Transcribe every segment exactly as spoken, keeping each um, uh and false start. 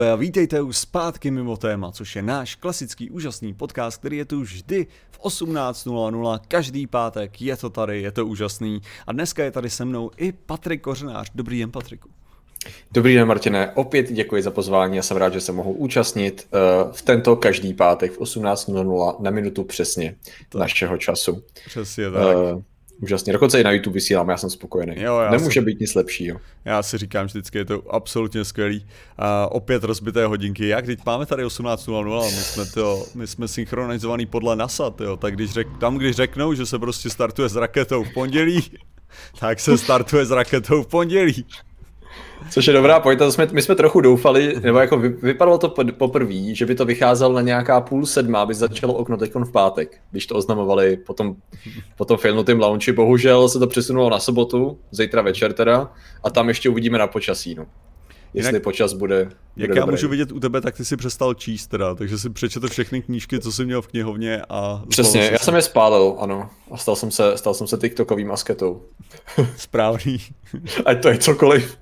A vítejte už zpátky mimo téma, což je náš klasický úžasný podcast, který je tu už vždy v osmnáct nula nula, každý pátek, je to tady, je to úžasný. A dneska je tady se mnou i Patrik Kořenář. Dobrý den, Patriku. Dobrý den, Martine, opět děkuji za pozvání a jsem rád, že se mohu účastnit uh, v tento každý pátek v osmnáct nula nula na minutu přesně to našeho času. Přesně tak. Uh, Úžasně, dokonce i na YouTube vysílám, já jsem spokojený. Jo, já Nemůže jsem... být nic lepšího. Já si říkám vždycky, je to absolutně skvělý. Uh, opět rozbité hodinky. Jak teď máme tady osmnáct nula nula, my jsme, to, my jsme synchronizovaný podle NASA, tyjo. Tak když řek, tam, když řeknou, že se prostě startuje s raketou v pondělí, tak se startuje s raketou v pondělí. Což je dobrá pointa, jsme, my jsme trochu doufali, nebo jako vypadalo to poprvé, že by to vycházelo na nějaká půl sedma, aby začalo okno teďkon v pátek, když to oznamovali po tom, po tom filmnutém launchi. Bohužel se to přesunulo na sobotu, zítra večer teda, a tam ještě uvidíme na počasí, no. Jestli Jinak, počas bude, bude Jak dobrý. Já můžu vidět u tebe, tak ty si přestal číst teda, takže si přečetl všechny knížky, co jsi měl v knihovně a... Přesně, já jsem je spálil, ano, a stal jsem se, stal jsem se tiktokovým asketou. Správný. Ať to je cokoliv.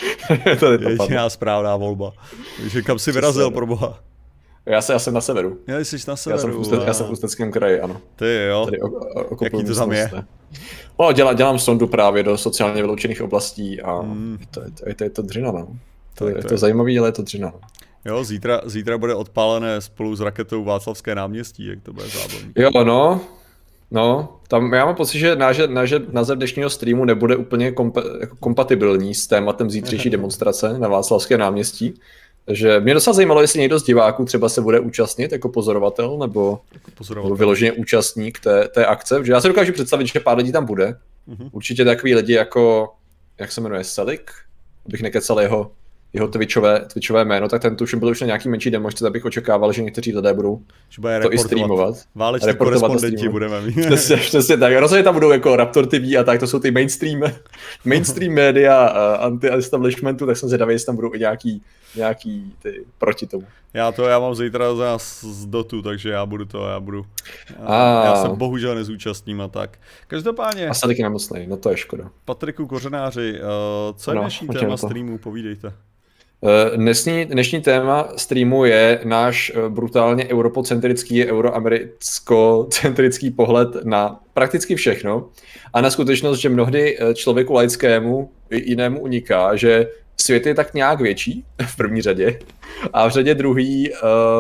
To je jediná správná volba. Takže kam jsi vyrazil, pro boha? Já, se, já jsem na severu. Já jsi na severu. Já jsem v, Úste, já jsem v Ústeckém kraji, ano. Ty jo. Tady o, o, Jaký to tam je? No, dělám, dělám sondu právě do sociálně vyloučených oblastí a hmm. to, je, to, je, to je to dřina, no. To, to je, je to zajímavý, ale je to dřina. Jo, zítra, zítra bude odpálené spolu s raketou Václavské náměstí, jak to bude zábavný. Jo, no. No, tam já mám pocit, že název, název dnešního streamu nebude úplně kompa- jako kompatibilní s tématem zítřejší demonstrace na Václavské náměstí. Takže mě docela zajímalo, jestli někdo z diváků třeba se bude účastnit jako pozorovatel nebo, jako pozorovatel. nebo vyloženě účastník té, té akce. Protože já si dokážu představit, že pár lidí tam bude. Mm-hmm. Určitě takový lidi jako, jak se jmenuje, Selik, abych nekecal jeho, jeho twitchové, twitchové jméno, tak ten tuším byl už na nějaký menší demonstrace, abych očekával, že někteří lidé budou to i streamovat. Váleční korespondenti budeme mít. Přesně, přesně tak. Rozhodně tam budou jako Raptor T V a tak, to jsou ty mainstream, mainstream média uh, anti-establishmentu, tak jsem zvědavý, jestli tam budou i nějaký, nějaký ty proti tomu. Já to, já mám zítra za z dotu, takže já budu to, já budu. Já, já se bohužel nezúčastním a tak. Každopádně. A se taky nemocnej, no to je škoda. Patriku Kořenáři, uh, co je no, dnešní téma streamu, povídejte. Dnešní, dnešní téma streamu je náš brutálně europocentrický, euroamericko-centrický pohled na prakticky všechno a na skutečnost, že mnohdy člověku laickému i jinému uniká, že svět je tak nějak větší v první řadě a v řadě druhý,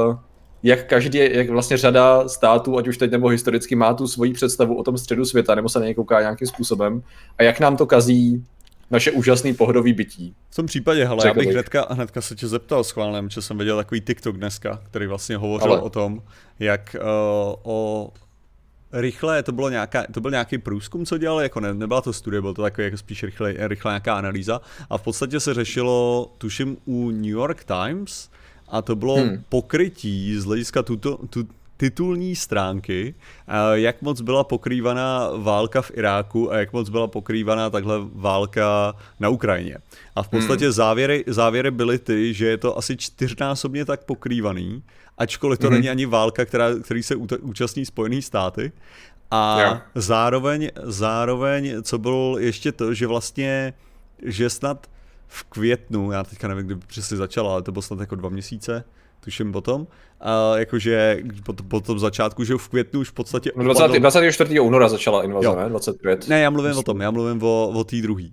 jak každý, jak vlastně řada států, ať už teď nebo historicky, má tu svoji představu o tom středu světa nebo se na něj kouká nějakým způsobem a jak nám to kazí naše úžasný pohodový bytí. V tom případě, hele, já bych hnedka, hnedka se tě zeptal schválně, že jsem viděl takový TikTok dneska, který vlastně hovořil ale. o tom, jak uh, o rychle, to, bylo nějaká, to byl nějaký průzkum, co dělali, jako ne, nebyla to studie, byl to takový jako spíš rychle, rychle nějaká analýza a v podstatě se řešilo, tuším, u New York Times a to bylo hmm. pokrytí z hlediska tuto, tu, titulní stránky, jak moc byla pokrývaná válka v Iráku a jak moc byla pokrývaná takhle válka na Ukrajině. A v podstatě hmm. závěry, závěry byly ty, že je to asi čtyřnásobně tak pokrývaný, ačkoliv to hmm. není ani válka, která, který se účastní Spojené státy. A yeah. zároveň, zároveň, co bylo ještě to, že vlastně, že snad v květnu, já teďka nevím, kdy přesně začala, ale to bylo snad jako dva měsíce, tuším potom, a jakože po, po tom začátku, že v květnu už v podstatě... No dvacátého dvacátého čtvrtého února začala invaze, jo. ne? dvacet pět. Ne, já mluvím Myslím. o tom, já mluvím o, o té druhý.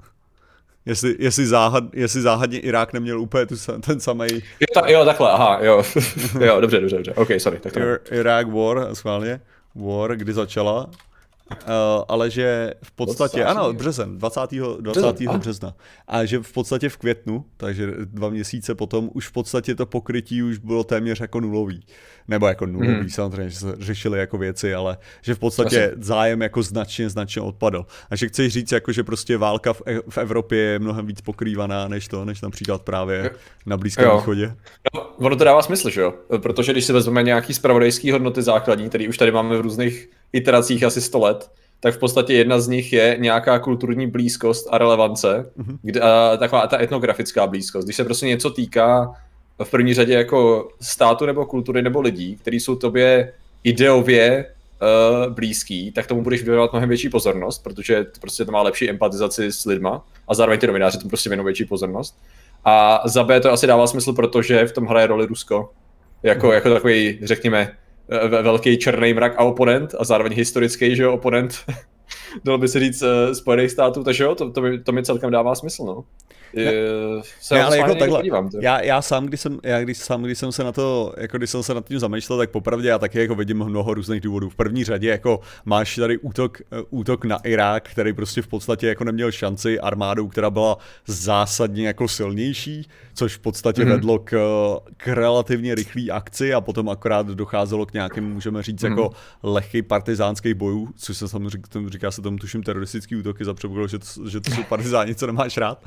jestli, jestli, záhad, jestli záhadně Irák neměl úplně tu, ten samej... Jo, ta, jo, takhle, aha, jo. jo, dobře, dobře, dobře, ok, sorry. Tak Ir, Iraq War, schválně, War, kdy začala. Uh, ale že v podstatě, dvacátého ano, březen, dvacátého dvacátého března. A že v podstatě v květnu, takže dva měsíce potom, už v podstatě to pokrytí už bylo téměř jako nulový. Nebo jako nulový, mm. samozřejmě, že se řešily jako věci, ale že v podstatě Asi. zájem jako značně, značně odpadl. A že chceš říct, jako, že prostě válka v, v Evropě je mnohem víc pokrývaná než to, než například právě na Blízkém jo. východě. No, ono to dává smysl, že jo? Protože když si vezmeme nějaký zpravodajský hodnoty základní, který už tady máme v různých iteracích asi sto let, tak v podstatě jedna z nich je nějaká kulturní blízkost a relevance, mm-hmm. kde, a taková ta etnografická blízkost. Když se prostě něco týká v první řadě jako státu nebo kultury nebo lidí, kteří jsou tobě ideově uh, blízký, tak tomu budeš věnovat mnohem větší pozornost, protože prostě to má lepší empatizaci s lidma a zároveň ty novináři tomu prostě věnují větší pozornost. A za B to asi dává smysl, protože v tom hraje roli Rusko. Jako, jako takový, řekněme, velký černý mrak a oponent a zároveň historický, že jo, oponent. Dalo by se říct uh, Spojených států, takže jo, to, to, mi, to mi celkem dává smysl, no. Je, se ne, ale jako takhle, podívám, já, já sám, když jsem, já když sám, když jsem se na to, jako když jsem se nad tím zamýšlel, tak popravdě já taky jako vidím mnoho různých důvodů. V první řadě jako máš tady útok, útok na Irák, který prostě v podstatě jako neměl šanci armádou, která byla zásadně jako silnější, což v podstatě mm-hmm. vedlo k, k relativně rychlé akci a potom akorát docházelo k nějakým, můžeme říct, mm-hmm. jako lehký partizánských bojů, což se samozřejmě říká se tomu tuším teroristický útoky za předpokladu, že to, že to jsou partizáni, co nemáš rád.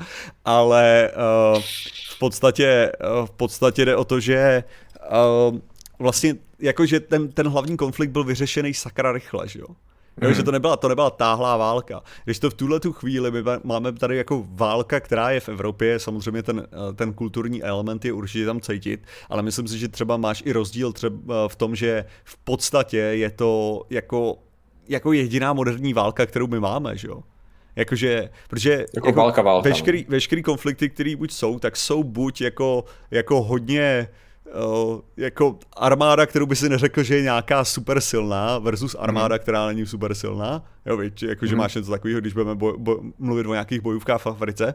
Ale uh, v podstatě, uh, v podstatě jde o to, že uh, vlastně jakože ten, ten hlavní konflikt byl vyřešený sakra rychle, že jo? Jo, že to nebyla, to nebyla táhlá válka. Když to v tuhle tu chvíli my máme tady jako válka, která je v Evropě, samozřejmě ten, ten kulturní element je určitě tam cítit, ale myslím si, že třeba máš i rozdíl třeba v tom, že v podstatě je to jako, jako jediná moderní válka, kterou my máme, že jo? Jakože, protože jako jako válka, válka, veškerý, veškerý konflikty, které buď jsou, tak jsou buď jako, jako hodně uh, jako armáda, kterou by si neřekl, že je nějaká super silná versus armáda, mm. která není super silná. Jo, víš, jakože mm. máš něco takového, když budeme boj, boj, mluvit o nějakých bojůvkách v Africe.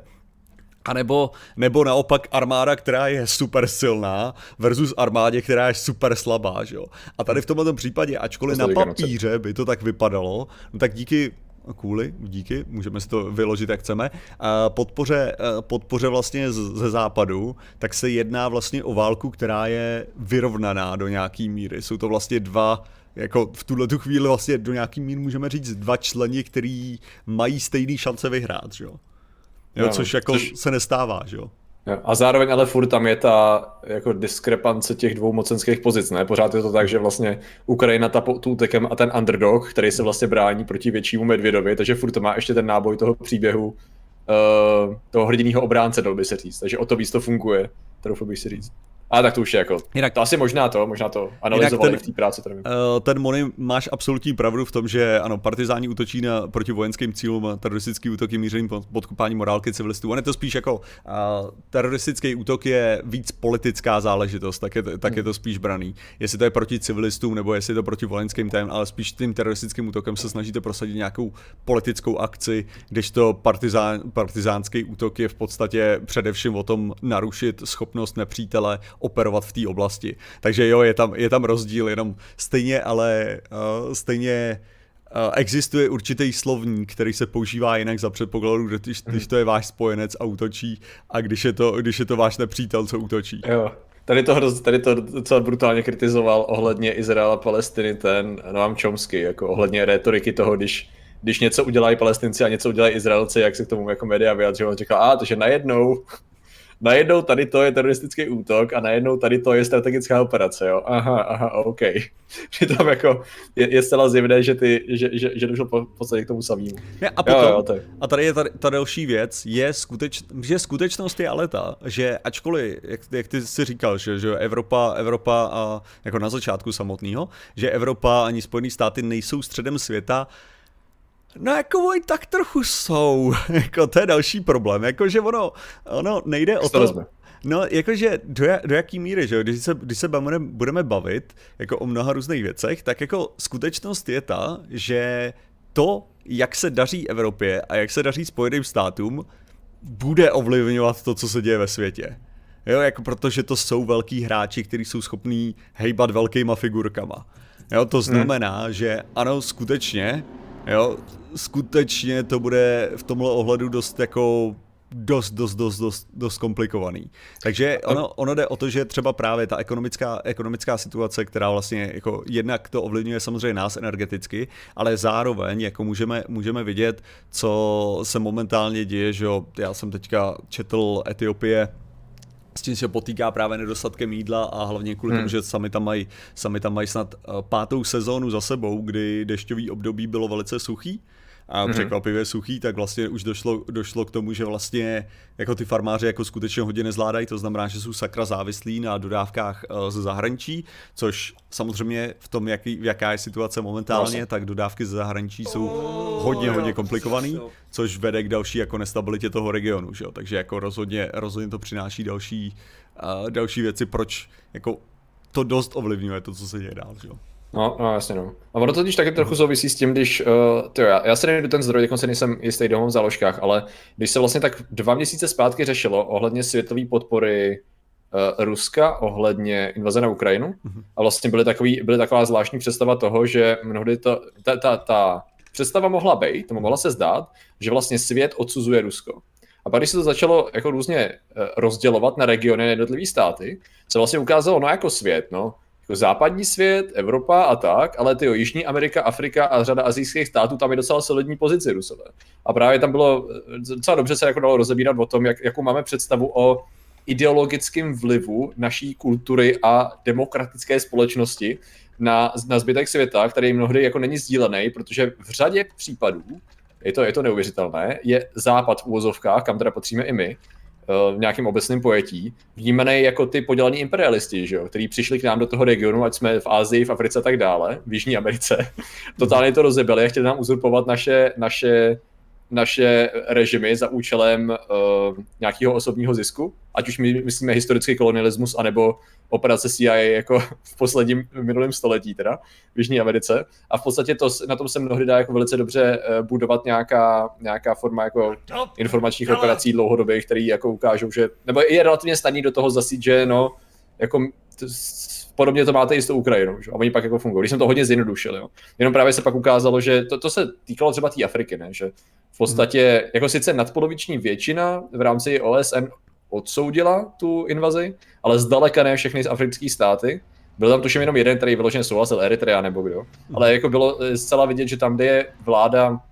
A nebo, nebo naopak armáda, která je super silná versus armádě, která je super slabá, že jo. A tady v tomto případě, ačkoliv na papíře by to tak vypadalo, no tak díky kvůli, díky, můžeme si to vyložit, jak chceme, podpoře, podpoře vlastně ze západu, tak se jedná vlastně o válku, která je vyrovnaná do nějaký míry. Jsou to vlastně dva, jako v tuhle tu chvíli vlastně do nějaký míry můžeme říct dva členi, který mají stejný šance vyhrát, že jo? Jo, no, což jako což... se nestává, že jo? A zároveň ale furt tam je ta jako diskrepance těch dvou mocenských pozic, ne? Pořád je to tak, že vlastně Ukrajina ta pod útekem a ten underdog, který se vlastně brání proti většímu medvědovi, takže furt to má ještě ten náboj toho příběhu uh, toho hrdinného obránce, dal by se říct. Takže o to víc to funguje, troufl bych si říct. A tak to už je jako, jinak, to asi možná to, možná to analyzovali ten, v té práci. Uh, ten Moni, máš absolutní pravdu v tom, že ano, partizáni útočí na, proti vojenským cílům, teroristický útok je mířený podkopání morálky civilistů. On je to spíš jako, uh, teroristický útok je víc politická záležitost, tak je, tak je to spíš braný. Jestli to je proti civilistům, nebo jestli je to proti vojenským témam, ale spíš tím teroristickým útokem se snažíte prosadit nějakou politickou akci, když to partizán, partizánský útok je v podstatě především o tom narušit schopnost nepřítele operovat v té oblasti. Takže jo, je tam, je tam rozdíl, jenom stejně, ale uh, stejně uh, existuje určitý slovník, který se používá jinak za předpokladu, že když, když to je váš spojenec a útočí, a když je to, když je to váš nepřítel, co útočí. Jo. Tady to, tady to docela brutálně kritizoval ohledně Izraela a Palestiny ten Noam Chomsky, jako ohledně rétoriky toho, když když něco udělají Palestinci a něco udělají Izraelci, jak se k tomu jako média vyjadřují, on říkal, a takže najednou Najednou tady to je teroristický útok a najednou tady to je strategická operace, jo. Aha, aha, OK. Přitom jako je, je zcela zjevné, že, ty, že, že, že došlo po podstatě k tomu samému. A, potom, jo, jo, a tady je ta, ta další věc, je skuteč, že skutečnost je ale ta, že ačkoliv, jak, jak ty jsi říkal, že, že Evropa, Evropa a jako na začátku samotného, že Evropa ani Spojené státy nejsou středem světa, no jako oni tak trochu jsou, jako to je další problém, jakože ono, ono nejde o to, no jakože do, do jaký míry, že když se, když se budeme bavit jako o mnoha různých věcech, tak jako skutečnost je ta, že to, jak se daří Evropě a jak se daří Spojeným státům, bude ovlivňovat to, co se děje ve světě. Jo, jako protože to jsou velký hráči, kteří jsou schopní hejbat velkýma figurkama. Jo, to znamená, hmm. že ano, skutečně, jo, skutečně to bude v tomhle ohledu dost jako dost, dost, dost, dost, dost komplikovaný. Takže ono, ono jde o to, že třeba právě ta ekonomická, ekonomická situace, která vlastně jako jednak to ovlivňuje samozřejmě nás energeticky, ale zároveň jako můžeme, můžeme vidět, co se momentálně děje, že jo, já jsem teďka četl Etiopie, s tím se potýká právě nedostatkem jídla a hlavně kvůli hmm. tomu, že sami tam mají, sami tam mají snad pátou sezónu za sebou, kdy dešťový období bylo velice suchý a mm-hmm. překvapivě suchý, tak vlastně už došlo, došlo k tomu, že vlastně jako ty farmáři jako skutečně hodně nezvládají, to znamená, že jsou sakra závislí na dodávkách ze zahraničí, což samozřejmě v tom, jaký, jaká je situace momentálně, no, tak dodávky ze zahraničí jsou hodně, hodně komplikovaný, což vede k další jako nestabilitě toho regionu, že jo? Takže jako rozhodně, rozhodně to přináší další, uh, další věci, proč jako to dost ovlivňuje to, co se děje dál, že jo? No, no, jasně no. A ono to totiž taky trochu souvisí s tím, když, uh, tyjo, já, já se nejdu ten zdroj, jako se nejsem jistý domů v záložkách, ale když se vlastně tak dva měsíce zpátky řešilo ohledně světové podpory uh, Ruska, ohledně invaze na Ukrajinu, mm-hmm. a vlastně byly, takový, byly taková zvláštní představa toho, že mnohdy to, ta, ta, ta představa mohla být, tomu mohla se zdát, že vlastně svět odsuzuje Rusko. A pak, když se to začalo jako různě uh, rozdělovat na regiony, na jednotlivé státy, se vlastně ukázalo, no jako svět, no, jako západní svět, Evropa a tak, ale tyjo, Jižní Amerika, Afrika a řada asijských států, tam je docela solidní pozici Rusové. A právě tam bylo docela dobře se jako dalo rozebírat o tom, jak, jakou máme představu o ideologickém vlivu naší kultury a demokratické společnosti na, na zbytek světa, který mnohdy jako není sdílený, protože v řadě případů, je to, je to neuvěřitelné, je západ v úvozovkách, kam teda patříme i my, v nějakém obecném pojetí, vnímaný jako ty podělaní imperialisti, že jo, kteří přišli k nám do toho regionu, ať jsme v Asii, v Africe a tak dále, v Jižní Americe, totálně to rozebili a chtěli nám uzurpovat naše, naše, naše režimy za účelem uh, nějakého osobního zisku, ať už my myslíme historický kolonialismus, anebo operace C I A jako v posledním minulém století teda v Jižní Americe. A v podstatě to, na tom se mnohdy dá jako velice dobře budovat nějaká, nějaká forma jako informačních operací dlouhodobých, které jako ukážou, že, nebo je relativně snadný do toho zasít, že no, jako podobně to máte i s tou Ukrajinou, že? A oni pak jako fungují. Když jsem to hodně zjednodušil, jo. Jenom právě se pak ukázalo, že to, to se týkalo třeba té Afriky, ne? Že v podstatě hmm. jako sice nadpoloviční většina v rámci O S N odsoudila tu invazi, ale zdaleka ne všechny z afrických státy. Byl tam tuším jenom jeden, který vyloženě souhlasil, Eritrea nebo kdo. Hmm. Ale jako bylo zcela vidět, že tam, kde je vláda uh,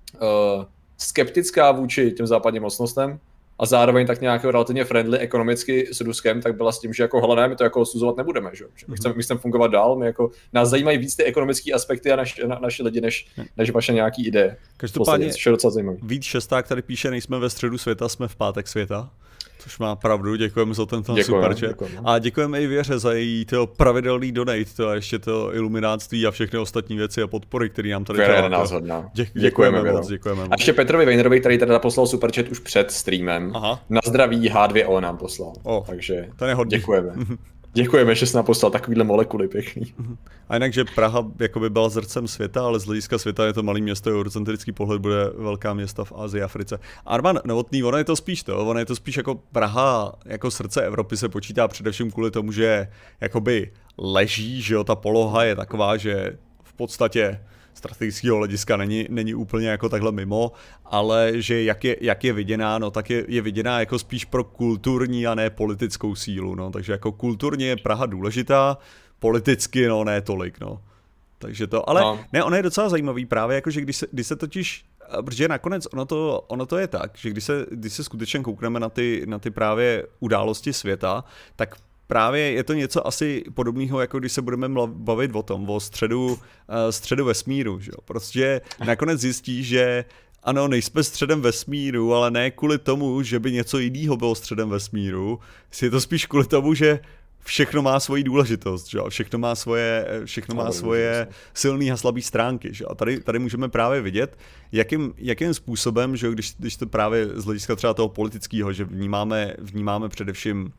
skeptická vůči těm západním mocnostem, a zároveň tak nějak relativně friendly ekonomicky s Ruskem, tak byla s tím, že jako hele, ne, my to jako odsuzovat nebudeme, že? My chceme, my chceme fungovat dál, my jako, nás zajímají víc ty ekonomické aspekty a naš, na, naši lidi, než, než vaše nějaký ideje. Každopádně Vít Šesták tady píše, nejsme ve středu světa, jsme v pátek světa. Což má pravdu, děkujeme za tento super chat. A děkujeme i Věře za její to pravidelný donate, to a ještě to iluminátství a všechny ostatní věci a podpory, které nám tady dělá. Nás hodná. Dě- děkujeme, děkujeme moc, děkujeme A ještě Petrovi Vejnerovi, který teda poslal super chat už před streamem. Aha. Na zdraví H dva O nám poslal. Oh, takže to je hodně. Děkujeme. Děkujeme, že jsi nám poslal takovýhle molekuly pěkný. A jinak, že Praha jakoby byla zrcem světa, ale z hlediska světa je to malý město, eurocentrický pohled bude velká města v Asii, Africe. Arman Novotný, ono je to spíš to, ono je to spíš jako Praha, jako srdce Evropy se počítá především kvůli tomu, že jakoby leží, že jo, ta poloha je taková, že v podstatě strategického hlediska není, není úplně jako takhle mimo, ale že jak je, jak je viděná, no tak je, je viděná jako spíš pro kulturní a ne politickou sílu, no, takže jako kulturně je Praha důležitá, politicky no ne tolik, no. Takže to, ale no. Ne, ono je docela zajímavý právě, jako že když se, když se totiž, protože nakonec ono to, ono to je tak, že když se, když se skutečně koukneme na ty, na ty právě události světa, tak právě je to něco asi podobného, jako když se budeme bavit o tom, o středu, středu vesmíru, že jo? Prostě nakonec zjistí, že ano, nejsme středem vesmíru, ale ne kvůli tomu, že by něco jiného bylo středem vesmíru, je to spíš kvůli tomu, že všechno má svoji důležitost, že? Všechno má svoje, všechno má svoje silné a slabé stránky. Že? A tady, tady můžeme právě vidět, jakým, jakým způsobem, že když, když to právě z hlediska třeba toho politického, že vnímáme, vnímáme především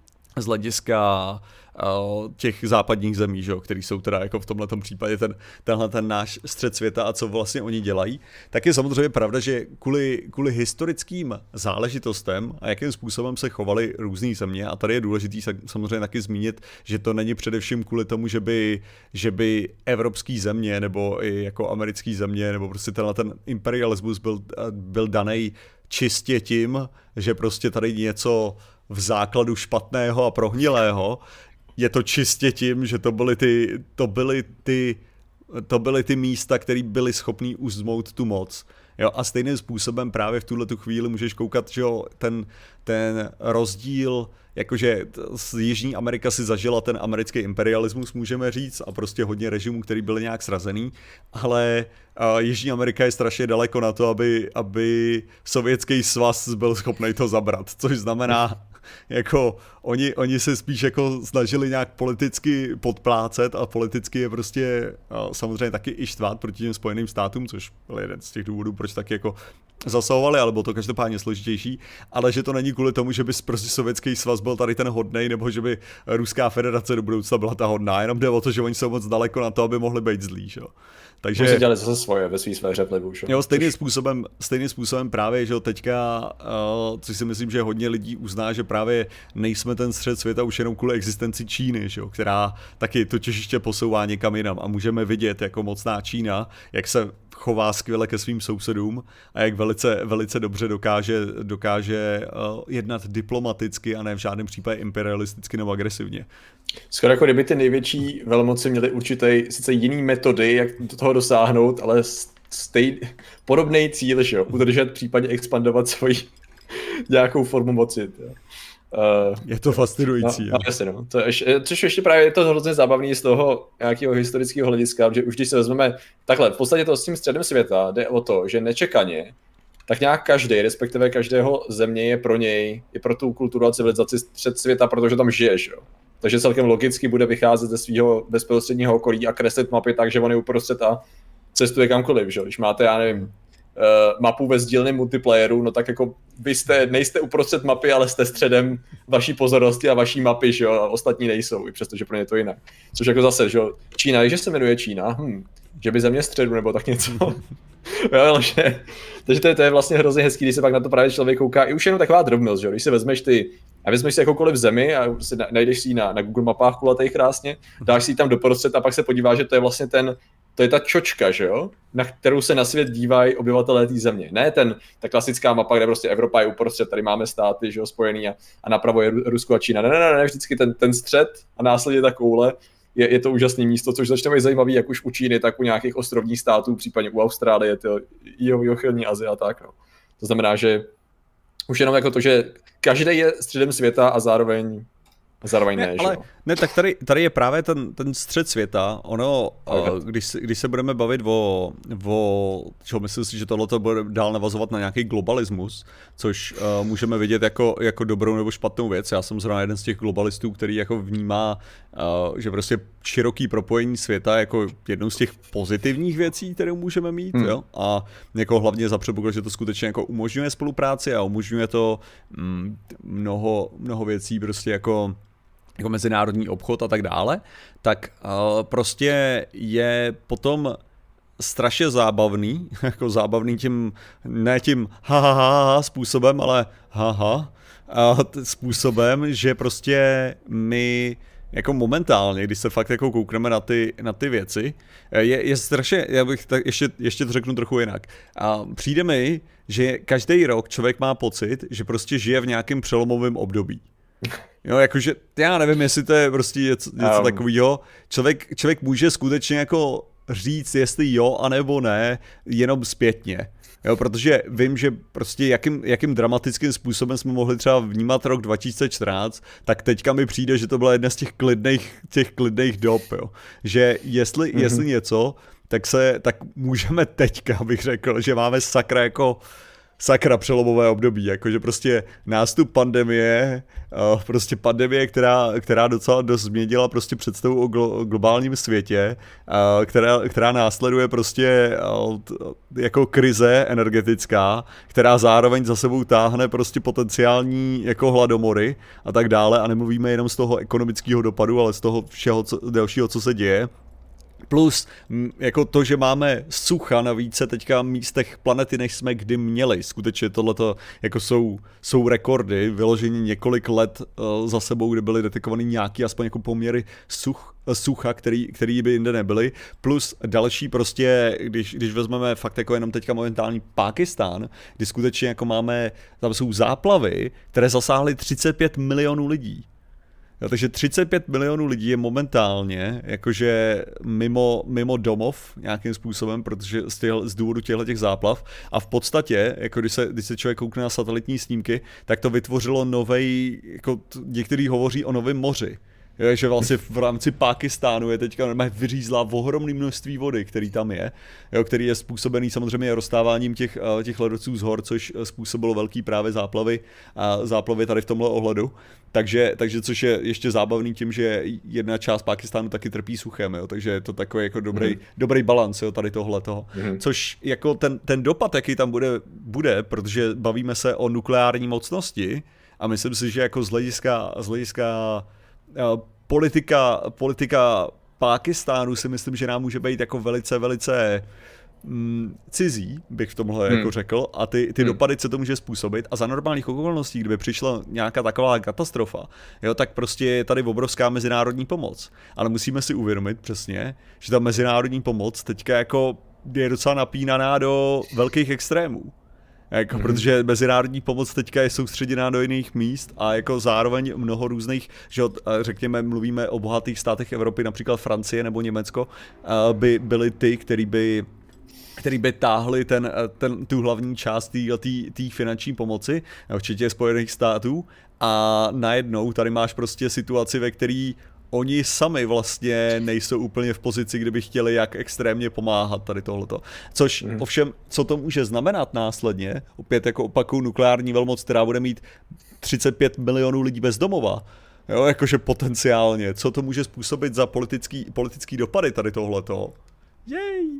z hlediska uh, těch západních zemí, že, který jsou teda jako v tomhletom případě ten, tenhle ten náš střed světa a co vlastně oni dělají, tak je samozřejmě pravda, že kvůli, kvůli historickým záležitostem a jakým způsobem se chovaly různý země, a tady je důležitý samozřejmě taky zmínit, že to není především kvůli tomu, že by, že by evropský země nebo i jako americký země nebo prostě tenhle ten imperialismus byl, byl daný čistě tím, že prostě tady něco v základu špatného a prohnilého, je to čistě tím, že to byly ty, to byly ty, to byly ty místa, které byly schopný uzmout tu moc. Jo, a stejným způsobem právě v tuhle tu chvíli můžeš koukat, že jo, ten, ten rozdíl, jakože z Jižní Amerika si zažila ten americký imperialismus, můžeme říct, a prostě hodně režimů, který byly nějak srazený, ale uh, Jižní Amerika je strašně daleko na to, aby, aby Sovětský svaz byl schopný to zabrat, což znamená, jako oni, oni se spíš jako snažili nějak politicky podplácet a politicky je prostě uh, samozřejmě taky i štvát proti těm Spojeným státům, což byl jeden z těch důvodů, proč taky jako zasahovali, ale bylo to každopádně složitější, ale že to není kvůli tomu, že by prostě Sovětský svaz byl tady ten hodnej, nebo že by Ruská federace do budoucna byla ta hodná, jenom jde o to, že oni jsou moc daleko na to, aby mohli být zlí, že? Takže musí dělat zase svoje ve svý sféře vlivu. Jo, stejným způsobem, stejným způsobem právě, že teďka, uh, což si myslím, že hodně lidí uzná, že právě nejsme ten střed světa už jenom kvůli existenci Číny, že? Která taky to těžiště posouvá někam jinam a můžeme vidět jako mocná Čína, jak se chová skvěle ke svým sousedům a jak velice, velice dobře dokáže, dokáže uh, jednat diplomaticky a ne v žádném případě imperialisticky nebo agresivně. Skoro jako kdyby ty největší velmoci měly určitě sice jiný metody, jak do toho dosáhnout, ale stej, podobný cíl, že jo, udržet, případně expandovat svoji nějakou formu moci. Jo. Uh, je to fascinující. No, no, jasně, no. To ještě, což ještě právě je to hrozně zábavný z toho nějakého historického hlediska, že už když se vezmeme takhle, v podstatě to s tím středem světa jde o to, že nečekaně, tak nějak každý, respektive každého země je pro něj, i pro tu kulturu a civilizaci střed světa, protože tam žiješ, jo. Takže celkem logicky bude vycházet ze svého bezprostředního okolí a kreslit mapy tak, že on je uprostřed a cestuje kamkoliv, že? Když máte, já nevím, uh, mapu ve sdílném multiplayeru, no tak jako vy jste, nejste uprostřed mapy, ale jste středem vaší pozornosti a vaší mapy, že jo, a ostatní nejsou, i přestože pro ně to jinak. Což jako zase, že jo, Čína, že se jmenuje Čína, hm, že by země středu nebo tak něco. Jo, ale že, takže to je, to je vlastně hrozně hezký, když se pak na to právě člověk kouká. I už jenom taková drobnost, že jo, když si vezmeš ty, a vezmeš si jakoukoliv zemi a si najdeš si ji na, na Google mapách kulatej krásně, dáš si ji tam doprostřed a pak se podíváš, že to je vlastně ten, to je ta čočka, že jo, na kterou se na svět dívají obyvatelé té země. Ne ten, ta klasická mapa, kde prostě Evropa je uprostřed, tady máme státy, že jo, spojený a, a napravo je Rusko a Čína. Ne, ne, ne, ne, vždycky ten, ten střed a následně ta koule. Je, je to úžasné místo, což začne být zajímavý, jak už u Číny, tak u nějakých ostrovních států, případně u Austrálie, to jihochylní Azie a tak. No. To znamená, že už jenom jako to, že každý je středem světa a zároveň, zároveň ne, ne ale, že ne, tak tady, tady je právě ten, ten střed světa, ono, okay. když, když se budeme bavit o, o čo, myslím si, že tohleto bude dál navazovat na nějaký globalismus, což uh, můžeme vidět jako, jako dobrou nebo špatnou věc. Já jsem zrovna jeden z těch globalistů, který jako vnímá, uh, že prostě široký propojení světa jako jednou z těch pozitivních věcí, které můžeme mít, hmm. jo? A jako hlavně za předpoklad, že to skutečně jako umožňuje spolupráci a umožňuje to mm, mnoho, mnoho věcí prostě jako jako mezinárodní obchod a tak dále, tak uh, prostě je potom strašně zábavný, jako zábavný tím, ne tím ha, ha, ha, ha způsobem, ale haha uh, způsobem, že prostě my jako momentálně, když se fakt jako koukneme na ty, na ty věci, je, je strašně, já bych tak ještě, ještě to řeknu trochu jinak. A přijde mi, že každý rok člověk má pocit, že prostě žije v nějakém přelomovém období. Jo, jakože, já nevím, jestli to je prostě něco, něco um. takového. Člověk, člověk může skutečně jako říct, jestli jo, anebo ne, jenom zpětně. Jo, protože vím, že prostě jakým, jakým dramatickým způsobem jsme mohli třeba vnímat rok dva tisíce čtrnáct, tak teďka mi přijde, že to byla jedna z těch klidných, těch klidných dob, jo. Že jestli, mm-hmm. jestli něco, tak se, tak můžeme teďka, bych řekl, že máme sakra jako sakra přelomové období, jakože prostě nástup pandemie, prostě pandemie, která, která docela dost změnila prostě představu o glo, globálním světě, která, která následuje prostě jako krize energetická, která zároveň za sebou táhne prostě potenciální jako hladomory a tak dále a nemluvíme jenom z toho ekonomického dopadu, ale z toho všeho co, dalšího, co se děje. Plus jako to, že máme sucha na více teďka místech planety, než jsme kdy měli. Skutečně tohleto jako jsou, jsou rekordy, vyložení několik let uh, za sebou, kde byly detekovaný nějaký aspoň jako poměry such, sucha, který, který by jinde nebyly. Plus další prostě, když, když vezmeme fakt jako jenom teďka momentální Pákistán, kdy skutečně jako máme, tam jsou záplavy, které zasáhly třicet pět milionů lidí. Jo, takže třicet pět milionů lidí je momentálně jakože mimo, mimo domov nějakým způsobem, protože z, těch, z důvodu těchto těch záplav. A v podstatě, jako když se, když se člověk koukne na satelitní snímky, tak to vytvořilo novej, jako některý hovoří o novém moři. Jo, že vlastně v rámci Pákistánu je teďka normálně vyřízlá ohromné množství vody, který tam je, jo, který je způsobený samozřejmě rozstáváním těch, těch ledovců z hor, což způsobilo velký právě záplavy a záplavy tady v tomhle ohledu. Takže, takže což je ještě zábavný tím, že jedna část Pákistánu taky trpí suchem, jo, takže je to takový jako dobrý, mm. dobrý balans, jo, tady tohle toho. Mm. Což jako ten, ten dopad, jaký tam bude, bude, protože bavíme se o nukleární mocnosti a myslím si, že jako z hlediska, z hlediska politika, politika Pákistánu si myslím, že nám může být jako velice, velice mm, cizí, bych v tomhle hmm. jako řekl, a ty, ty hmm. dopady, co to může způsobit. A za normálních okolností, kdyby přišla nějaká taková katastrofa, jo, tak prostě je tady obrovská mezinárodní pomoc. Ale musíme si uvědomit přesně, že ta mezinárodní pomoc teďka jako je docela napínaná do velkých extrémů. Jako, mm-hmm. Protože mezinárodní pomoc teďka je soustředěná do jiných míst a jako zároveň mnoho různých, že řekněme, mluvíme o bohatých státech Evropy, například Francie nebo Německo, by byly ty, který by který by táhli ten, ten, tu hlavní část té finanční pomoci, včetně Spojených států, a najednou tady máš prostě situaci, ve který oni sami vlastně nejsou úplně v pozici, kdyby chtěli jak extrémně pomáhat tady tohleto. Což mm. ovšem, co to může znamenat následně, opět jako opakuju, nukleární velmoc, která bude mít třicet pět milionů lidí bez domova, jo, jakože potenciálně, co to může způsobit za politický, politický dopady tady tohleto. Jej!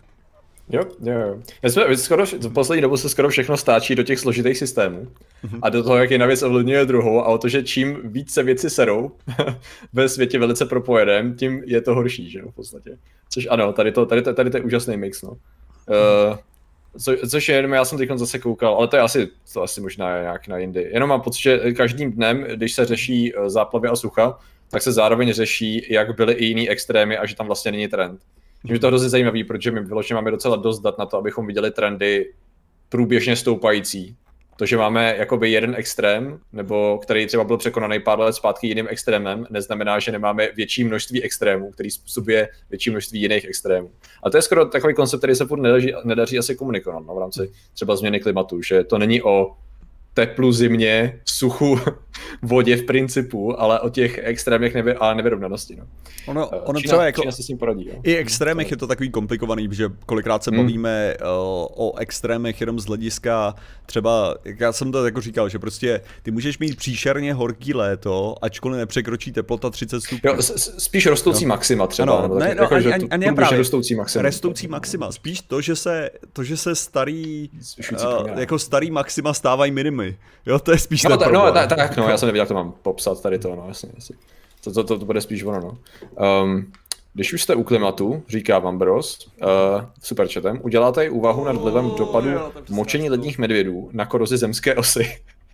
Jo, jo, jo. Já jsme, skoro, v poslední dobu se skoro všechno stáčí do těch složitých systémů mm-hmm. a do toho, jak jedna věc ovlivňuje druhou, a o to, že čím více věci serou ve světě velice propojeném, tím je to horší, že jo, v podstatě. Což ano, tady to, tady to, tady to je úžasný mix, no. Mm-hmm. Uh, co, což je jenom, já jsem teď zase koukal, ale to je asi, to asi možná nějak na jindy. Jenom mám pocit, že každým dnem, když se řeší záplavy a sucha, tak se zároveň řeší, jak byly i jiný extrémy a že tam vlastně není trend. Je to hrozně zajímavý, protože my vyloženě máme docela dost dat na to, abychom viděli trendy průběžně stoupající. To, že máme jakoby jeden extrém, nebo který třeba byl překonaný pár let zpátky jiným extrémem, neznamená, že nemáme větší množství extrémů, který způsobuje větší množství jiných extrémů. A to je skoro takový koncept, který se furt nedaří, nedaří asi komunikovat, no, v rámci třeba změny klimatu, že to není o teplu, zimě, suchu, vodě v principu, ale o těch extrémech nevy, a nevyrovnanosti. No. Ono, ono Čína, třeba jako Čína se s tím poradí. Jo. I extrémech je to takový komplikovaný, že kolikrát se hmm. bavíme uh, o extrémech jenom z hlediska třeba, jak já jsem to jako říkal, že prostě ty můžeš mít příšerně horký léto, ačkoliv nepřekročí teplota třicet stupňů. Jo, spíš rostoucí jo. maxima třeba. Ano, ne, no, jako, ani, ani, ani právě rostoucí maxima. Rostoucí maxima. Spíš to, že se, to, že se starý, uh, jako starý maxima stávají minimy. Jo, to je spíš no, ten ta, problém. No, tak, tak, no, já jsem nevěděl, jak to mám popsat tady to, no, jasně, jasně. To, to, to, to bude spíš ono, no. Um, když už jste u klimatu, říká Vambros, uh, super chatem, uděláte i úvahu nad vlivem dopadu oh, močení ledních medvědů na korozi zemské osy.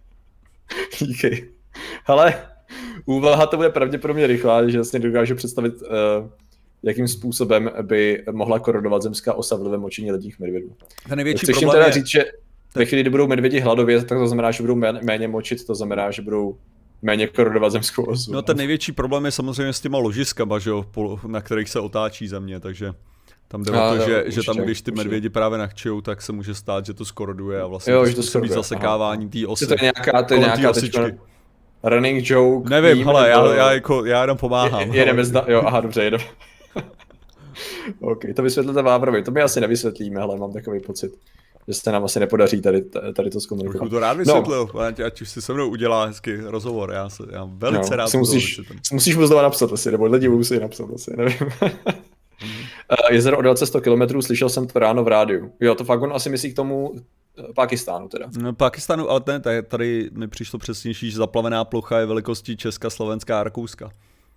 Díky. Hele, úvaha to bude pravděpodobně rychlá, že vlastně dokážu představit, uh, jakým způsobem by mohla korodovat zemská osa vlivem močení ledních medvědů. Ten největší Chceš problém teda je... říct, že ve chvíli, kdy budou medvědi hladovět, tak to znamená, že budou méně močit, to znamená, že budou méně korodovat zemskou osu. No ten největší problém je samozřejmě s těma ložiskama, že jo, na kterých se otáčí země, takže tam jde o to, že, určitě, že tam, když ty medvědi určitě. právě nachčijou, tak se může stát, že to skoroduje a vlastně jo, to způsobí zasekávání té osy. To je nějaká, to je nějaká running joke. Nevím, tým, hele, já, já, jako, já jenom pomáhám. Je, jedeme zda, jo, aha, dobře, jedeme. OK, to vysvětlete Vávrovi, to my asi nevysvětlíme, ale mám takový pocit, že se nám asi nepodaří tady, tady to zkomunikovat. Bych to rád vysvětlil, no. ať, ať už si se mnou udělá hezky rozhovor, já, se, já velice no, rád to musíš, musíš mu znova napsat asi, nebo lidi musí napsat asi, nevím. mm. Jezero o délce sto kilometrů, slyšel jsem to ráno v rádiu. Jo, to fakt on asi myslí k tomu Pákistánu teda. No, Pákistánu, ale ne, tady mi přišlo přesnější, že zaplavená plocha je velikosti Česka, Slovenska a Rakouska.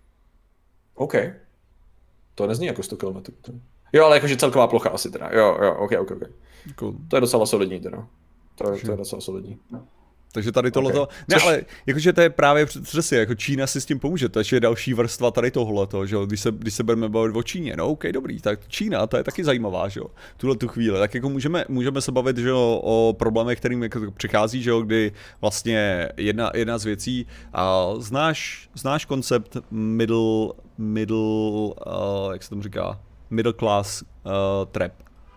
OK. To nezní jako sto kilometrů. Jo, ale jakože celková plocha asi teda. Jo, jo, OK, OK, OK. Cool. To je docela solidní teda. To je, to je docela solidní. Takže tady tohleto, okay. Ne, ale jakože to je právě přesně, jako Čína si s tím pomůže, to je další vrstva tady tohleto, že jo, když se, když se budeme bavit o Číně, no ok, dobrý, tak Čína, to je taky zajímavá, že jo, tuhle tu chvíli, tak jako můžeme, můžeme se bavit, že jo, o problémech, kterým jako přichází, že jo, kdy vlastně jedna, jedna z věcí, a znáš, znáš koncept middle, middle, uh, jak se tomu říká, middle class uh, trap?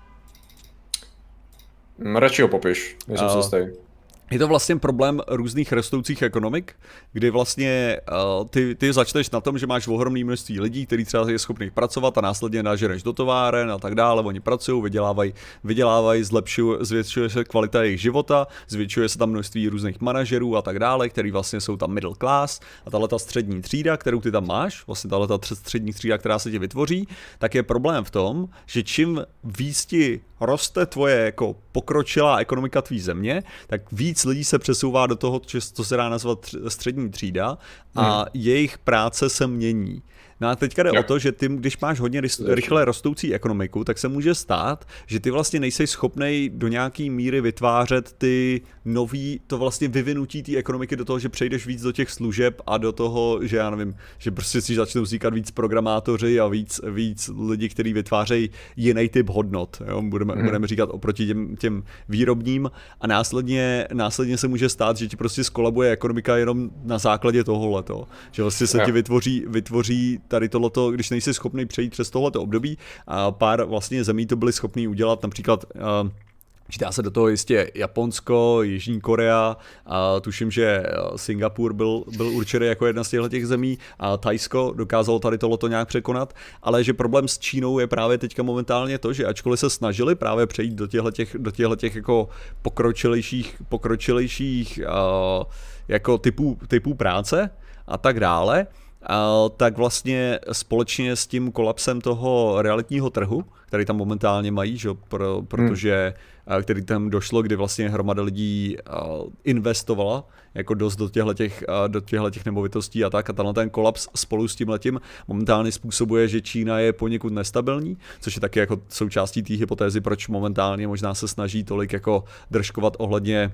Radši ho popiš, nejsem uh, si jistý. Je to vlastně problém různých rostoucích ekonomik, kdy vlastně uh, ty, ty začneš na tom, že máš ohromné množství lidí, kteří třeba je schopný pracovat a následně naženeš do továren a tak dále, oni pracují, vydělávají, vydělávají, zlepšují, zvětšuje se kvalita jejich života, zvětšuje se tam množství různých manažerů a tak dále, který vlastně jsou tam middle class a tahle ta střední třída, kterou ty tam máš, vlastně tahle ta střední třída, která se ti vytvoří, tak je problém v tom, že čím víc ti roste tvoje jako pokročilá ekonomika tvý země, tak víc lidí se přesouvá do toho, co se dá nazvat střední třída a hmm. jejich práce se mění. No a teďka jde jo. o to, že ty, když máš hodně rychle rostoucí ekonomiku, tak se může stát, že ty vlastně nejsi schopnej do nějaký míry vytvářet ty nový, to vlastně vyvinutí té ekonomiky do toho, že přejdeš víc do těch služeb a do toho, že já nevím, že prostě si začnou vznikat víc programátoři a víc, víc lidí, kteří vytvářejí jiný typ hodnot. Jo? Budeme, hmm. budeme říkat oproti těm, těm výrobním a následně, následně se může stát, že ti prostě skolabuje ekonomika jenom na základě tohohleto. Že vlastně se jo. ti vytvoří, vytvoří tady tohleto, když nejsi schopný přejít přes tohleto období a pár vlastně zemí to byli schopní udělat, například uh, čítá se do toho jistě Japonsko, Jižní Korea, a tuším, že Singapur byl, byl určený jako jedna z těchto těch zemí a Thajsko dokázalo tady tohleto nějak překonat, ale že problém s Čínou je právě teďka momentálně to, že ačkoliv se snažili právě přejít do těchto těch, do těchto těch jako pokročilejších, pokročilejších uh, jako typů, typů práce a tak dále, Uh, tak vlastně společně s tím kolapsem toho realitního trhu, který tam momentálně mají, že, pro, protože hmm. který tam došlo, kdy vlastně hromada lidí uh, investovala jako dost do těchto těch, uh, do těchto těch nemovitostí a tak a tenhle ten kolaps spolu s tímhletím momentálně způsobuje, že Čína je poněkud nestabilní, což je taky jako součástí té hypotézy, proč momentálně možná se snaží tolik jako držkovat ohledně,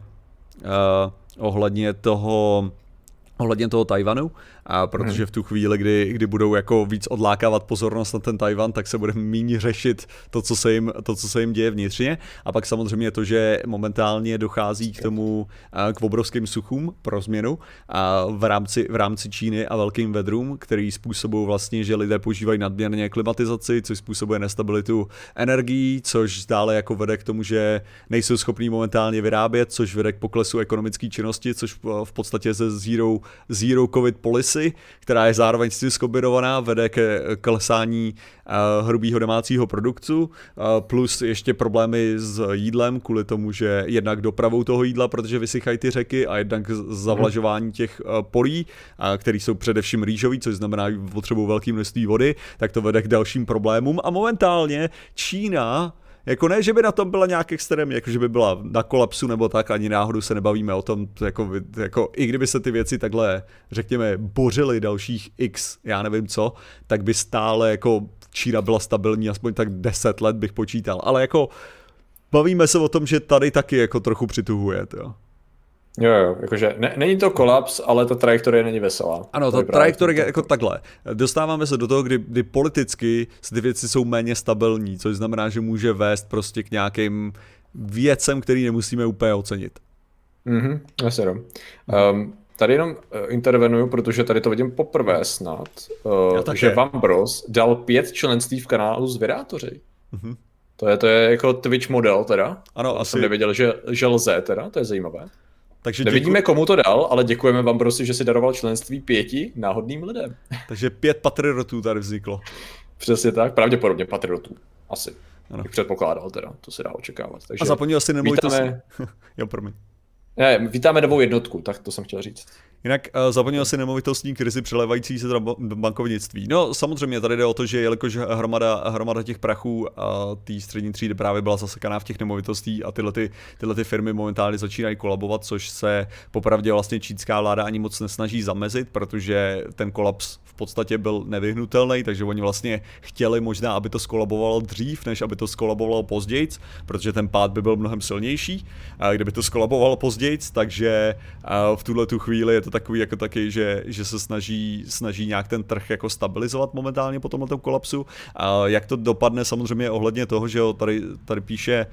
uh, ohledně toho ohledně toho Tajvanu, a protože v tu chvíli, kdy, kdy budou jako víc odlákávat pozornost na ten Tajvan, tak se bude méně řešit to, co se jim, to, co se jim děje vnitřně. A pak samozřejmě to, že momentálně dochází k tomu, k obrovským suchům pro změnu a v rámci, v rámci Číny a velkým vedrům, který způsobují vlastně, že lidé používají nadměrně klimatizaci, což způsobuje nestabilitu energií, což dále jako vede k tomu, že nejsou schopní momentálně vyrábět, což vede k poklesu ekonomické činnosti, což v podstatě ze zero, zero covid policy, která je zároveň s tím zkombinovaná, vede ke klesání uh, hrubého domácího produktu, uh, plus ještě problémy s jídlem, kvůli tomu, že jednak dopravou toho jídla, protože vysychají ty řeky, a jednak zavlažování těch uh, polí, uh, které jsou především rýžový, což znamená potřebu velké množství vody, tak to vede k dalším problémům. A momentálně Čína, jako ne, že by na tom byla nějak extrémně, jako že by byla na kolapsu nebo tak, ani náhodou se nebavíme o tom, jako, jako i kdyby se ty věci takhle, řekněme, bořily dalších x, já nevím co, tak by stále jako Čína byla stabilní, aspoň tak deset let bych počítal, ale jako bavíme se o tom, že tady taky jako trochu přituhuje, jo. Jo, jo, jakože ne, není to kolaps, ale ta trajektorie není veselá. Ano, ta trajektorie je jako takhle. Dostáváme se do toho, kdy, kdy politicky ty věci jsou méně stabilní, což znamená, že může vést prostě k nějakým věcem, který nemusíme úplně ocenit. Mhm, asi jo. Um, tady jenom uh, intervenuju, protože tady to vidím poprvé snad, uh, že Vambros dal pět členství v kanálu z Vyrátoři. Mhm. To je, to je jako Twitch model teda. Ano, to asi. Jsem nevěděl, že, že lze teda, to je zajímavé. Takže Nevidíme, děku... komu to dal, ale děkujeme vám prostě, že si daroval členství pěti náhodným lidem. Takže pět patriotů tady vzniklo. Přesně tak, pravděpodobně patriotů. Asi. Ano. Jak předpokládal teda, to se dá očekávat. Takže a zapomněl si nemovitosti. Vítáme... jo, promiň. Ne, vítáme novou jednotku, tak to jsem chtěl říct. Jinak uh, zapomněl si nemovitostní krizi přelévající se do bankovnictví. No samozřejmě tady jde o to, že jelikož hromada, hromada těch prachů a té střední třídy právě byla zasekaná v těch nemovitostí a tyhle, ty, tyhle ty firmy momentálně začínají kolabovat, což se popravdě vlastně čínská vláda ani moc nesnaží zamezit, protože ten kolaps v podstatě byl nevyhnutelný, takže oni vlastně chtěli možná, aby to skolabovalo dřív, než aby to skolabovalo později, protože ten pád by byl mnohem silnější, kdyby to skolabovalo později, takže v tuhle tu chvíli je to takový jako taky, že, že se snaží, snaží nějak ten trh jako stabilizovat momentálně po tomhle kolapsu. Jak to dopadne samozřejmě ohledně toho, že tady, tady píše,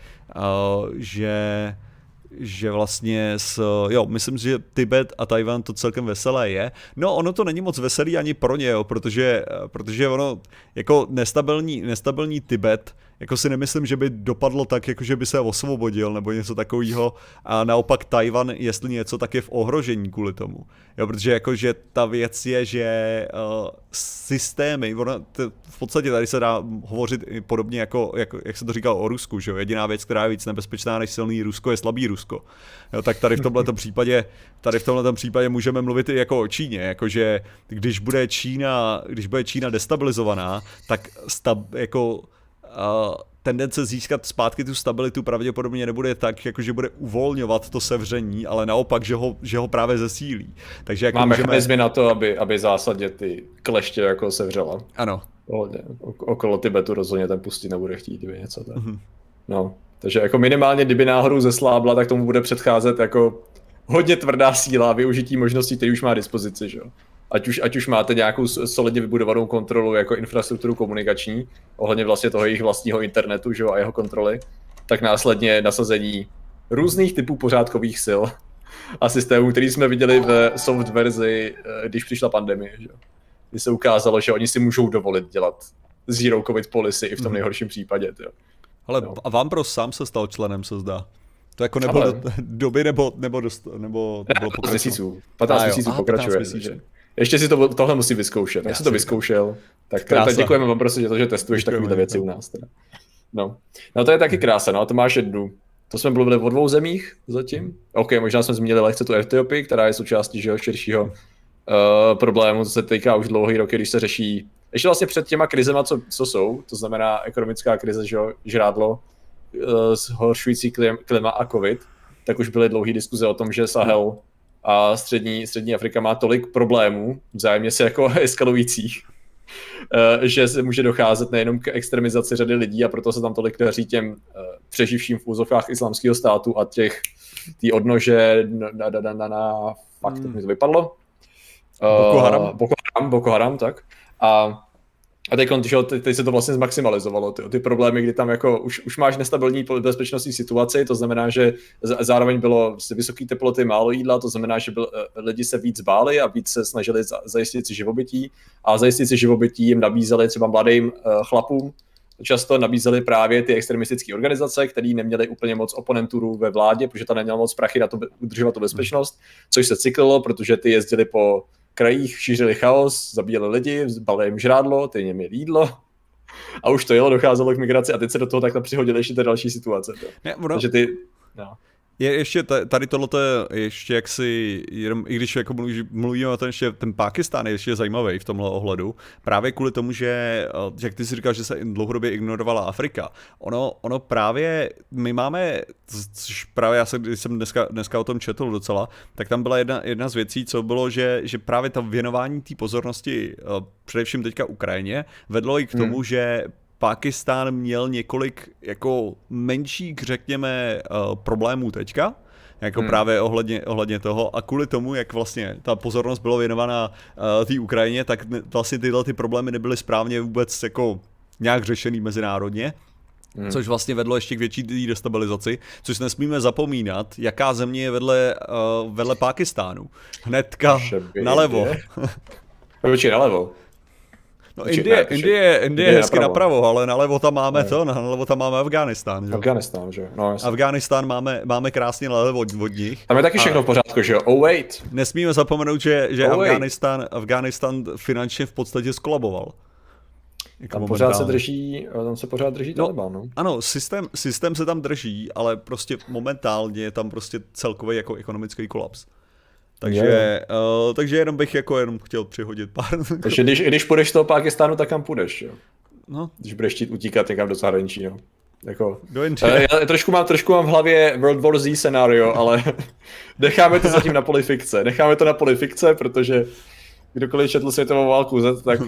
že že vlastně s, jo, myslím si, že Tibet a Tajvan to celkem veselé je. No, ono to není moc veselý ani pro ně, jo, protože, protože ono, jako nestabilní, nestabilní Tibet, jako si nemyslím, že by dopadlo tak, jako že by se osvobodil nebo něco takového. A naopak Tajvan, jestli něco, tak je v ohrožení kvůli tomu. Jo, protože jako, že ta věc je, že uh, systémy, ono, t- v podstatě tady se dá hovořit podobně jako, jako, jak se to říkalo o Rusku, že jo, jediná věc, která je víc nebezpečná než silný Rusko, je slabý Rusko. Jo, tak tady v tomhletom případě, tady v tomhletom případě můžeme mluvit i jako o Číně, jakože když bude Čína, když bude Čína destabilizovaná, tak stab, jako Uh, tendence získat zpátky tu stabilitu pravděpodobně nebude tak, jako že bude uvolňovat to sevření, ale naopak, že ho, že ho právě zesílí. Takže jako máme můžeme... mechanizmy na to, aby, aby zásadně ty kleště jako sevřela. Ano. Ohodně. Okolo Tibetu rozhodně ten pustit nebude chtít, kdyby něco tak. Mm-hmm. No, takže jako minimálně, kdyby náhodou zeslábla, tak tomu bude předcházet jako hodně tvrdá síla, využití možností, které už má dispozici, že jo. Ať už, ať už máte nějakou solidně vybudovanou kontrolu jako infrastrukturu komunikační, ohledně vlastně toho jejich vlastního internetu, že jo, a jeho kontroly, tak následně nasazení různých typů pořádkových sil a systémů, který jsme viděli v soft verzi, když přišla pandemie, že jo. Kdy se ukázalo, že oni si můžou dovolit dělat zero covid policy i v tom nejhorším případě, jo. Ale no. A vám pro sám se stal členem, se zdá. To jako nebylo do doby, nebo, nebo, dost, nebo to bylo patnáct měsíců, patnáct měsíců pokračuje. Ještě si to, tohle musí vyzkoušet. Jak jsi to vyzkoušel, tak tak děkujeme vám prostě za to, že testuješ takovéhle věci u nás. Teda. No. no to je taky krása, no a to máš jednu. To jsme mluvili o dvou zemích zatím. OK, možná jsme zmínili lehce tu Etiopii, která je součástí že, širšího uh, problému, co se týká už dlouhý roky, když se řeší, ještě vlastně před těma krizema, co, co jsou, to znamená ekonomická krize, že, žrádlo, uh, zhoršující klim, klima a covid, tak už byly dlouhé diskuze o tom, že Sahel a střední, střední Afrika má tolik problémů, vzájemně se jako eskalujících, že se může docházet nejenom k extremizaci řady lidí a proto se tam tolik daří těm přeživším v úzovkách islámského státu a těch tý odnože na, na, na, na, na fakt, hmm. mi to vypadlo. Boko Haram. Uh, Boko Haram, Boko Haram, tak. A A teď, teď se to vlastně zmaximalizovalo, ty, ty problémy, kdy tam jako už, už máš nestabilní bezpečnostní situaci, to znamená, že zároveň bylo vysoké teploty, málo jídla, to znamená, že byl, lidi se víc báli a víc se snažili zajistit si živobytí a zajistit si živobytí jim nabízeli třeba mladým chlapům, často nabízeli právě ty extremistické organizace, které neměly úplně moc oponenturu ve vládě, protože ta neměla moc prachy na to udržovat tu bezpečnost, což se cyklilo, protože ty jezdili po krajích, šířili chaos, zabíjeli lidi, zbalili jim žrádlo, ty jim měli jídlo a už to jelo, docházelo k migraci a teď se do toho takhle přihodily ještě ty další situace. Ne, ono... Takže ty... No. Je ještě tady tohleto je ještě jaksi, jenom, i když jako mluví, mluvíme o tom, ještě ten Pákistán je ještě zajímavý v tomhle ohledu, právě kvůli tomu, že, jak ty si říkal, že se dlouhodobě ignorovala Afrika, ono, ono právě, my máme, což právě já jsem, když jsem dneska, dneska o tom četl docela, tak tam byla jedna, jedna z věcí, co bylo, že, že právě to věnování té pozornosti, především teďka Ukrajině, vedlo i k tomu, hmm. že Pákistán měl několik jako menších, řekněme, problémů teďka, jako hmm. právě ohledně, ohledně toho a kvůli tomu, jak vlastně ta pozornost byla věnovaná uh, té Ukrajině, tak ne, vlastně tyhle ty problémy nebyly správně vůbec jako nějak řešený mezinárodně, hmm. což vlastně vedlo ještě k větší destabilizaci, což nesmíme zapomínat, jaká země je vedle, uh, vedle Pákistánu. Hnedka nalevo. Počkej, nalevo. No Indie, ne, Indie, Indie je hezky napravo. napravo, ale nalevo tam máme ne. to, nalevo tam máme Afghánistán, že? Afghánistán, že? No, Afghánistán máme, máme krásně nalevo od, od nich. Tam je taky všechno a v pořádku, že jo? Oh wait. Nesmíme zapomenout, že, že oh, Afghánistán, Afghánistán finančně v podstatě skolaboval. Jako tam pořád se drží, tam se pořád drží no, Taliban, no. Ano, systém, systém se tam drží, ale prostě momentálně je tam prostě celkový jako ekonomický kolaps. Takže, uh, takže jenom bych jako jenom chtěl přihodit pár. Takže když, když půjdeš z toho Pákistánu, tak kam půjdeš, jo? No. Když budeš chtít utíkat někam do zahraničí, jo? Jako, já trošku mám, trošku mám v hlavě World War Z scénario, ale necháme to zatím na polifikce. Necháme to na polifikce, protože kdokoliv četl světovou válku Z, tak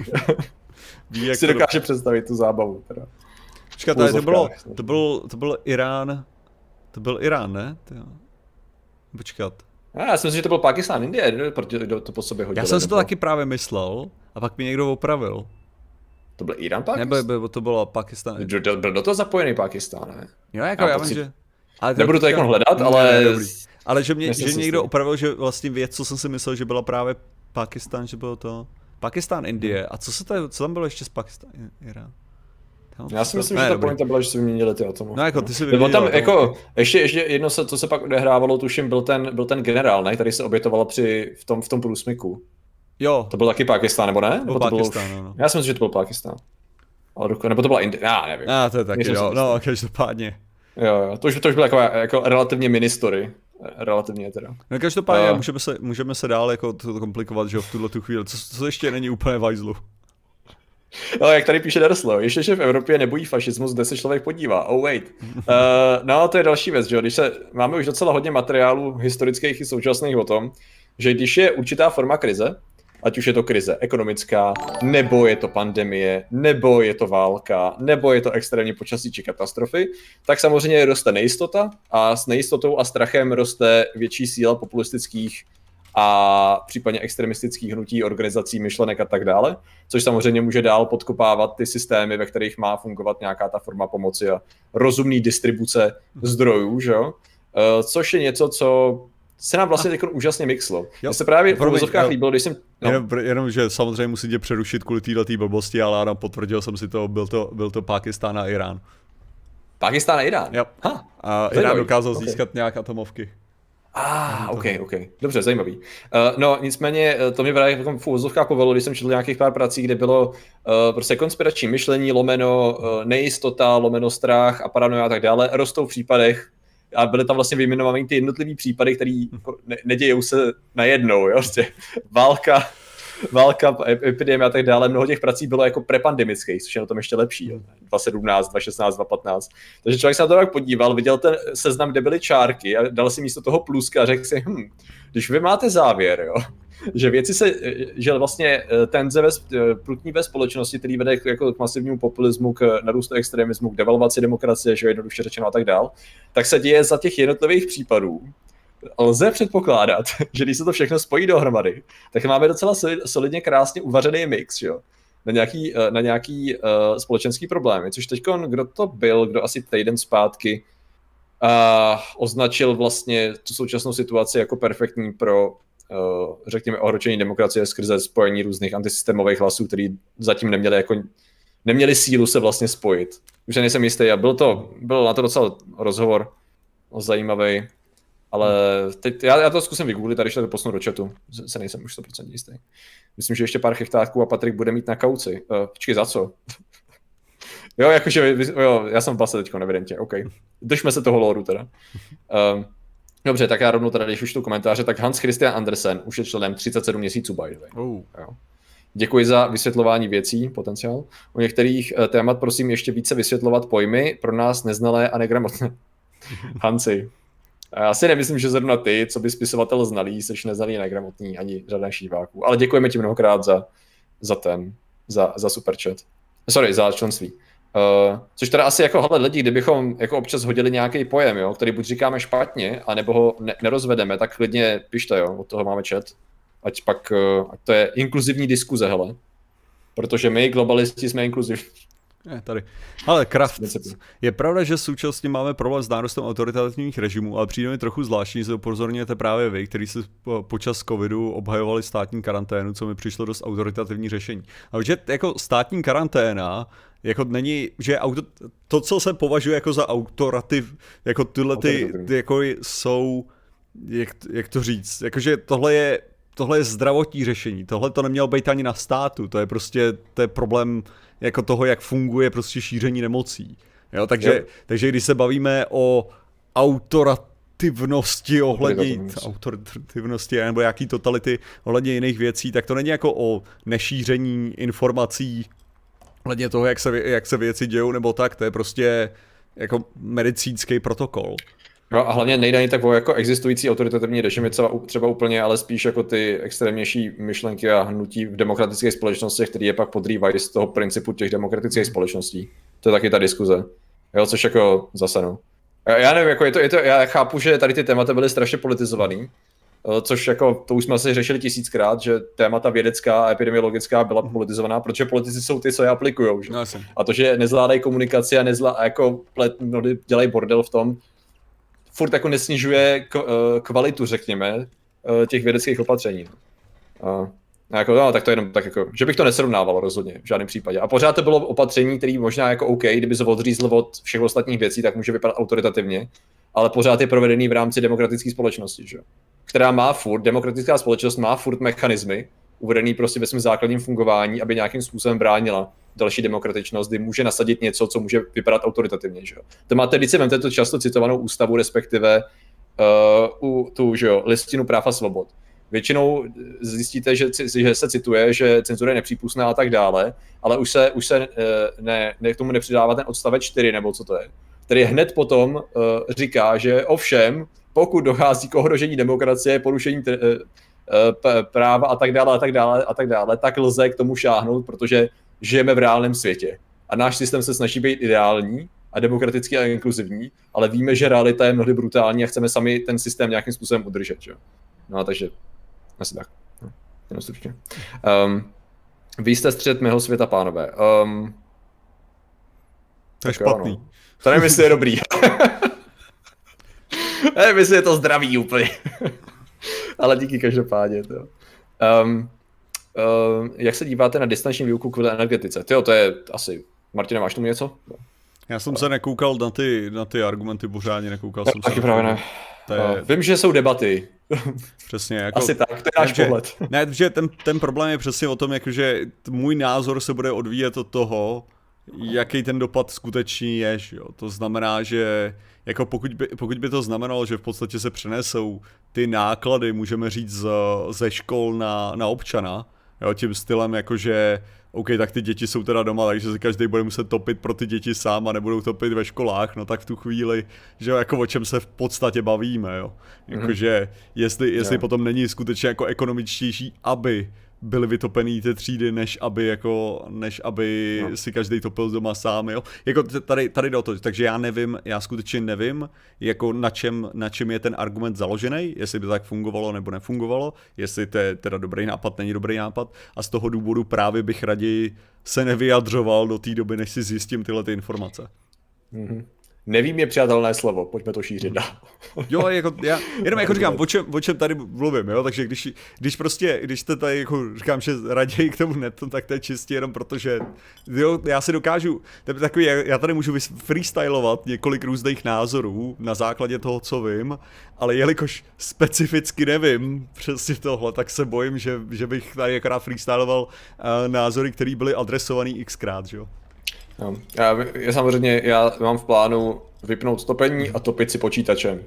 Ví, si dokáže to... představit tu zábavu. Teda. Počkat, to bylo, to byl, to byl Irán, to byl Irán, ne? Počkat. Já si myslím, že to byl Pákistán, Indie, protože to po sobě hodilo. Já jsem si to taky právě myslel a pak mi někdo opravil. To byl Irán, Pákistán? Nebo to bylo Pákistán. Byl do toho zapojený Pákistán, ne? Jo, jako já, já vím, že... Ale nebudu to jako hledat, ale... Ne, ale že mě že někdo opravil, že vlastně věc, co jsem si myslel, že byla právě Pákistán, že bylo to... Pákistán, Indie. A co, se tady, co tam bylo ještě z Pákistánu? Irán? Já si myslím, ne, že ta pointa byla, že si vyměnili ty atomy. No jako ty si vyměnil. Tam jako, ještě, ještě jedno, se, co se pak odehrávalo, tuším, byl ten, byl ten generál, ne, který se obětoval při, v tom, v tom průsmyku. Jo. To byl taky Pákistán, nebo ne? Byl Pákistán, no, no. Já si myslím, že to byl Pákistán. Ale, nebo to byla Indie, já nevím. Já to je taky, jo, no, každopádně. Jo, jo, to už, to už byla jako, jako relativně mini-story. Relativně teda. No každopádně uh, můžeme, se, můžeme se dál jako to komplikovat, že jo, v tuhle tu chvíli, co, co ještě není úplně v hajzlu. No, jak tady píše Derslo, ještě, že v Evropě nebojí fašismus, kde se člověk podívá. Oh wait. Uh, no, to je další věc, že jo, když se, máme už docela hodně materiálů historických i současných o tom, že když je určitá forma krize, ať už je to krize ekonomická, nebo je to pandemie, nebo je to válka, nebo je to extrémní počasí či katastrofy, tak samozřejmě roste nejistota a s nejistotou a strachem roste větší síla populistických a případně extremistických hnutí, organizací, myšlenek a tak dále, což samozřejmě může dál podkopávat ty systémy, ve kterých má fungovat nějaká ta forma pomoci a rozumný distribuce zdrojů, že jo? Což je něco, co se nám vlastně teď úžasně mixlo. Mně se právě v uvozovkách líbilo, když jsem... No. Jenom, jenom, že samozřejmě musím tě přerušit kvůli této blbosti, ale ano, potvrdil jsem si to, byl to, byl to Pákistán a Irán. Pákistán a Irán? Yep. Ha, a Irán dokázal okay. získat nějak atomovky. Ah, ok, ok. Dobře, zajímavý. Uh, no, nicméně to mě právě v uvozovkách povedlo, když jsem četl nějakých pár prací, kde bylo uh, prostě konspirační myšlení, lomeno uh, nejistota, lomeno strach a paranoia a tak dále, rostou v případech a byly tam vlastně vyjmenované ty jednotlivý případy, které ne- nedějou se najednou, jo, prostě válka, válka, epidemie a tak dále. Mnoho těch prací bylo jako prepandemických, což je na tom ještě lepší, jo. dva sedmnáct, dva šestnáct, dva patnáct. Takže člověk se na to tak podíval, viděl ten seznam, kde byly čárky a dal si místo toho pluska a řekl si, hm, když vy máte závěr, jo, že věci se, že vlastně tenze ve, prutní ve společnosti, který vede k, jako k masivnímu populismu, k narůstu extremismu, k devalvaci demokracie, že jednoduše řečeno a tak dál, tak se děje za těch jednotlivých případů. Lze předpokládat, že když se to všechno spojí dohromady, tak máme docela solidně krásně uvařený mix, jo? Na nějaký, na nějaký uh, společenský problémy, což teďkon, kdo to byl, kdo asi týden zpátky uh, označil vlastně tu současnou situaci jako perfektní pro, uh, řekněme, ohročení demokracie skrze spojení různých antisystémových hlasů, který zatím neměli, jako, neměli sílu se vlastně spojit. Už nejsem jistý, a byl to, byl na to docela rozhovor zajímavý. Ale teď, já, já to zkusím vygooglit, tady to posunu do chatu, se nejsem už sto procent jistý. Myslím, že ještě pár hektářků a Patrik bude mít na kauci. Uh, počkej, za co? jo, jakože, jo, já jsem v base teďko, evidentně, OK. Držme se toho lóru teda. Um, dobře, tak já rovnou teda, když už tu komentáře, tak Hans Christian Andersen už je členem třicet sedm měsíců, by the way. Oh. Jo. Děkuji za vysvětlování věcí, potenciál. U některých uh, témat prosím ještě více vysvětlovat pojmy pro nás neznalé a negramotné. Hansi. Já si nemyslím, že zrovna ty, co by spisovatel znalý, seš neznalý, negramotný ani řada šíváků. Ale děkujeme ti mnohokrát za, za ten, za, za super chat. Sorry, za členství. Uh, což teda asi jako, hele lidi, kdybychom jako občas hodili nějaký pojem, jo, který buď říkáme špatně, anebo ho ne- nerozvedeme, tak klidně pište, jo, od toho máme chat. Ať pak, uh, ať to je inkluzivní diskuze, hele. Protože my, globalisti, jsme inkluzivní. Je, tady. Ale Kraft, je pravda, že současně máme problém s nárůstem autoritativních režimů, ale přijde mi trochu zvláštní, že upozorňujete právě vy, kteří si počas covidu obhajovali státní karanténu, co mi přišlo dost autoritativní řešení. A že jako státní karanténa jako není, že auto, to, co se považuje jako za autoritativ, jako tyhle ty, ty jako jsou, jak, jak to říct, jakože tohle je, tohle je zdravotní řešení, tohle to nemělo být ani na státu, to je prostě, to je problém jako toho, jak funguje prostě šíření nemocí. Jo, takže, takže když se bavíme o autorat, autoritativnosti ohledně autoritativnosti nebo jaký totality ohledně jiných věcí, tak to není jako o nešíření informací ohledně toho, jak se, jak se věci dějou nebo tak, to je prostě jako medicínský protokol. No a hlavně nejde ani tak o jako existující autoritativní režimy třeba, třeba úplně, ale spíš jako ty extrémnější myšlenky a hnutí v demokratických společnostech, které je pak podrývají z toho principu těch demokratických společností. To je taky ta diskuze. Jo, což jako zase no. Já nevím, jako je to, je to, já chápu, že tady ty témata byly strašně politizovaný, což jako, to už jsme asi řešili tisíckrát, že témata vědecká a epidemiologická byla politizovaná, protože politici jsou ty, co je aplikujou. Že? No, a to, že nezvládají komunikaci a, nezvlá, a jako plet, no, dělají bordel v tom, furt jako nesnižuje kvalitu, řekněme, těch vědeckých opatření. A, a jako, no, tak to jenom tak jako, že bych to nesrovnával rozhodně, v žádném případě. A pořád to bylo opatření, který možná jako OK, kdyby se odřízl od všech ostatních věcí, tak může vypadat autoritativně, ale pořád je provedený v rámci demokratické společnosti, že? Která má furt, demokratická společnost má furt mechanismy, uvedený prostě ve svém základním fungování, aby nějakým způsobem bránila další demokratičnost, kdy může nasadit něco, co může vypadat autoritativně. Že? To máte, když si vemte tu často citovanou ústavu, respektive uh, u tu že jo, listinu práv a svobod. Většinou zjistíte, že, že se cituje, že cenzura je nepřípustná a tak dále, ale už se, už se ne, ne, k tomu nepřidává ten odstavec čtyři, nebo co to je, který hned potom uh, říká, že ovšem, pokud dochází k ohrožení demokracie, porušení t- uh, p- práva a tak dále a tak dále a tak dále, tak lze k tomu šáhnout, protože žijeme v reálném světě. A náš systém se snaží být ideální a demokratický a inkluzivní, ale víme, že realita je mnohdy brutální a chceme sami ten systém nějakým způsobem udržet. Že? No a takže asi tak. Jenom stručně. Um, vy jste střed mého světa, pánové. Um, to je špatný. Jo, no. To nevím, jestli je dobrý. Nevím, jestli je to zdravý úplně. Ale díky každopádně. To. Um, um, jak se díváte na distanční výuku kvůli energetice? Tyjo, to je asi... Martine, máš tomu něco? Já jsem se nekoukal na ty, na ty argumenty pořádně, nekoukal no, jsem taky se. Právě ne. Je... No, vím, že jsou debaty. Přesně. Jako, asi tak, to je náš pohled. Ne, že ten, ten problém je přesně o tom, jakože můj názor se bude odvíjet od toho, jaký ten dopad skutečný je. Jo? To znamená, že jako pokud, by, pokud by to znamenalo, že v podstatě se přenesou ty náklady, můžeme říct, z, ze škol na, na občana, jo? Tím stylem, jakože OK, tak ty děti jsou teda doma, takže se každý bude muset topit pro ty děti sám a nebudou topit ve školách, no tak v tu chvíli, že jako o čem se v podstatě bavíme, jo. Jakože jestli, jestli potom není skutečně jako ekonomičtější, aby byly vytopený ty třídy, než aby jako, než aby no. si každý topil doma sám, jo. Jako tady, tady jde o to, takže já nevím, já skutečně nevím, jako na čem, na čem je ten argument založený, jestli by tak fungovalo nebo nefungovalo, jestli to je teda dobrý nápad, není dobrý nápad a z toho důvodu právě bych raději se nevyjadřoval do té doby, než si zjistím tyhle ty informace. Mm-hmm. Nevím je přijatelné slovo, pojďme to šířit dál. Jo, jako já jenom jako říkám, o čem, o čem tady mluvím, jo, takže když, když prostě, když to tady jako říkám, že raději k tomu netu, tak to je čistě jenom protože, jo, já si dokážu, to je takový, já tady můžu freestylovat několik různých názorů na základě toho, co vím, ale jelikož specificky nevím přesně tohle, tak se bojím, že, že bych tady akorát freestyloval uh, názory, které byly adresovaný xkrát, jo. No, já, já samozřejmě, já mám v plánu vypnout topení a topit si počítačem.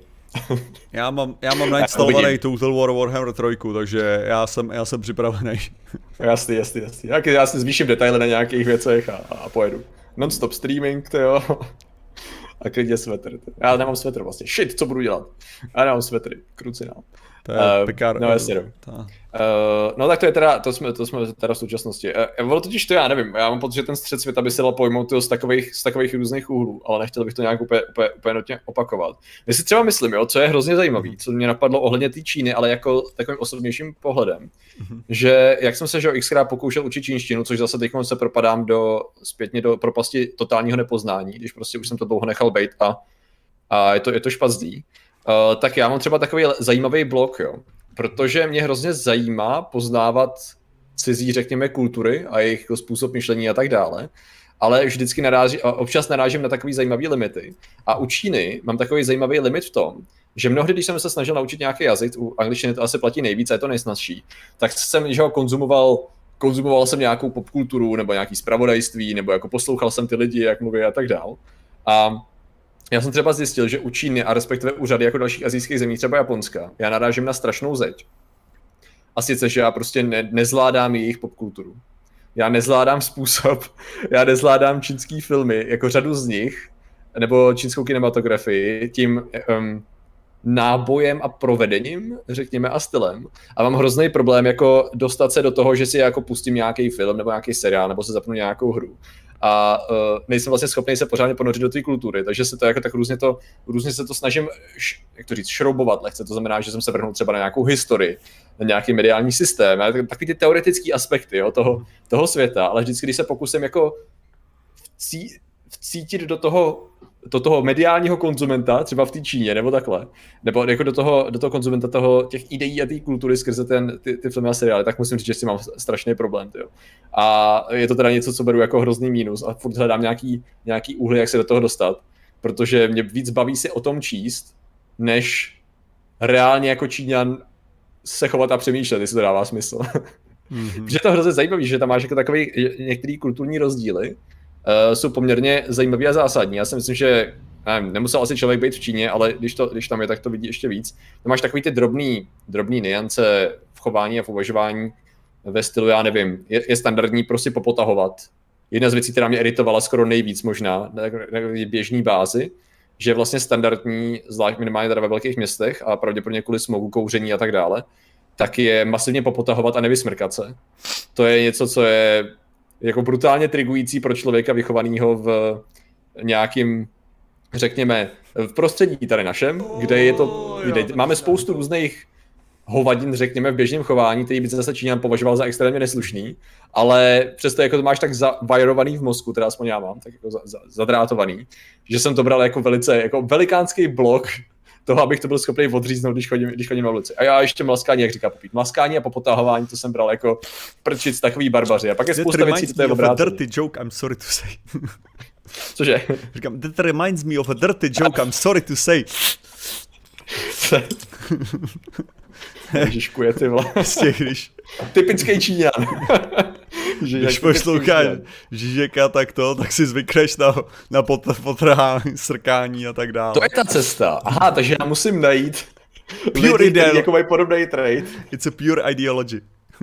já mám, já mám nainstalovaný Total War Warhammer tři, takže já jsem, já jsem připravený. jasný, jasný, jasný. Já, já si zvýším detaily na nějakých věcech a, a pojedu. Non-stop streaming, to jo. A klidně svetr. Já nemám svetr vlastně. Shit, co budu dělat? Já nemám svetry, krucinál. To je uh, pekár. No jasně, no. Uh, no tak to je teda, to jsme, to jsme teda v současnosti. Uh, ono totiž to já nevím, já mám pocit, že ten střed světa by se dal pojmout z takových, z takových různých úhlů, ale nechtěl bych to nějak úplně, úplně, úplně nutně opakovat. Já si třeba myslím, jo, co je hrozně zajímavý, co mě napadlo ohledně té Číny, ale jako takovým osobnějším pohledem, mm-hmm. že jak jsem se že xkrát pokoušel učit čínštinu, což zase teď se propadám do, zpětně do propasti totálního nepoznání, když prostě už jsem to dlouho nechal bejt a, a je to, je to špatný. Uh, tak já mám třeba takový zajímavý blog, jo, protože mě hrozně zajímá poznávat cizí, řekněme, kultury a jejich způsob myšlení a tak dále, ale vždycky naráží, občas narážím na takový zajímavý limity. A u Číny mám takový zajímavý limit v tom, že mnohdy, když jsem se snažil naučit nějaký jazyk, u angličtiny to asi platí nejvíc a je to nejsnazší, tak jsem že ho konzumoval, konzumoval jsem nějakou popkulturu nebo nějaký zpravodajství, nebo jako poslouchal jsem ty lidi, jak mluví a tak dál. A Já jsem třeba zjistil, že u Číny a respektive u řady jako dalších asijských zemí, třeba Japonska, já narážím na strašnou zeď. A sice, že já prostě ne, nezvládám jejich popkulturu. Já nezvládám způsob, já nezvládám čínský filmy, jako řadu z nich, nebo čínskou kinematografii, tím um, nábojem a provedením, řekněme, a stylem. A mám hrozný problém jako dostat se do toho, že si jako pustím nějaký film nebo nějaký seriál, nebo se zapnu nějakou hru. A uh, nejsem vlastně schopný se pořádně ponořit do té kultury, takže se to jako tak různě, to, různě se to snažím, š, jak to říct, šroubovat lehce, to znamená, že jsem se vrhnul třeba na nějakou historii, na nějaký mediální systém, takový ty teoretické aspekty jo, toho, toho světa, ale vždycky, když se pokusím jako vcí, vcítit do toho, do toho mediálního konzumenta, třeba v té Číně, nebo takhle, nebo jako do toho, do toho konzumenta toho, těch ideí a té kultury skrze ten, ty, ty filmy a seriály, tak musím říct, že si mám strašný problém. Tyjo. A je to teda něco, co beru jako hrozný mínus a furt hledám nějaký, nějaký úhly, jak se do toho dostat, protože mě víc baví si o tom číst, než reálně jako Číňan se chovat a přemýšlet, jestli to dává smysl. Mm-hmm. Protože je to hrozně zajímavý, že tam máš jako takový některý kulturní rozdíly, Uh, jsou poměrně zajímavý a zásadní. Já si myslím, že nevím, nemusel asi člověk být v Číně, ale když, to, když tam je, tak to vidí ještě víc. Tam máš takový ty drobný, drobný niance v chování a v uvažování ve stylu, já nevím, je, je standardní prostě popotahovat. Jedna z věcí, která mě iritovala skoro nejvíc možná na, na běžný bázi, že je vlastně standardní, zvlášť minimálně teda ve velkých městech a pravděpodobně kvůli smogu, kouření a tak dále, tak je masivně popotahovat a nevysmrkat se. To je něco, co je jako brutálně trigující pro člověka vychovaného v nějakým, řekněme, v prostředí tady našem, kde je to, kde máme spoustu různých hovadin, řekněme, v běžném chování, který by se zase Číňan považoval za extrémně neslušný, ale přesto jako to máš tak zavajrovaný v mozku, teda aspoň já mám, tak jako za, za, zadrátovaný, že jsem to bral jako velice, jako velikánský blok toho, abych to byl schopný odříznout, když chodím, když chodím na ulici. A já ještě mlaskání, jak říká Popít. Mlaskání a popotahování, to jsem bral jako prčic takový barbaři. A pak je spousta věcí, to je obrácený. Dirty joke, I'm sorry to say. Cože? Říkám, that reminds me of a dirty joke, I'm sorry to say. Ježiškuje, ty vole. Prostě, když... Typický Číňan. Když posloucháš Žižeka tak to, tak si zvykneš na, na pot, potrhání, srkání a tak dále. To je ta cesta. Aha, takže já musím najít pure lidi, který jako mají podobný trade. It's a pure ideology.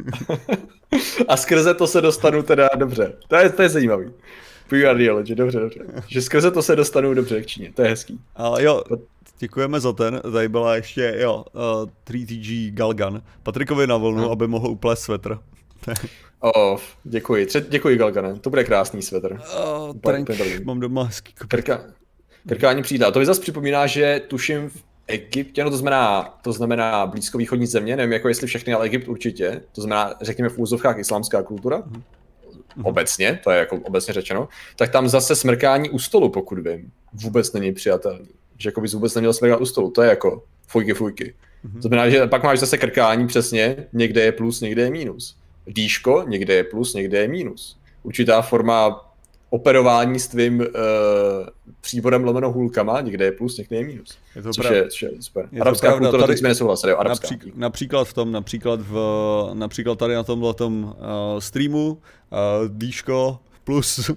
A skrze to se dostanu teda dobře. To je, to je zajímavý. Pure ideology, dobře, dobře. Že skrze to se dostanu dobře k Číně, to je hezký. Ale jo, děkujeme za ten. Tady byla ještě, jo, uh, tři T G Galgan. Patrikovi na vlnu, no. Aby mohl uplést svetr. Oh, děkuji. Tři, děkuji, Galgane. To bude krásný svetr. Oh, trenk, mám doma hezký kopy. Krka, krkání přijde. To mi zase připomíná, že tuším v Egyptě, no to znamená, to znamená blízkovýchodní země, nevím jako jestli všechny, ale Egypt určitě. To znamená, řekněme v úzovkách islámská kultura. Mm. Obecně, to je jako obecně řečeno. Tak tam zase smrkání u stolu, pokud vím, vůbec není přijatelný. Že jako bys vůbec neměl smrkat u stolu. To je jako fujky, fujky. Mm. To znamená, že pak máš zase krkání přesně, někde je plus, někde je mínus. Dýško, někde je plus, někde je mínus. Určitá forma operování s tvým uh, příborem lomeno hůlkama, někde je plus, někde je mínus. Je to což, je, což je super. Je arabská pravda, kultura, teď jsme nesouhlasili, jo, arabská. Například, například v tom, například, v, například tady na tomhletom uh, streamu, uh, dýško plus.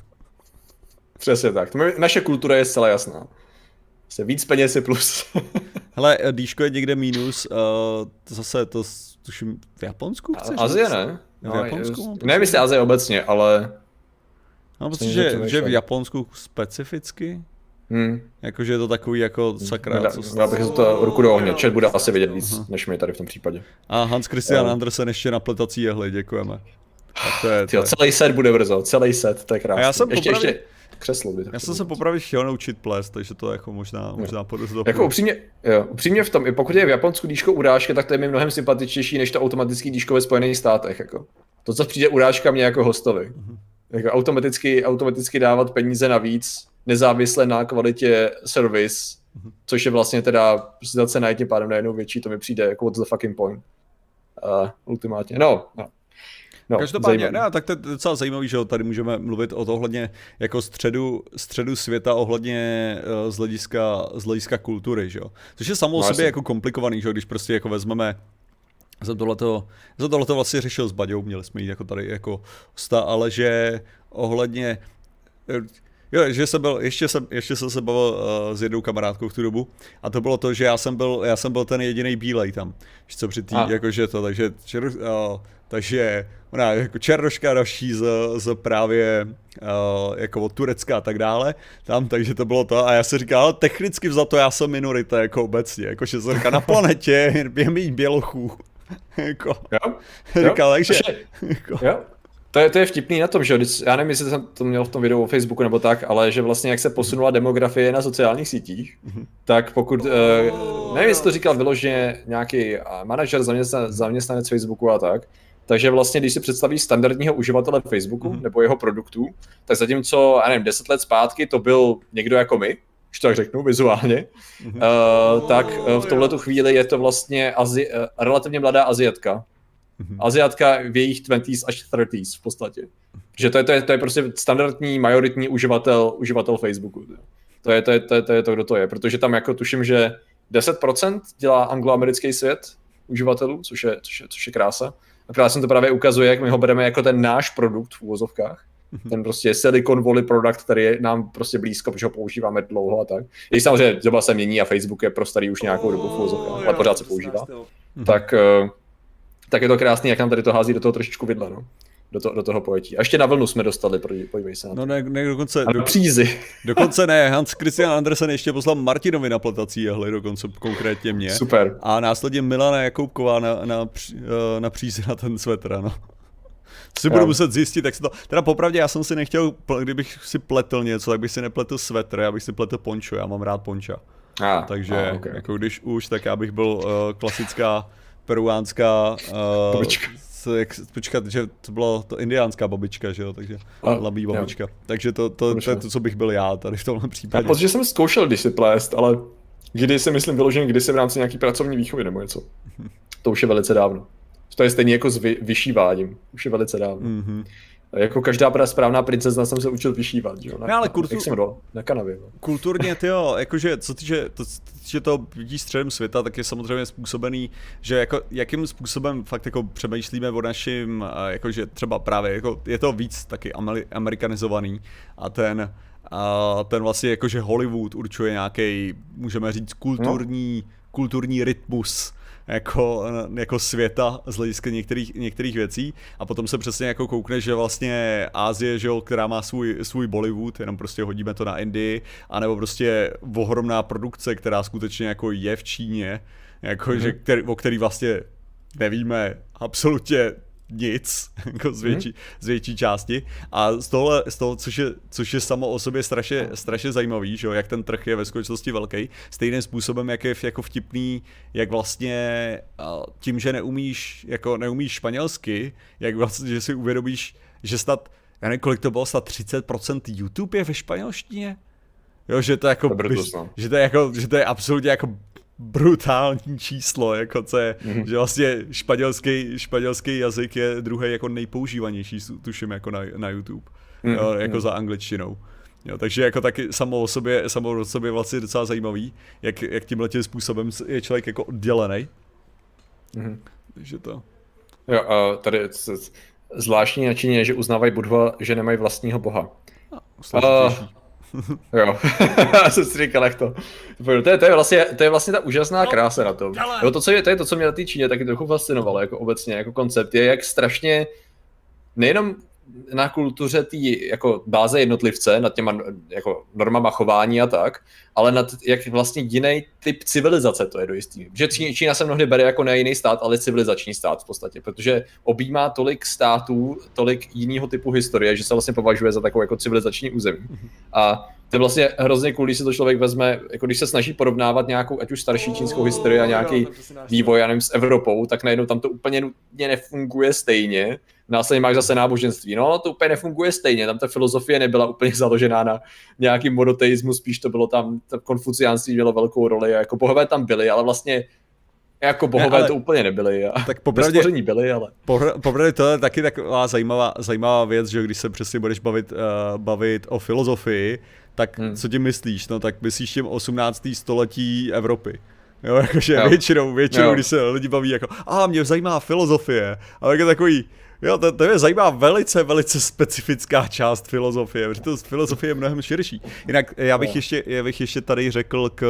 Přesně tak. Naše kultura je zcela jasná. Se víc peněz je plus. Hele, dýško je někde mínus, uh, zase to tuším v Japonsku chceš? Azie ne. V Japonsku? No, nevím, jestli Azie obecně, ale... No, protože že, že v Japonsku specificky? Hmm. Jakože je to takový jako sakra. Nedá, co... Já bych to ruku do ohně, chat bude asi vědět víc, uh-huh. než my tady v tom případě. A Hans Christian um. Andersen ještě na pletací jehly, děkujeme. To je, Tyjo, to je... Celý set bude brzo, celý set, to je krásný. A já jsem ještě, popravě... ještě křeslo by. Já jsem se popravě chtěl naučit plést, takže to je jako možná, možná podost do Jako upřímně, jo, upřímně v tom, i pokud je v Japonsku dýško urážka, tak to je mi mnohem sympatičtější než to automatický dýško ve Spojených státech. Jako. To, co přijde urážka mě jako hostovi. Uh-huh. Jako automaticky, automaticky dávat peníze navíc, nezávisle na kvalitě service, uh-huh. což je vlastně teda prostě ta cena je tím pádem najednou větší, to mi přijde jako what's the fucking point. Uh, ultimátně, no, no. No, každopádně, ne, tak to je docela zajímavý, že tady můžeme mluvit o tohledně jako středu, středu světa ohledně z hlediska, z hlediska kultury, že jo. Což je samo o sobě jako komplikovaný, že jo, když prostě jako vezmeme, jsem tohleto, jsem tohleto vlastně řešil s Baďou, měli jsme jít jako tady jako hosta, ale že ohledně, Jo, že jsem byl, ještě jsem, ještě jsem se bavil uh, s jednou kamarádkou v tu dobu a to bylo to, že já jsem byl, já jsem byl ten jediný bílej tam, co při tý, jakože to, takže, čer, uh, takže ona jako černoška další z, z právě uh, jako od Turecka a tak dále, tam, takže to bylo to a já si říkal, ale technicky vzato já jsem minorita jako obecně, jakože jsem říkal, na planetě je méně bělochů, jako, jo? říkal, jo? takže, jako. Jo? To je, to je vtipný na tom, že já nevím, jestli jsem to měl v tom videu o Facebooku nebo tak, ale že vlastně jak se posunula demografie na sociálních sítích, mm-hmm. tak pokud, uh, nevím, jestli to říkal vyloženě nějaký manažer, zaměstnanec, zaměstnanec Facebooku a tak, takže vlastně, když si představíš standardního uživatele Facebooku mm-hmm. nebo jeho produktů, tak zatímco, já nevím, deset let zpátky to byl někdo jako my, když to tak řeknu vizuálně, mm-hmm. uh, tak uh, v tomhletu chvíli je to vlastně Azi- uh, relativně mladá Aziatka, Aziatka v jejich dvacátých až třicátých v podstatě. Že to je, to je, to je prostě standardní, majoritní uživatel, uživatel Facebooku. To je to, je, to, je, to je to, kdo to je. Protože tam jako tuším, že deset procent dělá angloamerický svět uživatelů, což je, což je, což je krása. A krásně to právě ukazuje, jak my ho bereme jako ten náš produkt v uvozovkách. Ten prostě Silicon Valley produkt, který je nám prostě blízko, protože ho používáme dlouho a tak. Když samozřejmě doba se mění a Facebook je pro starý už nějakou dobu v uvozovkách, ale pořád se používá. Tak... tak je to krásný, jak nám tady to hází do toho trošičku vidla, no. Do, to, do toho pojetí. A ještě na vlnu jsme dostali, podívej se na to. No ne, ne dokonce... A do přízy. Dokonce ne, Hans Christian Andersen ještě poslal Martinovi na pletací jehly, dokonce konkrétně mě. Super. A následně Milana Jakoubková na, na, na přízi na ten svetr, no. Si budu muset zjistit, jak se to... Teda popravdě já jsem si nechtěl, kdybych si pletl něco, tak bych si nepletl svetr, já bych si pletl pončo, já mám rád ponča. Ah, Takže ah, okay. jako když už, tak já bych byl uh, klasická peruánská, uh, babička. Jak, počkat, že to byla to indiánská babička, že jo, takže a, labí babička. Jo. Takže to, to, to, to je to, co bych byl já tady v tomhle případě. Já protože jsem zkoušel když si plést, ale kdy si myslím vyloženě, kdy si v rámci nějaký pracovní výchovy nebo něco. To už je velice dávno. To je stejně jako s vy, vyšíváním, už je velice dávno. Mm-hmm. Jako každá správná princezna jsem se učil vyšívat, že jo, na, no, ale kultur... jak jsem dal, na kanavě. No. Kulturně, tyjo, jakože co týče to, že to vidí středem světa, tak je samozřejmě způsobený, že jako jakým způsobem fakt jako přemýšlíme o našim, jakože třeba právě, jako je to víc taky amerikanizovaný a ten, a ten vlastně jakože Hollywood určuje nějaký, můžeme říct, kulturní, no. kulturní rytmus, jako, jako světa z hlediska některých, některých věcí a potom se přesně jako koukne, že vlastně Asie, že jo, která má svůj, svůj Bollywood, jenom prostě hodíme to na Indii, anebo prostě ohromná produkce, která skutečně jako je v Číně, jako, mm-hmm. že, který, o který vlastně nevíme absolutně nic, jako z větší, z větší části. A z toho, z toho což, je, což je samo o sobě strašně, strašně zajímavý, že jo, jak ten trh je ve skutečnosti velký, stejným způsobem, jak je jako vtipný, jak vlastně tím, že neumíš, jako neumíš španělsky, jak vlastně, že si uvědomíš, že snad, já nevím, kolik to bylo, snad třicet procent YouTube je ve španělštině? Jo, že to jako, to brutus, no. že to je jako, že to je absolutně jako brutální číslo, jako co je, mm-hmm. že vlastně španělský, španělský jazyk je druhý jako nejpoužívanější, tuším, jako na, na YouTube, mm-hmm. jo, jako mm-hmm. za angličtinou. Jo, takže jako taky samo o sobě, samo o sobě vlastně docela zajímavý, jak, jak tímhletím způsobem je člověk jako oddělený. Mm-hmm. Takže to. Jo, a tady zvláštní nadšení je, že uznávají Buddha, že nemají vlastního boha. A, jo, jsem si říkal, jak to. To je, to je, vlastně, to je vlastně ta úžasná krása na tom. Jo, to, co je, to je to, co mě na té Číně taky trochu fascinovalo, jako obecně, jako koncept, je jak strašně, nejenom na kultuře té jako báze jednotlivce, nad těma jako normama chování a tak, ale nad jak vlastně jiný typ civilizace to je do jistý. Že Čína se mnohdy bere jako ne jiný stát, ale civilizační stát v podstatě, protože objímá tolik států, tolik jiného typu historie, že se vlastně považuje za takovou jako civilizační území. A to je vlastně hrozně cool, když si to člověk vezme, jako když se snaží porovnávat nějakou, ať už starší čínskou historii a nějaký vývoj, já nevím, s Evropou, tak najednou tam to úplně nutně nefunguje stejně. Následně máš zase náboženství. No, to úplně nefunguje stejně. Tam ta filozofie nebyla úplně založená na nějaký monoteismu, spíš to bylo tam, to konfuciánství mělo velkou roli, jako bohové tam byly, ale vlastně jako bohové ne, ale, to úplně nebyly. A tak popravdě byly, ale... Popravdě to je taky taková zajímavá, zajímavá věc, že když se přesně budeš bavit, uh, bavit o filozofii, tak hmm. co tím myslíš? No tak myslíš tím osmnáctého století Evropy. Jo, jakože jo. většinou, většinou, jo. když se lidi baví jako, a mě zajímá filozofie, ale jako takový, Jo, to, to je zajímá velice, velice specifická část filozofie, protože to filozofie je mnohem širší. Jinak já bych, ještě, já bych ještě tady řekl k,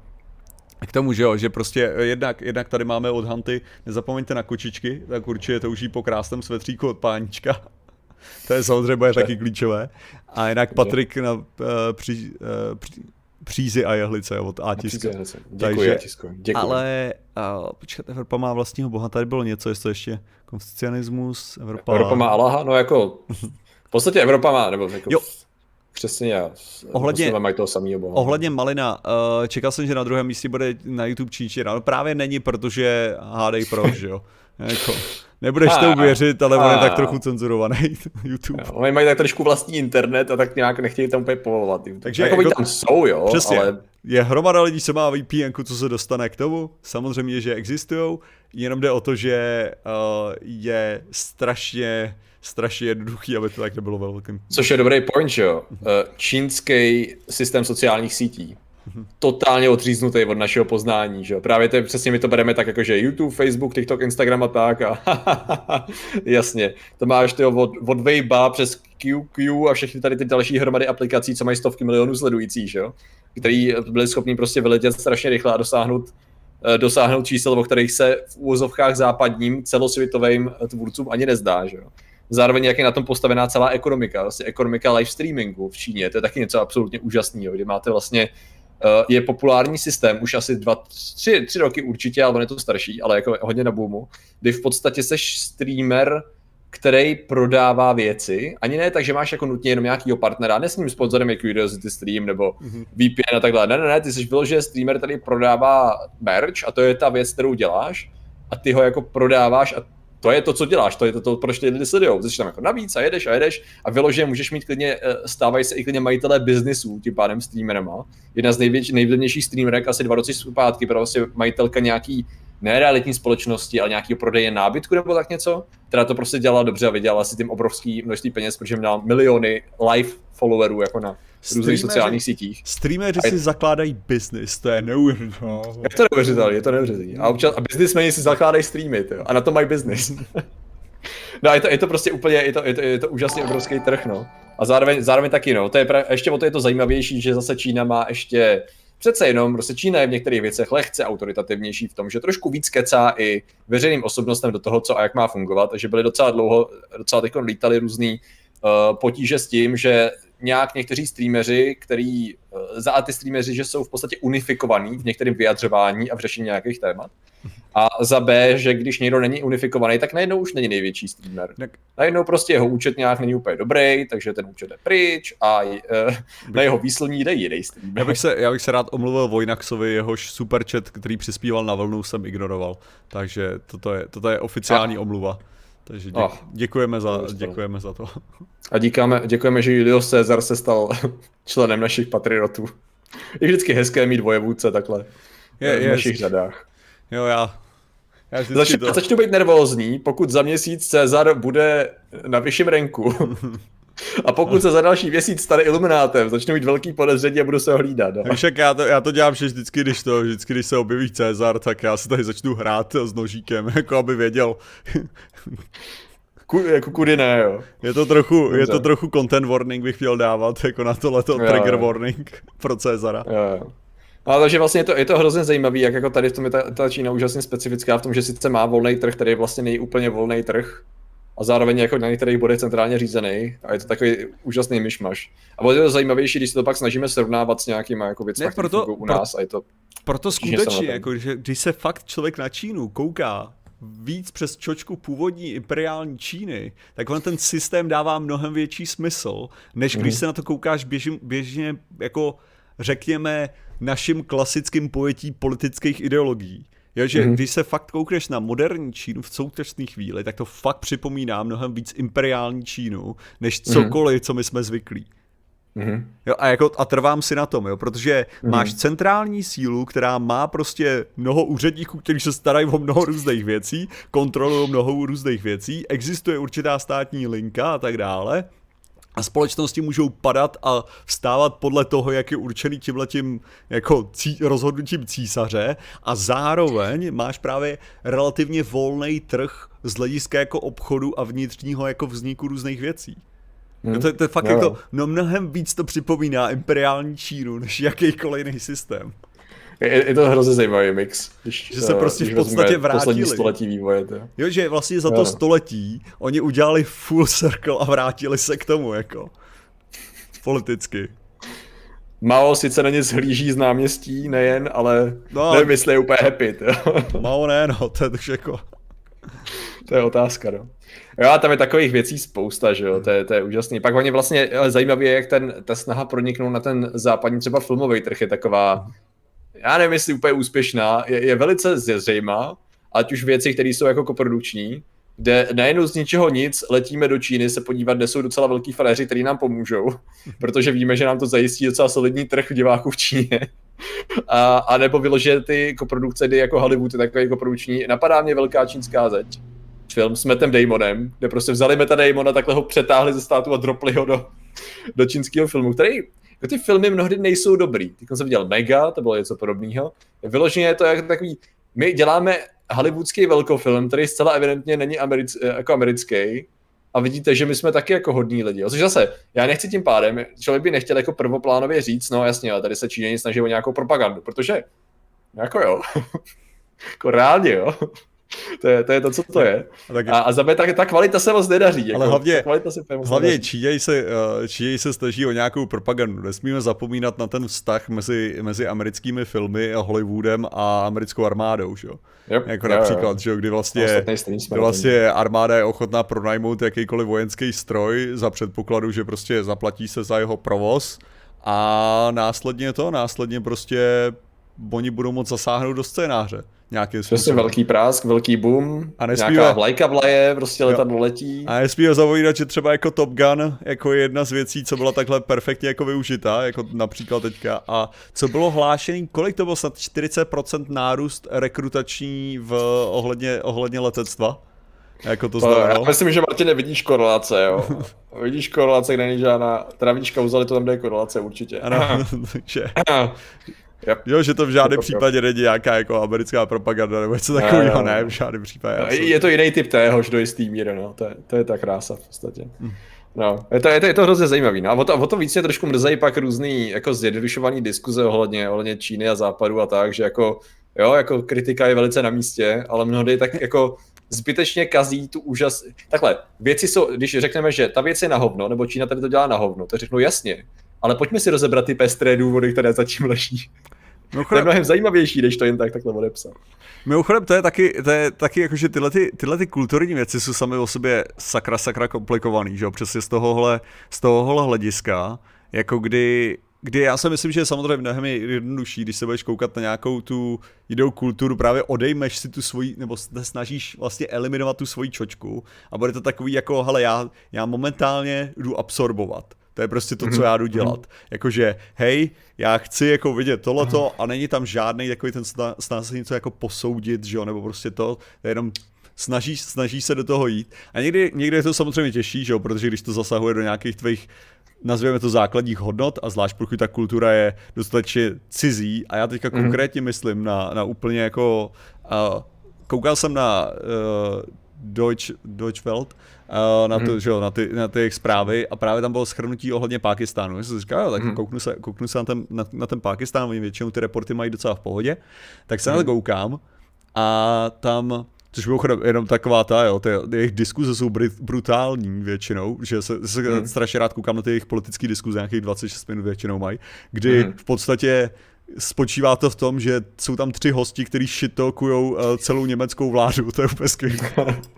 k tomu, že jo, že prostě jednak, jednak tady máme od Hanty, nezapomeňte na kočičky, tak určitě to už jí po krásném svetříku od pánička. To je samozřejmě taky klíčové. A jinak Patrik na uh, při, uh, při, přízy a jehlice od Átiska. Děkuji, Átisko. Děkuji. Ale uh, počkat, Evropa má vlastního boha, tady bylo něco, jestli ještě konfucianismus, Evropa... Evropa má Allaha, no jako v podstatě Evropa má, nebo jako jo. Přesně já, ohledně, mají toho samého boha. Ohledně Malina, uh, čekal jsem, že na druhém místě bude na YouTube čínština, no právě není, protože hádej proč, že jo. Jako, nebudeš to věřit, ale on je tak trochu cenzurovaný YouTube. Jo, oni mají tak trošku vlastní internet a tak nějak nechtějí tam úplně povolovat. Takže jako, jako tam jsou, jo, přesně, ale... Je hromada lidí, co má V P N, co se dostane k tomu, samozřejmě, že existujou, jenom jde o to, že uh, je strašně, strašně jednoduchý, aby to tak nebylo velkým. Což je dobrý point, že jo. Čínský systém sociálních sítí. Totálně odříznutý od našeho poznání, že jo. Právě to je, přesně my to bereme tak jako, že YouTube, Facebook, TikTok, Instagram a tak a jasně. To máš tyho od, od Weiba přes Q Q a všechny tady ty další hromady aplikací, co mají stovky milionů sledujících, že jo. Který byli schopni prostě vyletět strašně rychle a dosáhnout, dosáhnout čísel, o kterých se v úvozovkách západním celosvětovým tvůrcům ani nezdá, že jo. Zároveň jak je na tom postavená celá ekonomika, vlastně ekonomika live streamingu v Číně, to je taky něco absolutně úžasného, kdy máte vlastně je populární systém, už asi dva, tři, tři roky určitě, ale on je to starší, ale jako hodně na boomu, kdy v podstatě seš streamer, který prodává věci, ani ne tak, že máš jako nutně jenom nějakýho partnera, ne s ním sponzorem jako Curiosity Stream nebo mm-hmm. V P N a takhle, ne, ne, ne, ty jsi vyložený streamer, který prodává merch a to je ta věc, kterou děláš a ty ho jako prodáváš a to je to, co děláš, to je to, to proč ty lidi sledujou. Jsi tam jako navíc a jedeš a jedeš a vyloženě můžeš mít klidně, stávají se i klidně majitelé biznisů, tím pádem streamerama. Jedna z největší, nejvlivnějších streamerek asi dva roky zpátky, prostě majitelka nějaký nerealitní společnosti, ale nějakého prodeje nábytku nebo tak něco, která to prostě dělala dobře a vydělala si tím obrovský množství peněz, protože měla miliony live followerů jako na různých sociálních sítích. Streameři si zakládají business, to je neuvěřitelné. Je to neuvěřitelné, je to neuvěřitelné. A, občas, a businessmeni si zakládají streamy, tyjo, a na to mají business. No a je to, je to prostě úplně, je to, je to, je to úžasně obrovský trh, no. A zároveň, zároveň taky, no, to je pra, ještě o to je to zajímavější, že zase Čína má ještě přece jenom, prostě Čína je v některých věcech lehce autoritativnější v tom, že trošku víc kecá i veřejným osobnostem do toho, co a jak má fungovat, takže byli docela dlouho, docela teď lítali různý uh, potíže s tím, že nějak někteří streameři, který, uh, za a ty streameři, že jsou v podstatě unifikovaní v některém vyjadřování a v řešení nějakých témat. A za B, že když někdo není unifikovaný, tak najednou už není největší streamer. Najednou prostě jeho účet nějak není úplně dobrý, takže ten účet je pryč a uh, na jeho výsloní jde jiný streamer. Já bych se, já bych se rád omluvil Vojnaxovi, jehož superchat, který přispíval na vlnu, jsem ignoroval. Takže toto je, toto je oficiální a. omluva. Takže děk, oh, děkujeme, za, děkujeme za to. A díkáme, děkujeme, že Julius Caesar se stal členem našich patriotů. Je vždycky hezké mít vojevůdce takhle je, v je našich řadách. Jo, já... já Zač, to... Začnu být nervózní, pokud za měsíc Cezar bude na vyšším ranku. A pokud se za další měsíc stane iluminátem, začnu mít velký podezření a budu se ho hlídat. No. Však já to, já to dělám, že vždycky když, to, vždycky, když se objeví Cezar, tak já se tady začnu hrát s nožíkem, jako aby věděl. Ku, jako kudy ne, jo. Je to trochu, je to trochu content warning bych chtěl dávat, jako na tohleto jo, trigger jo. warning pro Cezara. Jo, jo. Ale takže vlastně je to, je to hrozně zajímavý, jak jako tady v tom je ta, ta Čína úžasně specifická v tom, že sice má volný trh, který vlastně není úplně volný trh, a zároveň jako na některých bodech centrálně řízený a je to takový úžasný myšmaš. A bude to zajímavější, když se to pak snažíme srovnávat s nějakýma jako věcmi, které fungují u nás a je to... Proto skutečně, jako, že když se fakt člověk na Čínu kouká víc přes čočku původní imperiální Číny, tak on ten systém dává mnohem větší smysl, než když mm. se na to koukáš běžně, běžně jako řekněme našim klasickým pojetí politických ideologií. Jo, že mm-hmm. když se fakt koukneš na moderní Čínu v současné chvíli, tak to fakt připomíná mnohem víc imperiální Čínu, než cokoliv, mm-hmm. co my jsme zvyklí. Mm-hmm. Jo, a, jako, a trvám si na tom, jo, protože mm-hmm. máš centrální sílu, která má prostě mnoho úředníků, kteří se starají o mnoho různých věcí, kontrolují mnoho různých věcí, existuje určitá státní linka a tak dále. a společnosti můžou padat a vstávat podle toho, jak je určený tímhletím jako cí, rozhodnutím císaře a zároveň máš právě relativně volný trh z hlediska jako obchodu a vnitřního jako vzniku různých věcí. Hmm. To, to je fakt no. jako, no mnohem víc to připomíná imperiální Čínu, než jakýkoliv jiný systém. Je, je to hrozně zajímavý mix. Když, že se prostě v podstatě vrátili. Poslední století vývoje. To. Jo, že vlastně za to jo. století oni udělali full circle a vrátili se k tomu, jako. Politicky. Mao sice na ně zhlíží z náměstí, nejen, ale no, nevím, jestli je úplně happy. To. Mao ne, no, to je už jako... To je otázka, no. Jo, a tam je takových věcí spousta, že jo, to je, to je úžasný. Pak oni vlastně, zajímavé je, jak ten, ta snaha proniknout na ten západní třeba filmový trh je taková, já nevím, jestli úplně úspěšná, je, je velice zřejmá, ať už věci, které jsou jako koprodukční, kde najednou z ničeho nic letíme do Číny se podívat, kde jsou docela velký frajeři, kteří nám pomůžou, protože víme, že nám to zajistí docela solidní trh diváků v Číně. A, a nebo vyložit ty koprodukce, kdy jako Hollywood je takový koprodukční. Napadá mě Velká čínská zeď. Film s Mattem Damonem, kde prostě vzali Matta Damona, takhle ho přetáhli ze státu a dropli ho do, do čínského filmu, který, jako ty filmy mnohdy nejsou dobrý. Teď jsem viděl Mega, to bylo něco podobného. Vyloženě je to jako takový, my děláme hollywoodský velkofilm, který zcela evidentně není americ, jako americký, a vidíte, že my jsme taky jako hodní lidi. Což zase, já nechci tím pádem, člověk by nechtěl jako prvoplánově říct, no jasně, ale tady se Číňani snaží o nějakou propagandu, protože, jako jo, jako reálně jo. To je, to je to, co to je. A, a za mě ta, ta kvalita se moc nedaří. Jako, ale hlavně, hlavně Číňani se, Číňani se snaží o nějakou propagandu. Nesmíme zapomínat na ten vztah mezi, mezi americkými filmy a Hollywoodem a americkou armádou. Že? Yep, jako jo, například, jo. Že? Kdy vlastně, kdy vlastně armáda je ochotná pronajmout jakýkoliv vojenský stroj za předpokladu, že prostě zaplatí se za jeho provoz a následně to, následně prostě oni budou moct zasáhnout do scénáře. Přesně velký prásk, velký boom, a nespíme, nějaká vlajka vlaje, prostě letadlo letí. A nesmíme zapovídat, že třeba jako Top Gun jako je jedna z věcí, co byla takhle perfektně jako využitá, jako například teďka. A co bylo hlášený, kolik to bylo snad čtyřicet procent nárůst rekrutační v ohledně, ohledně letectva? Jako to znamenalo? Já myslím, že Martin nevidíš korelace, jo. Vidíš korelace, kde není žádná, teda vidíš kauzalitu, tam jde korelace určitě. Ano, takže... Yep. Jo, že to v žádném případě není nějaká jako americká propaganda nebo něco takového, ne, v žádném případě. No, je to jiný typ téhož do jistý míry, no, to je, to je ta krása v podstatě. Hmm. No, je to, je to, je to hrozně zajímavý, no a o to, o to víc mě trošku mrzejí pak různý jako zjednodušovaný diskuze ohledně, ohledně Číny a západu a tak, že jako, jo, jako kritika je velice na místě, ale mnohdy tak jako zbytečně kazí tu úžas. Takhle, věci jsou, když řekneme, že ta věc je na hovno, nebo Čína tady to dělá na hovno, to řeknu jasně. Ale pojďme si rozebrat ty pestré důvody, které zatím leží. Mimochodem, to je mnohem zajímavější, než to jen tak takhle odepsat. Mimochodem, to je taky, to je taky jako, že tyhle, ty, tyhle ty kulturní věci jsou sami o sobě sakra, sakra komplikovaný, že jo, přesně z tohohle, z tohohle hlediska, jako kdy, kdy já si myslím, že je samozřejmě mnohem jednodušší, když se budeš koukat na nějakou tu jinou kulturu, právě odejmeš si tu svoji, nebo snažíš vlastně eliminovat tu svoji čočku a bude to takový jako, hele, já, já momentálně jdu absorbovat. To je prostě to, co já jdu dělat. Jakože, hej, já chci jako vidět tohleto a není tam žádný takový ten snaha se něco jako posoudit, že jo, nebo prostě to, to je jenom snažíš, snažíš se do toho jít. A někdy, někdy je to samozřejmě těžší, že jo, protože když to zasahuje do nějakých tvých, nazvěme to základních hodnot a zvlášť pokud ta kultura je dostatečně cizí a já teďka mm. konkrétně myslím na, na úplně jako, uh, koukal jsem na uh, Deutsch, Deutsche Welt, uh, na, to, mm. že jo, na, ty, na ty jejich zprávy a právě tam bylo shrnutí ohledně Pákistánu. Já jsem si říkal, jo, tak mm. kouknu se, kouknu se na, ten, na, na ten Pákistán, oni většinou ty reporty mají docela v pohodě, tak se mm. na to koukám a tam, což bylo jenom taková ta, jo, ty jejich diskuze jsou brutální většinou, že se, se mm. strašně rád koukám na ty jejich politické diskuze, nějakých dvacet šest minut většinou mají, kdy mm. v podstatě spočívá to v tom, že jsou tam tři hosti, kteří shittalkujou uh, celou německou vládu, to je úplně skvělé.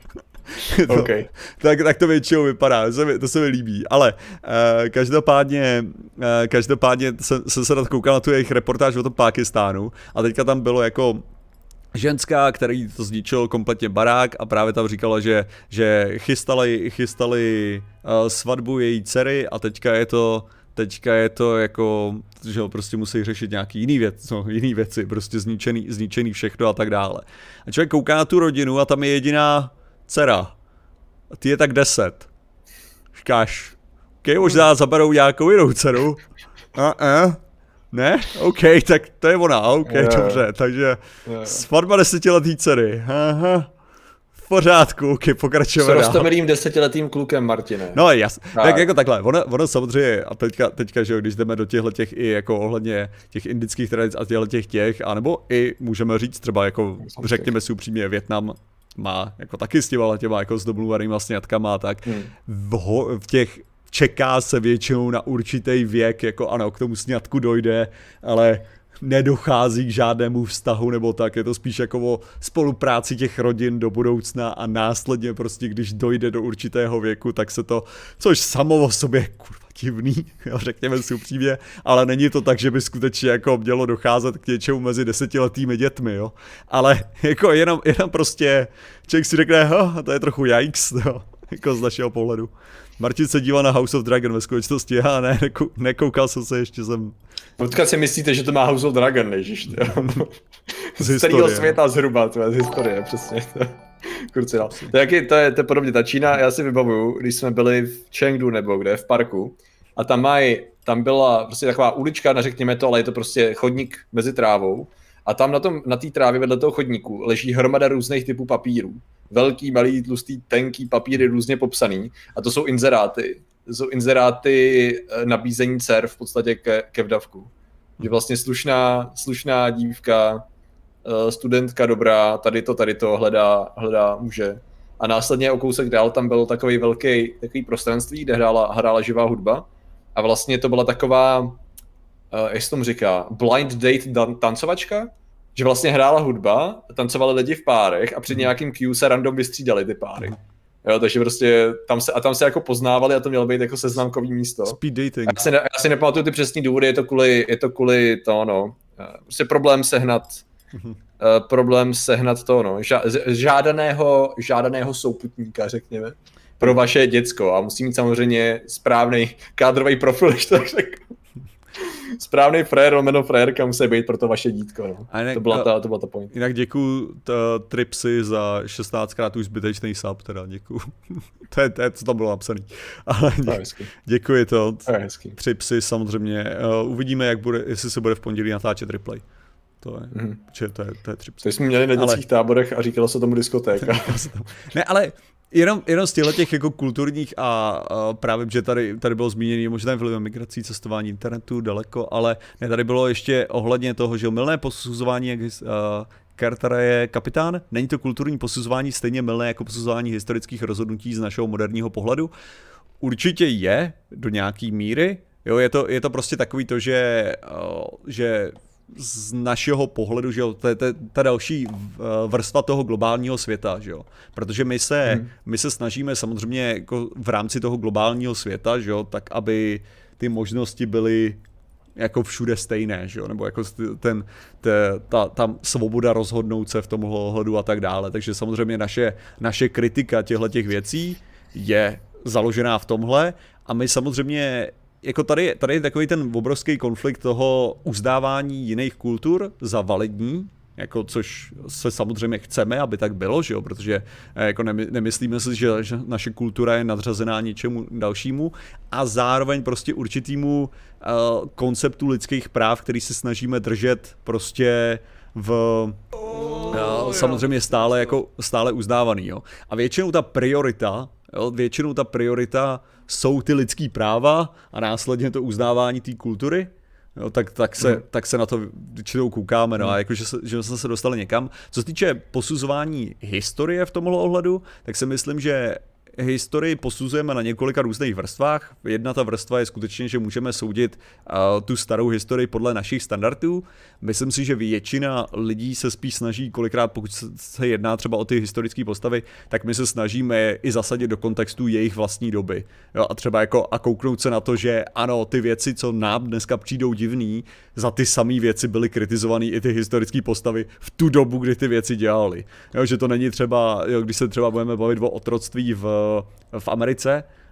Okay. tak, tak to většinou vypadá, to se mi, to se mi líbí, ale uh, každopádně, uh, každopádně jsem, jsem se koukal na tu jejich reportáž o tom Pákistánu a teďka tam bylo jako ženská, který to zničil kompletně barák a právě tam říkala, že, že chystali, chystali uh, svatbu její dcery a teďka je to Teďka je to jako, že prostě musí řešit nějaký jiný věc, no, jiný věci, prostě zničený, zničený všechno a tak dále. A člověk kouká na tu rodinu a tam je jediná dcera. A ty je tak deset. Říkáš, OK, možná zaberou nějakou jinou cenu. Uh-uh. Ne? OK, tak to je ona, OK, yeah. Dobře, takže yeah. Svatba desetiletý dcery, aha. V pořádku, OK, pokračujeme dál. S rostomilým desetiletým klukem, Martine. No jasně, tak. tak jako takhle, ono, ono samozřejmě, a teďka, teďka, že když jdeme do těchto těch i jako ohledně těch indických tradic a těchto těch těch, anebo i můžeme říct třeba jako, řekněme si upřímně, Vietnam má jako taky s těma těma jako s domluvanýma sňatkama, tak hmm. v, ho, v těch čeká se většinou na určitý věk, jako ano, k tomu sňatku dojde, ale nedochází k žádnému vztahu nebo tak, je to spíš jako o spolupráci těch rodin do budoucna a následně prostě, když dojde do určitého věku, tak se to, což samo o sobě kurva divný, jo, řekněme si upřímně, ale není to tak, že by skutečně jako mělo docházet k něčemu mezi desetiletými dětmi, jo, ale jako jenom, jenom prostě člověk si řekne, ho, to je trochu jajks, jo, jako z našeho pohledu. Martin se dívá na House of Dragon ve skutečnosti, já ne, nekou, nekoukal jsem se, ještě jsem... Počkat si myslíte, že to má House of Dragon, ježiš, z celého světa zhruba, to je z historie, přesně. Kurci, no. To, je, to, je, to je podobně, ta Čína, já si vybavuju, když jsme byli v Chengdu nebo kde, v parku, a tam mají, tam byla prostě taková ulička, neřekněme to, ale je to prostě chodník mezi trávou, a tam na tom, na té trávě vedle toho chodníku leží hromada různých typů papírů. Velký, malý, tlustý, tenký papíry různě popsaný, a to jsou inzeráty. To jsou inzeráty nabízení dcer v podstatě ke, ke vdavku. Že vlastně slušná, slušná dívka, studentka dobrá, tady to, tady to, hledá, hledá muže. A následně o kousek dál tam byl takový velký takový prostranství, kde hrála, hrála živá hudba. A vlastně to byla taková, jak se tomu říká, blind date dan- tancovačka, že vlastně hrála hudba, tancovali lidi v párech a před nějakým Q se random vystřídali ty páry. Jo, takže prostě tam se, a tam se jako poznávali a to mělo být jako seznamkový místo. Speed dating. Já si, ne, já si nepamatuju ty přesný důvody, je to kvůli, je to kvůli to, no, prostě problém sehnat, uh, problém sehnat to, no, ža, žádaného, žádaného souputníka, řekněme, pro vaše děcko a musí mít samozřejmě správný kádrový profil, když to řeknu. Správný frér, lomeno frérka musí být pro to vaše dítko, no. Ne, to, byla ta, to byla ta point. Jinak děkuju Tripsy za šestnáctkrát už zbytečný sub, teda děkuju. to, je, to je, co tam bylo napsaný. Ale dě, děkuji to. To je Tripsy samozřejmě. Uh, uvidíme, jak bude, jestli se bude v pondělí natáčet replay. To je, mm. če, to je, to je Tripsy. To jsme měli na dětských ale... táborech a říkalo se tomu diskotéka. Ne, ale Jenom, jenom z těchto těch jako kulturních a, a právě, že tady, tady bylo zmíněný možná vlivem migrací, cestování internetu daleko, ale ne, tady bylo ještě ohledně toho, že mylné posuzování, jak uh, Carter je kapitán, není to kulturní posuzování stejně mylné jako posuzování historických rozhodnutí z našeho moderního pohledu. Určitě je do nějaký míry, jo, je to, je to prostě takový to, že, uh, že z našeho pohledu, že jo, to je ta další vrstva toho globálního světa, že jo, protože my se, hmm. my se snažíme samozřejmě jako v rámci toho globálního světa, že jo, tak aby ty možnosti byly jako všude stejné, že jo, nebo jako ten, te, ta, ta svoboda rozhodnout se v tomhle ohledu a tak dále, takže samozřejmě naše, naše kritika těchto těch věcí je založená v tomhle a my samozřejmě jako tady, tady je takový ten obrovský konflikt toho uznávání jiných kultur za validní, jako což se samozřejmě chceme, aby tak bylo, že jo, protože jako nemyslíme si, že, že naše kultura je nadřazená něčemu dalšímu a zároveň prostě určitýmu uh, konceptu lidských práv, který se snažíme držet prostě v uh, samozřejmě stále jako stále uznávaný, jo. A většinou ta priorita, jo, většinou ta priorita jsou ty lidský práva a následně to uznávání té kultury, jo, tak, tak, se, mm. tak se na to většinou koukáme, no, mm. a jakože se, že jsme se dostali někam. Co se týče posuzování historie v tomhle ohledu, tak si myslím, že historii posuzujeme na několika různých vrstvách. Jedna ta vrstva je skutečně, že můžeme soudit uh, tu starou historii podle našich standardů. Myslím si, že většina lidí se spíš snaží, kolikrát pokud se jedná třeba o ty historické postavy, tak my se snažíme i zasadit do kontextu jejich vlastní doby. Jo, a třeba jako a kouknout se na to, že ano, ty věci, co nám dneska přijdou divný, za ty samé věci byly kritizované i ty historické postavy v tu dobu, kdy ty věci dělali. Jo, že to není třeba, jo, když se třeba budeme bavit o otroctví v v Americe,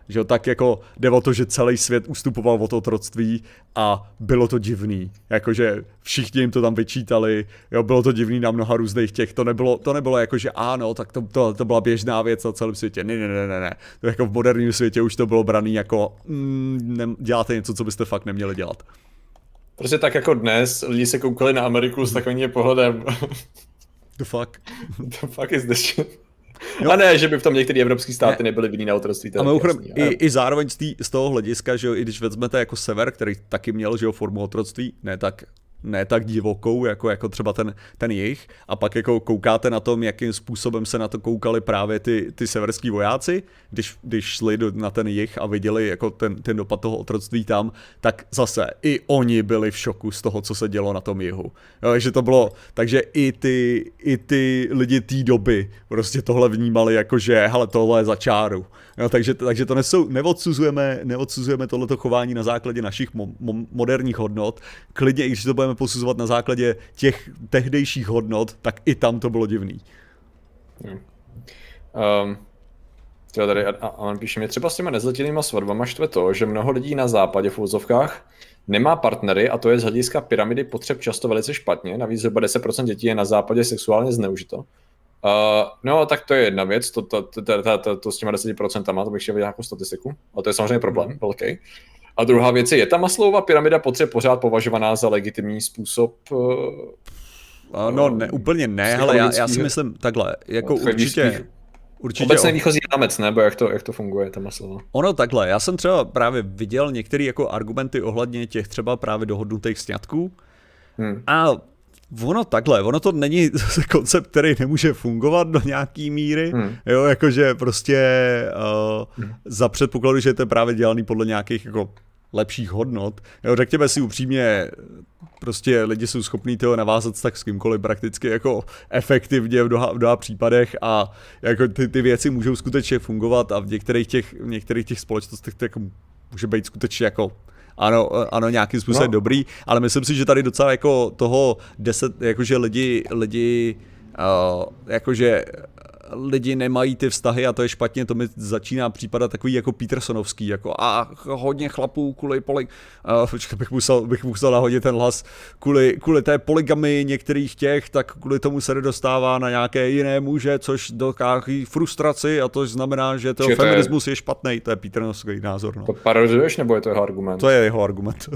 Že jo, tak jako jde o to, že celý svět ustupoval od otroctví a bylo to divný. Jakože všichni jim to tam vyčítali, jo, bylo to divný na mnoha různých těch, to nebylo, to nebylo jako, že ano, tak to, to, to byla běžná věc na celém světě. Ne, ne, ne, ne, ne. To jako v moderním světě už to bylo braný jako, mm, ne, děláte něco, co byste fakt neměli dělat. Prostě tak jako dnes, lidi se koukali na Ameriku s takovým pohledem. The fuck? The fuck is this shit? Jo. A ne, že by v tom některé evropské státy ne. nebyly vinný na otroctví. A mimochodem i, i zároveň z, tý, z toho hlediska, že jo, i když vezmete jako sever, který taky měl, že jo, formu otroctví, ne tak, ne tak divokou, jako, jako třeba ten, ten jih, a pak jako koukáte na tom, jakým způsobem se na to koukali právě ty, ty severský vojáci, když, když šli do, na ten jih a viděli jako ten, ten dopad toho otroctví tam, tak zase i oni byli v šoku z toho, co se dělo na tom jihu. Jo, že to bylo, takže i ty, i ty lidi té doby prostě tohle vnímali jako, že hele, tohle je za čáru. Jo, takže, takže to nesou, neodsuzujeme, neodsuzujeme tohleto chování na základě našich mo, mo, moderních hodnot. Klidně, i když to budeme posuzovat na základě těch tehdejších hodnot, tak i tam to bylo divný. Hmm. Um, tady Alan píše, mě třeba s těma nezletilýma svatbama štve to, že mnoho lidí na západě v úzovkách nemá partnery a to je z hlediska pyramidy potřeb často velice špatně. Navíc zhruba deset procent dětí je na západě sexuálně zneužito. Uh, no, tak to je jedna věc, to, to, to, to, to, to s těma deset procent, to bych chtěl vidět nějakou statistiku, a to je samozřejmě problém, velký. A druhá věc je, je ta Maslowova pyramida potřeb pořád považovaná za legitimní způsob? Uh, no, ne, úplně ne, ale já, já si myslím takhle, jako určitě... Určitě obecný výchozí rámec, nebo jak to, jak to funguje, ta Maslowova? Ono takhle, já jsem třeba právě viděl některé jako argumenty ohledně těch třeba právě dohodnutých sňatků hmm. a ono takhle, ono to není koncept, který nemůže fungovat do nějaký míry, hmm. jo, jakože prostě uh, hmm. za předpokladu, že to je právě dělaný podle nějakých jako lepších hodnot. Jo, řekněme si upřímně, prostě lidi jsou schopní toho navázat tak s kýmkoliv prakticky jako efektivně v mnoha, v mnoha případech a jako ty, ty věci můžou skutečně fungovat a v některých těch, v některých těch společnostech to jako může být skutečně jako Ano, ano, nějakým způsobem no. dobrý, ale myslím si, že tady docela jako toho deset, jakože lidi, lidi, uh, jakože lidi nemají ty vztahy a to je špatně, to mi začíná případat takový jako Petersonovský, jako a hodně chlapů kvůli poly, uh, počkej, bych musel, bych musel nahodit ten hlas, kvůli, kvůli té polygamy některých těch, tak kvůli tomu se nedostává na nějaké jiné muže, což dokáží frustraci a to znamená, že to feminismus je... je špatný, to je Petersonovský názor. No. To paroduješ, nebo je to jeho argument? To je jeho argument.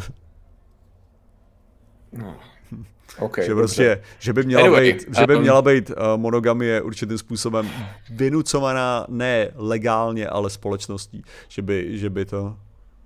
No. Okay, že prostě, že by měla anyway, být, že by měla být uh, monogamie určitým způsobem vynucovaná ne legálně, ale společností, že by, že by to...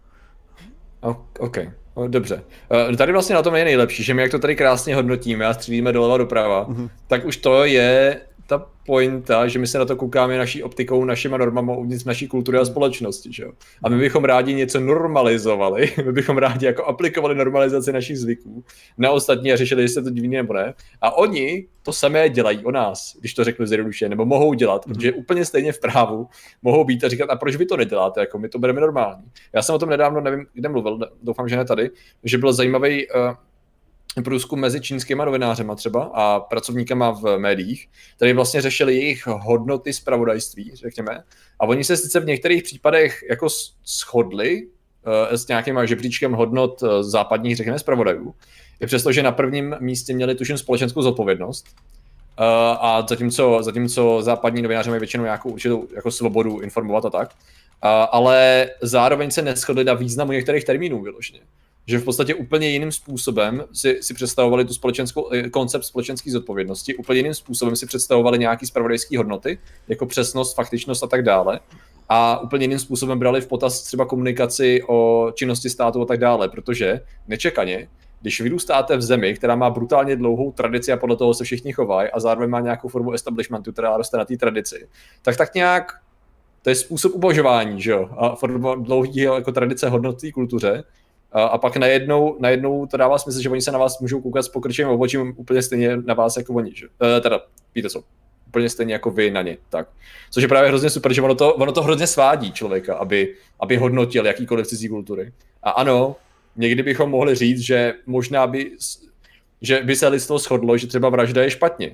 OK, dobře. Uh, tady vlastně na tom je nejlepší, že my jak to tady krásně hodnotíme a střílíme doleva doprava, mm-hmm. tak už to je ta pointa, že my se na to koukáme naší optikou, našima normama uvnitř naší kultury a společnosti, že jo. A my bychom rádi něco normalizovali, my bychom rádi jako aplikovali normalizaci našich zvyků na ostatní a řešili, jestli je to divný nebo ne. A oni to samé dělají o nás, když to řeknu zjednodušeně, nebo mohou dělat, mm-hmm. protože úplně stejně v právu mohou být a říkat, a proč vy to neděláte, jako my to bereme normální. Já jsem o tom nedávno, nevím, kde mluvil, doufám, že ne tady, že byl zajímavý uh, průzkum mezi čínskýma novinářema třeba a pracovníkama v médiích, který vlastně řešili jejich hodnoty zpravodajství, řekněme. A oni se sice v některých případech jako shodli uh, s nějakým žebříčkem hodnot uh, západních, řekněme, zpravodajů. I přesto, že na prvním místě měli tuším společenskou zodpovědnost. Uh, a zatímco, zatímco západní novináři mají většinou nějakou určitou jako svobodu informovat a tak. Uh, ale zároveň se neshodli na významu některých termínů vyloženě. Že v podstatě úplně jiným způsobem si, si představovali tu společenskou, koncept společenské zodpovědnosti, úplně jiným způsobem si představovali nějaký zpravodajské hodnoty, jako přesnost, faktičnost a tak dále. A úplně jiným způsobem brali v potaz třeba komunikaci o činnosti státu a tak dále, protože nečekaně, když vyrůstáte v zemi, která má brutálně dlouhou tradici a podle toho se všichni chovají a zároveň má nějakou formu establishmentu, která roste na té tradici, tak tak nějak to je způsob ubožování, že jo? A forma dlouhý jako tradice hodnot té kultuře. A pak najednou, najednou to dává smysl, že oni se na vás můžou koukat s pokrčeným obočím úplně stejně na vás jako oni, že? E, teda, víte co, úplně stejně jako vy na ně, tak. Což je právě hrozně super, že ono to, ono to hrozně svádí člověka, aby, aby hodnotil jakýkoliv cizí kultury. A ano, někdy bychom mohli říct, že možná by, že by se lidstvo shodlo, že třeba vražda je špatně.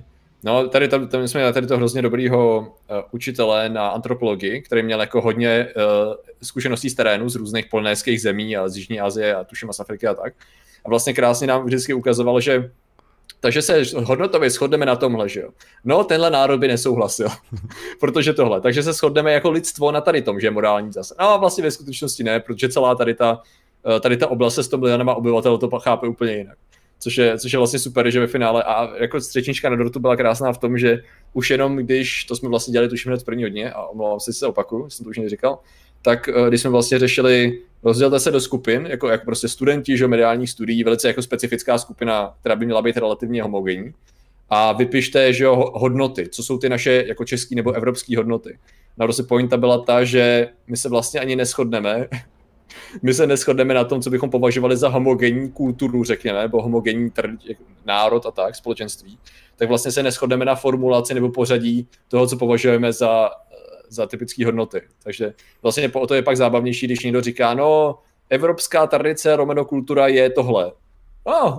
No, tady, tady, tady jsme tady to hrozně dobrýho uh, učitele na antropologii, který měl jako hodně uh, zkušeností z terénu, z různých polynéských zemí a z Jižní Asie a tuším z Afriky a tak. A vlastně krásně nám vždycky ukazoval, že takže se hodnotově shodneme na tomhle, že jo. No, tenhle národ by nesouhlasil, protože tohle. Takže se shodneme jako lidstvo na tady tom, že je morální zase. No a vlastně ve skutečnosti ne, protože celá tady ta, tady ta oblast se sto milionama obyvatel to chápe úplně jinak. Což je, což je vlastně super, že ve finále, a jako střečnička na dortu byla krásná v tom, že už jenom když, to jsme vlastně dělali tuším hned v prvního dně, a omlouvám se, se opakuju, jsem to už neříkal, tak když jsme vlastně řešili, rozdělte se do skupin, jako, jako prostě studenti, že mediálních studií, velice jako specifická skupina, která by měla být relativně homogenní, a vypište, že jo, hodnoty, co jsou ty naše jako český nebo evropský hodnoty. No prostě pointa byla ta, že my se vlastně ani neshodneme, my se neshodneme na tom, co bychom považovali za homogenní kulturu, řekněme, nebo homogenní trd, národ a tak, společenství, tak vlastně se neshodneme na formulaci nebo pořadí toho, co považujeme za, za typické hodnoty. Takže vlastně o to je pak zábavnější, když někdo říká, no, evropská tradice, romanokultura je tohle. No,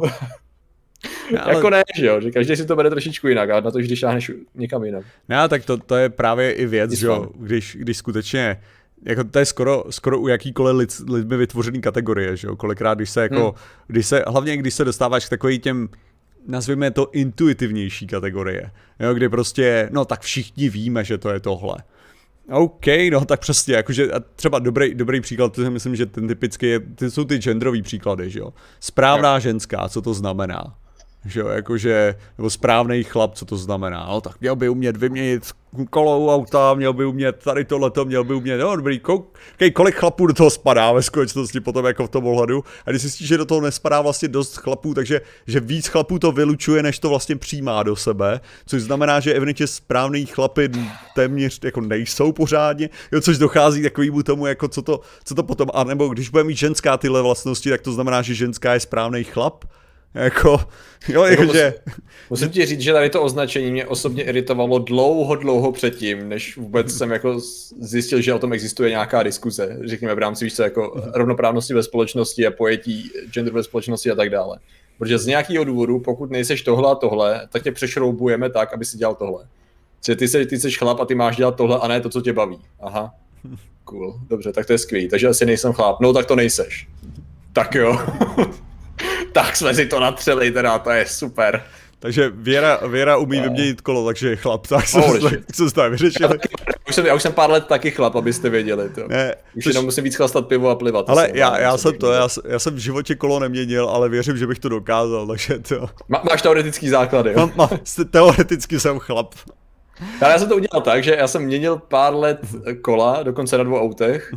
ale... jako ne, že jo, že každý si to bere trošičku jinak a na to, když šáhneš někam jinam. No, tak to, to je právě i věc, že jo, když, když skutečně jako to je skoro, skoro u jakýkoliv lid, lidmi vytvořený kategorie, že jo, kolikrát, když se jako, hmm. když se, hlavně když se dostáváš k takový těm, nazvěme to intuitivnější kategorie, jo, kdy prostě, no tak všichni víme, že to je tohle. OK, no tak přesně, jakože třeba dobrý, dobrý příklad, to si myslím, že ten typický je, ty jsou ty genderový příklady, že jo, správná ženská, co to znamená? Že jo, jakože, nebo správný chlap, co to znamená, no tak měl by umět vyměnit kolo auta, měl by umět tady tohleto, měl by umět, no dobrý, okay, kolik chlapů do toho spadá ve skutečnosti potom jako v tom ohledu, a když zjistíš, že do toho nespadá vlastně dost chlapů, takže že víc chlapů to vylučuje, než to vlastně přijímá do sebe, což znamená, že evidentně správný chlapy téměř jako nejsou pořádně, jo, což dochází takovému tomu, jako co to, co to potom, a nebo když bude mít ženská tyhle vlastnosti, tak to znamená, že ženská je správný chlap. Jako, jo, jako že... Musím ti říct, že tady to označení mě osobně iritovalo dlouho, dlouho předtím, než vůbec jsem jako zjistil, že o tom existuje nějaká diskuze, řekněme v rámci, víš co, jako rovnoprávnosti ve společnosti a pojetí genderu ve společnosti a tak dále. Protože z nějakého důvodu, pokud nejseš tohle a tohle, tak tě přešroubujeme tak, aby si dělal tohle. Že ty, se, ty jsi chlap a ty máš dělat tohle a ne to, co tě baví. Aha, cool, dobře, tak to je skvělý, takže asi nejsem chlap, no tak to nejseš. Tak jo. Tak jsme si to natřeli, teda, to je super. Takže Věra, Věra umí no. vyměnit kolo, takže je chlap, tak se oh, to vyřešili. Já už, jsem, já už jsem pár let taky chlap, abyste věděli. To. Ne, už jenom musím víc chlastat pivo a plivat. Ale já, já jsem to, já, já jsem v životě kolo neměnil, ale věřím, že bych to dokázal, takže to... Má, máš teoretický základy, jo? Má, má, teoreticky jsem chlap. Ale já jsem to udělal tak, že já jsem měnil pár let kola, dokonce na dvou autech.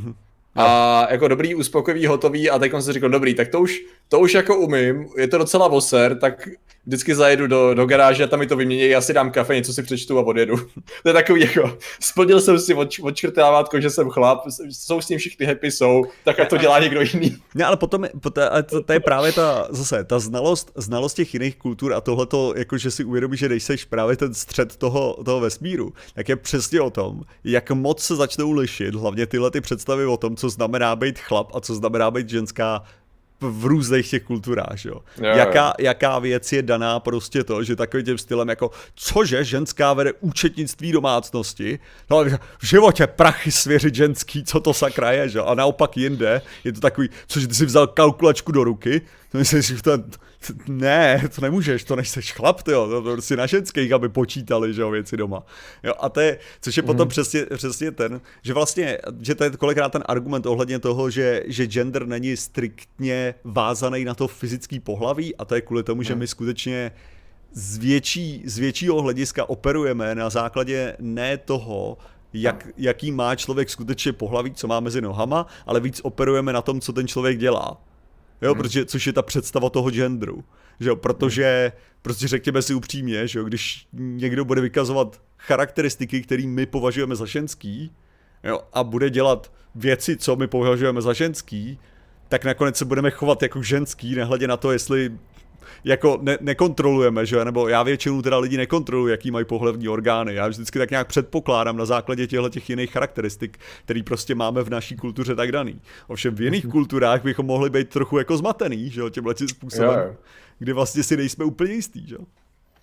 A jako dobrý, uspokojivý, hotový, a teď jsem si říkal, dobrý, tak to už, to už jako umím, je to docela voser, tak vždycky zajedu do, do garáže a tam mi to vymění, já si dám kafe, něco si přečtu a odjedu. To je takový jako, splnil jsem si od, odčkrtávátko, že jsem chlap, jsou s tím všichni happy, jsou, tak a to dělá někdo jiný. Ne, ale potom, ale to, to je právě ta, zase, ta znalost, znalost těch jiných kultur a tohleto, jako že si uvědomíš, že nejseš právě ten střed toho, toho vesmíru, tak je přesně o tom, jak moc se začnou lišit, hlavně tyhle ty představy o tom, co znamená být chlap a co znamená být ženská v různých těch kulturách, jo. jo jaká, jaká věc je daná prostě to, že takovým tím stylem jako, cože ženská vede účetnictví domácnosti, no v životě prachy svěřit ženský, co to sakra je, že? A naopak jinde je to takový, cože ty si vzal kalkulačku do ruky, to myslíš, že to, ne, to nemůžeš, to nejseš chlap, tyjo, to prostě na ženských, aby počítali, že jo, věci doma. Jo, a to je, což je mm-hmm. potom přesně, přesně ten, že vlastně, že to je kolikrát ten argument ohledně toho, že, že gender není striktně vázaný na to fyzický pohlaví, a to je kvůli tomu, mm. že my skutečně z, větší, z většího hlediska operujeme na základě ne toho, jak, jaký má člověk skutečně pohlaví, co má mezi nohama, ale víc operujeme na tom, co ten člověk dělá. Jo, hmm. protože, což je ta představa toho genderu, že jo, protože, prostě řekněme si upřímně, že jo, když někdo bude vykazovat charakteristiky, které my považujeme za ženský, jo, a bude dělat věci, co my považujeme za ženský, tak nakonec se budeme chovat jako ženský, nehledě na to, jestli jako ne, nekontrolujeme, že, nebo já většinu teda lidí nekontroluji, jaký mají pohlavní orgány, já vždycky tak nějak předpokládám na základě těchto těch jiných charakteristik, který prostě máme v naší kultuře tak daný. Ovšem v jiných kulturách bychom mohli být trochu jako zmatený, že, tímhle způsobem, kdy vlastně si nejsme úplně jistý, že.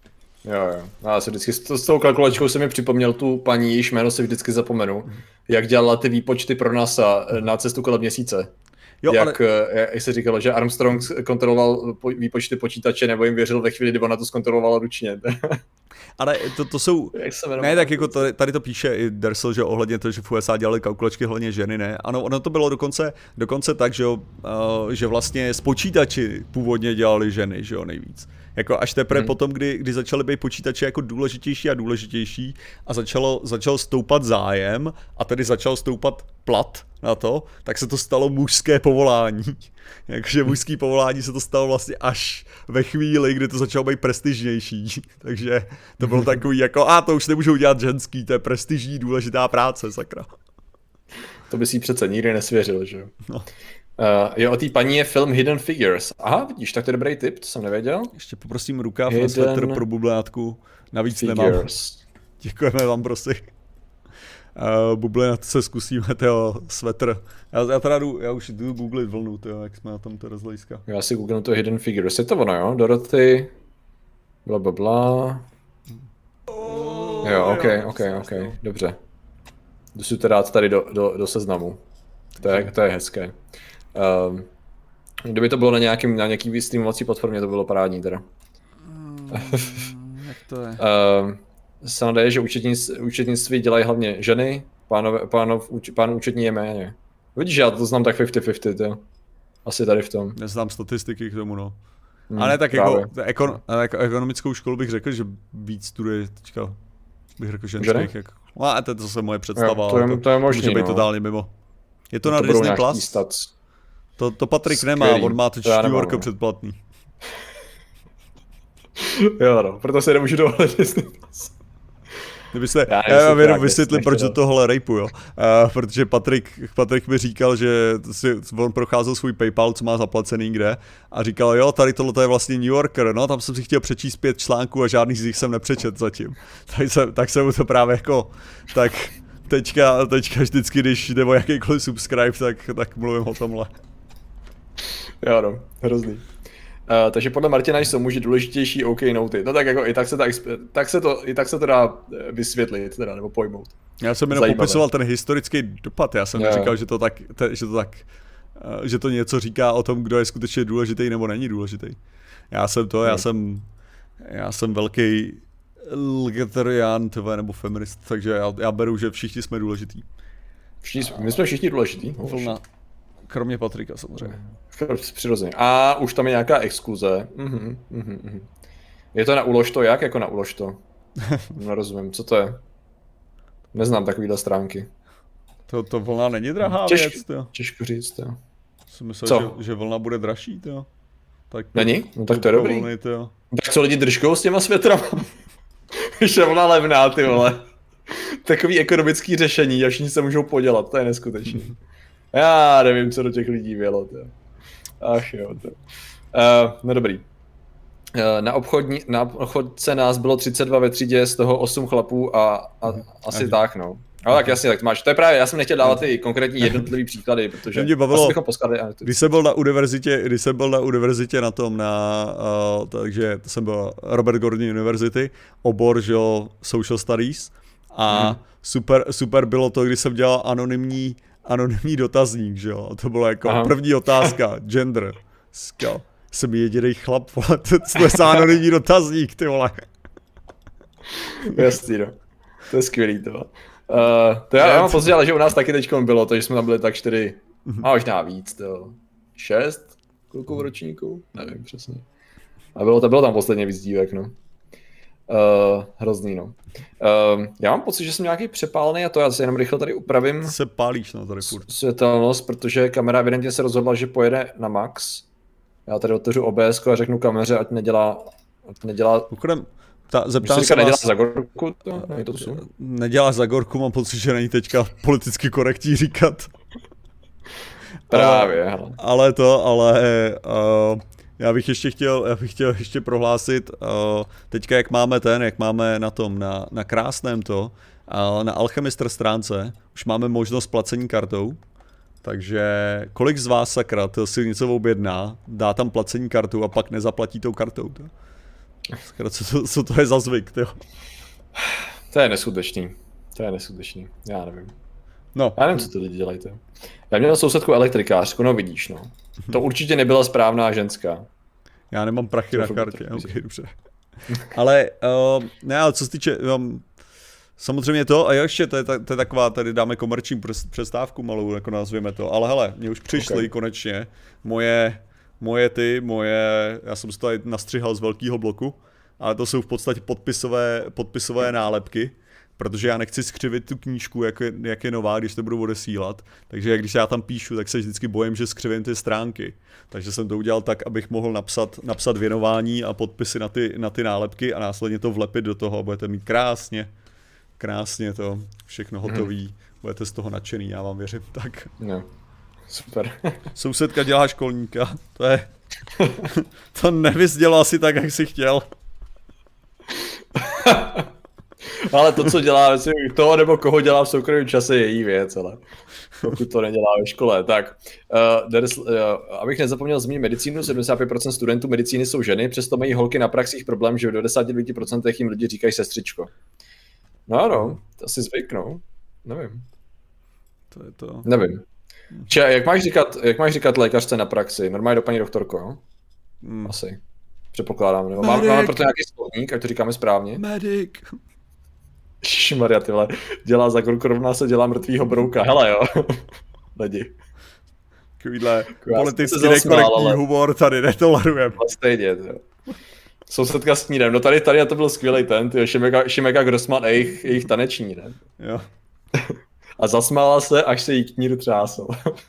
Jo, jo. Já se vždycky, s, s tou kalkulačkou jsem mi připomněl tu paní, jejíž jméno si vždycky zapomenu, jak dělala ty výpočty pro NASA na cestu kolem měsíce. Jo, jak, ale... jak se říkalo, že Armstrong kontroloval výpočty počítače, nebo jim věřil ve chvíli, kdy ona to zkontrolovala ručně. Ale to, to jsou, ne, tak jako tady, tady to píše i Dersel, že ohledně toho, že v U S A dělali kalkulačky hlavně ženy, ne? Ano, ono to bylo dokonce, dokonce tak, že, jo, uh, že vlastně z počítači původně dělali ženy, že jo, nejvíc. Jako až teprve hmm. potom, kdy, kdy začaly být počítače jako důležitější a důležitější a začalo, začal stoupat zájem a tedy začal stoupat plat na to, tak se to stalo mužské povolání. Jakože mužský povolání se to stalo vlastně až ve chvíli, kdy to začalo být prestižnější. Takže to bylo takový jako, a to už nemůžou dělat ženský, to je prestižní, důležitá práce, sakra. To by si přece nikdy nesvěřil, že jo? No. Uh, jo, o té paní je film Hidden Figures. Aha, vidíš, tak to je dobrý tip, to jsem nevěděl. Ještě poprosím rukáv na svetr pro bublenátku, navíc figures. Nemám. Děkujeme vám, prosím. Uh, bublenát se zkusíme, tyjo, svetr. Já, já teda jdu, já už jdu googlit vlnu, tyjo, jak jsme na tom teda z hlediska. Já si googlím to Hidden Figures, je to ono, jo? Dorothy, bla bla bla. Oh, jo, ok, jo, ok, ok, dobře. Jdu si to dát tady do, do, do seznamu. To je, to je hezké. Um, kdyby to bylo na, nějakým, na nějaký streamovací platformě, to bylo parádní teda. Hmm, jak to je? Um, Snad je, že účetnictví, účetnictví dělají hlavně ženy, pánové, pánov, pán účetní je méně. Vidíš, já to znám tak padesát na padesát, jo. Asi tady v tom. Neznám statistiky k tomu, no. Hmm, ale tak jako, ekon, jako ekonomickou školu bych řekl, že víc studuje teďka, bych řekl ženských. Jak, no a to je zase moje představa, jo, to, je, to je možný, může být no. Totálně mimo. Je to, to na to Disney Plus? To, to Patrik Skvělý. Nemá, on má to čtyři předplatný. Jo no, proto se nemůžu dohledat Disney Plus. Kdybyste, já, já vám jenom vysvětlím, proč do tohohle rejpu, jo. Uh, protože Patrik, Patrik mi říkal, že si, on procházel svůj PayPal, co má zaplacený kde, a říkal, jo, tady tohle je vlastně New Yorker, no, tam jsem si chtěl přečíst pět článků a žádný z nich jsem nepřečet zatím. Tak jsem, tak jsem mu to právě jako, tak teďka, teďka vždycky, když jde o jakýkoliv subscribe, tak, tak mluvím o tomhle. Jo no, hrozný. Uh, takže podle Martina jsou muži důležitější OK noty. No tak jako i tak se, tak, tak se to, i tak se to dá vysvětlit, teda, nebo pojmout. Já jsem jenom Zajímavé. Popisoval ten historický dopad, já jsem yeah. neříkal, že to tak, te, že to tak, uh, že to něco říká o tom, kdo je skutečně důležitý nebo není důležitý. Já jsem to, hmm. já jsem, já jsem velký libertarián, nebo feminist, takže já, já beru, že všichni jsme důležitý. Všichni, my jsme všichni důležitý. Vlna. Kromě Patrika samozřejmě. Přirozeně. A už tam je nějaká exkluze. Mhm, mhm, mhm. Je to na ulož to jak? Jako na ulož to? Nerozumím, co to je? Neznám takovýhle stránky. To, to vlna není drahá Těž, věc, jo. Těžko říct, jo. Jsem myslel, že, že vlna bude dražší, jo. Tak není? No tak to je dobrý. Vlny, tak co lidi držkou s těma světrama? Když je vlna levná, ty vole. Takový ekonomický řešení, až nic se můžou podělat, to je neskutečný. Já nevím, co do těch lidí vělo, to. Ach jo, to. Uh, no dobrý. Uh, na, obchodní, na obchodce nás bylo třicet dva ve třídě, z toho osm chlapů a, a hmm. asi tak, no. No tak jasně, tak máš, to je právě, já jsem nechtěl dávat ty konkrétní jednotlivý příklady, protože mě bavilo, bychom poskladali. Když jsem byl na univerzitě, když jsem byl na univerzitě na tom, na, uh, takže to jsem byl Robert Gordon University, obor, že jo, Social Studies a hmm. super, super bylo to, když jsem dělal anonymní anonymní dotazník, že jo, to bylo jako Aha. první otázka, gender, Skal. Jsem jedinej chlap, vole, to je anonymní dotazník, ty vole. Jasný, no, to je skvělý, to. Uh, to já, já mám pocit, ale že u nás taky teďkom bylo, to, že jsme tam byli tak čtyři, a možná víc, to, šest kluků v ročníku, nevím přesně. A bylo, to bylo tam posledně víc dívek, no. Uh, hrozný, no. Uh, já mám pocit, že jsem nějaký přepálený a to já se jenom rychle tady upravím. Se pálíš na tady furt. Světelnost, protože kamera evidentně se rozhodla, že pojede na max. Já tady otevřu O B S a řeknu kameře, ať nedělá, ať nedělá... Uchodem, ta, zeptám se nedělá vás... za gorku, to? Ne, to nedělá za gorku, mám pocit, že není teďka politicky korektní říkat. Právě, ale, ale to, ale... Uh, Já bych ještě chtěl, já bych chtěl ještě prohlásit, uh, teďka jak máme ten, jak máme na tom, na, na krásném to, uh, na Alchemistr stránce, už máme možnost placení kartou, takže kolik z vás sakra to si něco objedná, dá tam placení kartu a pak nezaplatí tou kartou. To? Co to, co to je za zvyk, tyjo? To je neskutečný. To je neskutečný. Já nevím. No. Já nevím, co ty lidi dělají. To. Já měl sousedku elektrikářku, no vidíš, no. To určitě nebyla správná ženská. Já nemám prachy na kartě, ok, dobře. Ale, uh, ne, ale co se týče, um, samozřejmě to, a ještě, to je, to je taková, tady dáme komerční přestávku malou, jako nazvěme to, ale hele, mě už přišly okay. konečně moje, moje ty, moje, já jsem si to tady nastřihal z velkého bloku, ale to jsou v podstatě podpisové, podpisové nálepky, protože já nechci skřivit tu knížku, jak je, jak je nová, když to budu odesílat. Takže když já tam píšu, tak se vždycky bojím, že skřivím ty stránky. Takže jsem to udělal tak, abych mohl napsat, napsat věnování a podpisy na ty, na ty nálepky a následně to vlepit do toho. Budete mít krásně, krásně to všechno hotový. Hmm. Budete z toho nadšený, já vám věřím. Tak. No, super. Sousedka dělá školníka. To je... to nevysdělo asi tak, jak jsi chtěl. Ale to, co dělá, myslím, toho nebo koho dělá v soukromém čase, je její věc, ale pokud to nedělá ve škole. Tak, uh, deres, uh, abych nezapomněl zmínit medicínu, sedmdesát pět procent studentů medicíny jsou ženy, přesto mají holky na praxích problém, že v devadesát devět procent jim lidi říkají sestřičko. No, no, to asi zvyknou, nevím. To je to. Nevím. Če, jak máš říkat, jak máš říkat lékařce na praxi? Normálně do paní doktorko, jo? Hmm. Asi. Předpokládám, nebo máme, máme proto nějaký slovník, ať to říkáme správně. Medic. Šmaria, tyhle, dělá za kurku, rovná se dělá mrtvýho brouka, hele jo. Lidi. Takovýhle politicky nekorektní humor tady netolerujeme. Stejně, jo. Sousedka s knídem, no tady, tady to byl skvělý ten, tyjo, Šimeka, Šimeka Grossman a jejich, jejich taneční, ne? Jo. A zasmála se, až se jí knír třásl.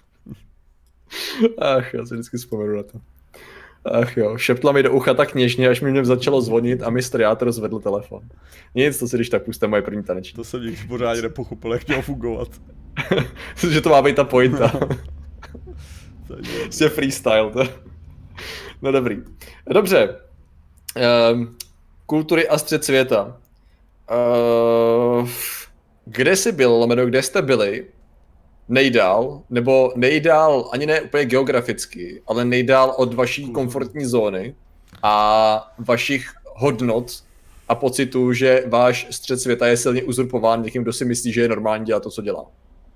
Ach, já si vždycky vzpomenu na to. Ach jo, šeptla mi do ucha tak něžně, až mi mě začalo zvonit a mistr Játor zvedl telefon. Nic, to si když tak puste moje první taneční. To jsem nikdy pořádně nepochopil, jak mělo fungovat. Že to má být ta pointa. Prostě freestyle to. No dobrý. Dobře. Um, kultury a střed světa. Uh, kde jsi byl, lomeno, kde jste byli? Nejdál, nebo nejdál ani ne úplně geograficky, ale nejdál od vaší komfortní zóny a vašich hodnot a pocitu, že váš střed světa je silně uzurpován někým, kdo si myslí, že je normální dělat to, co dělá.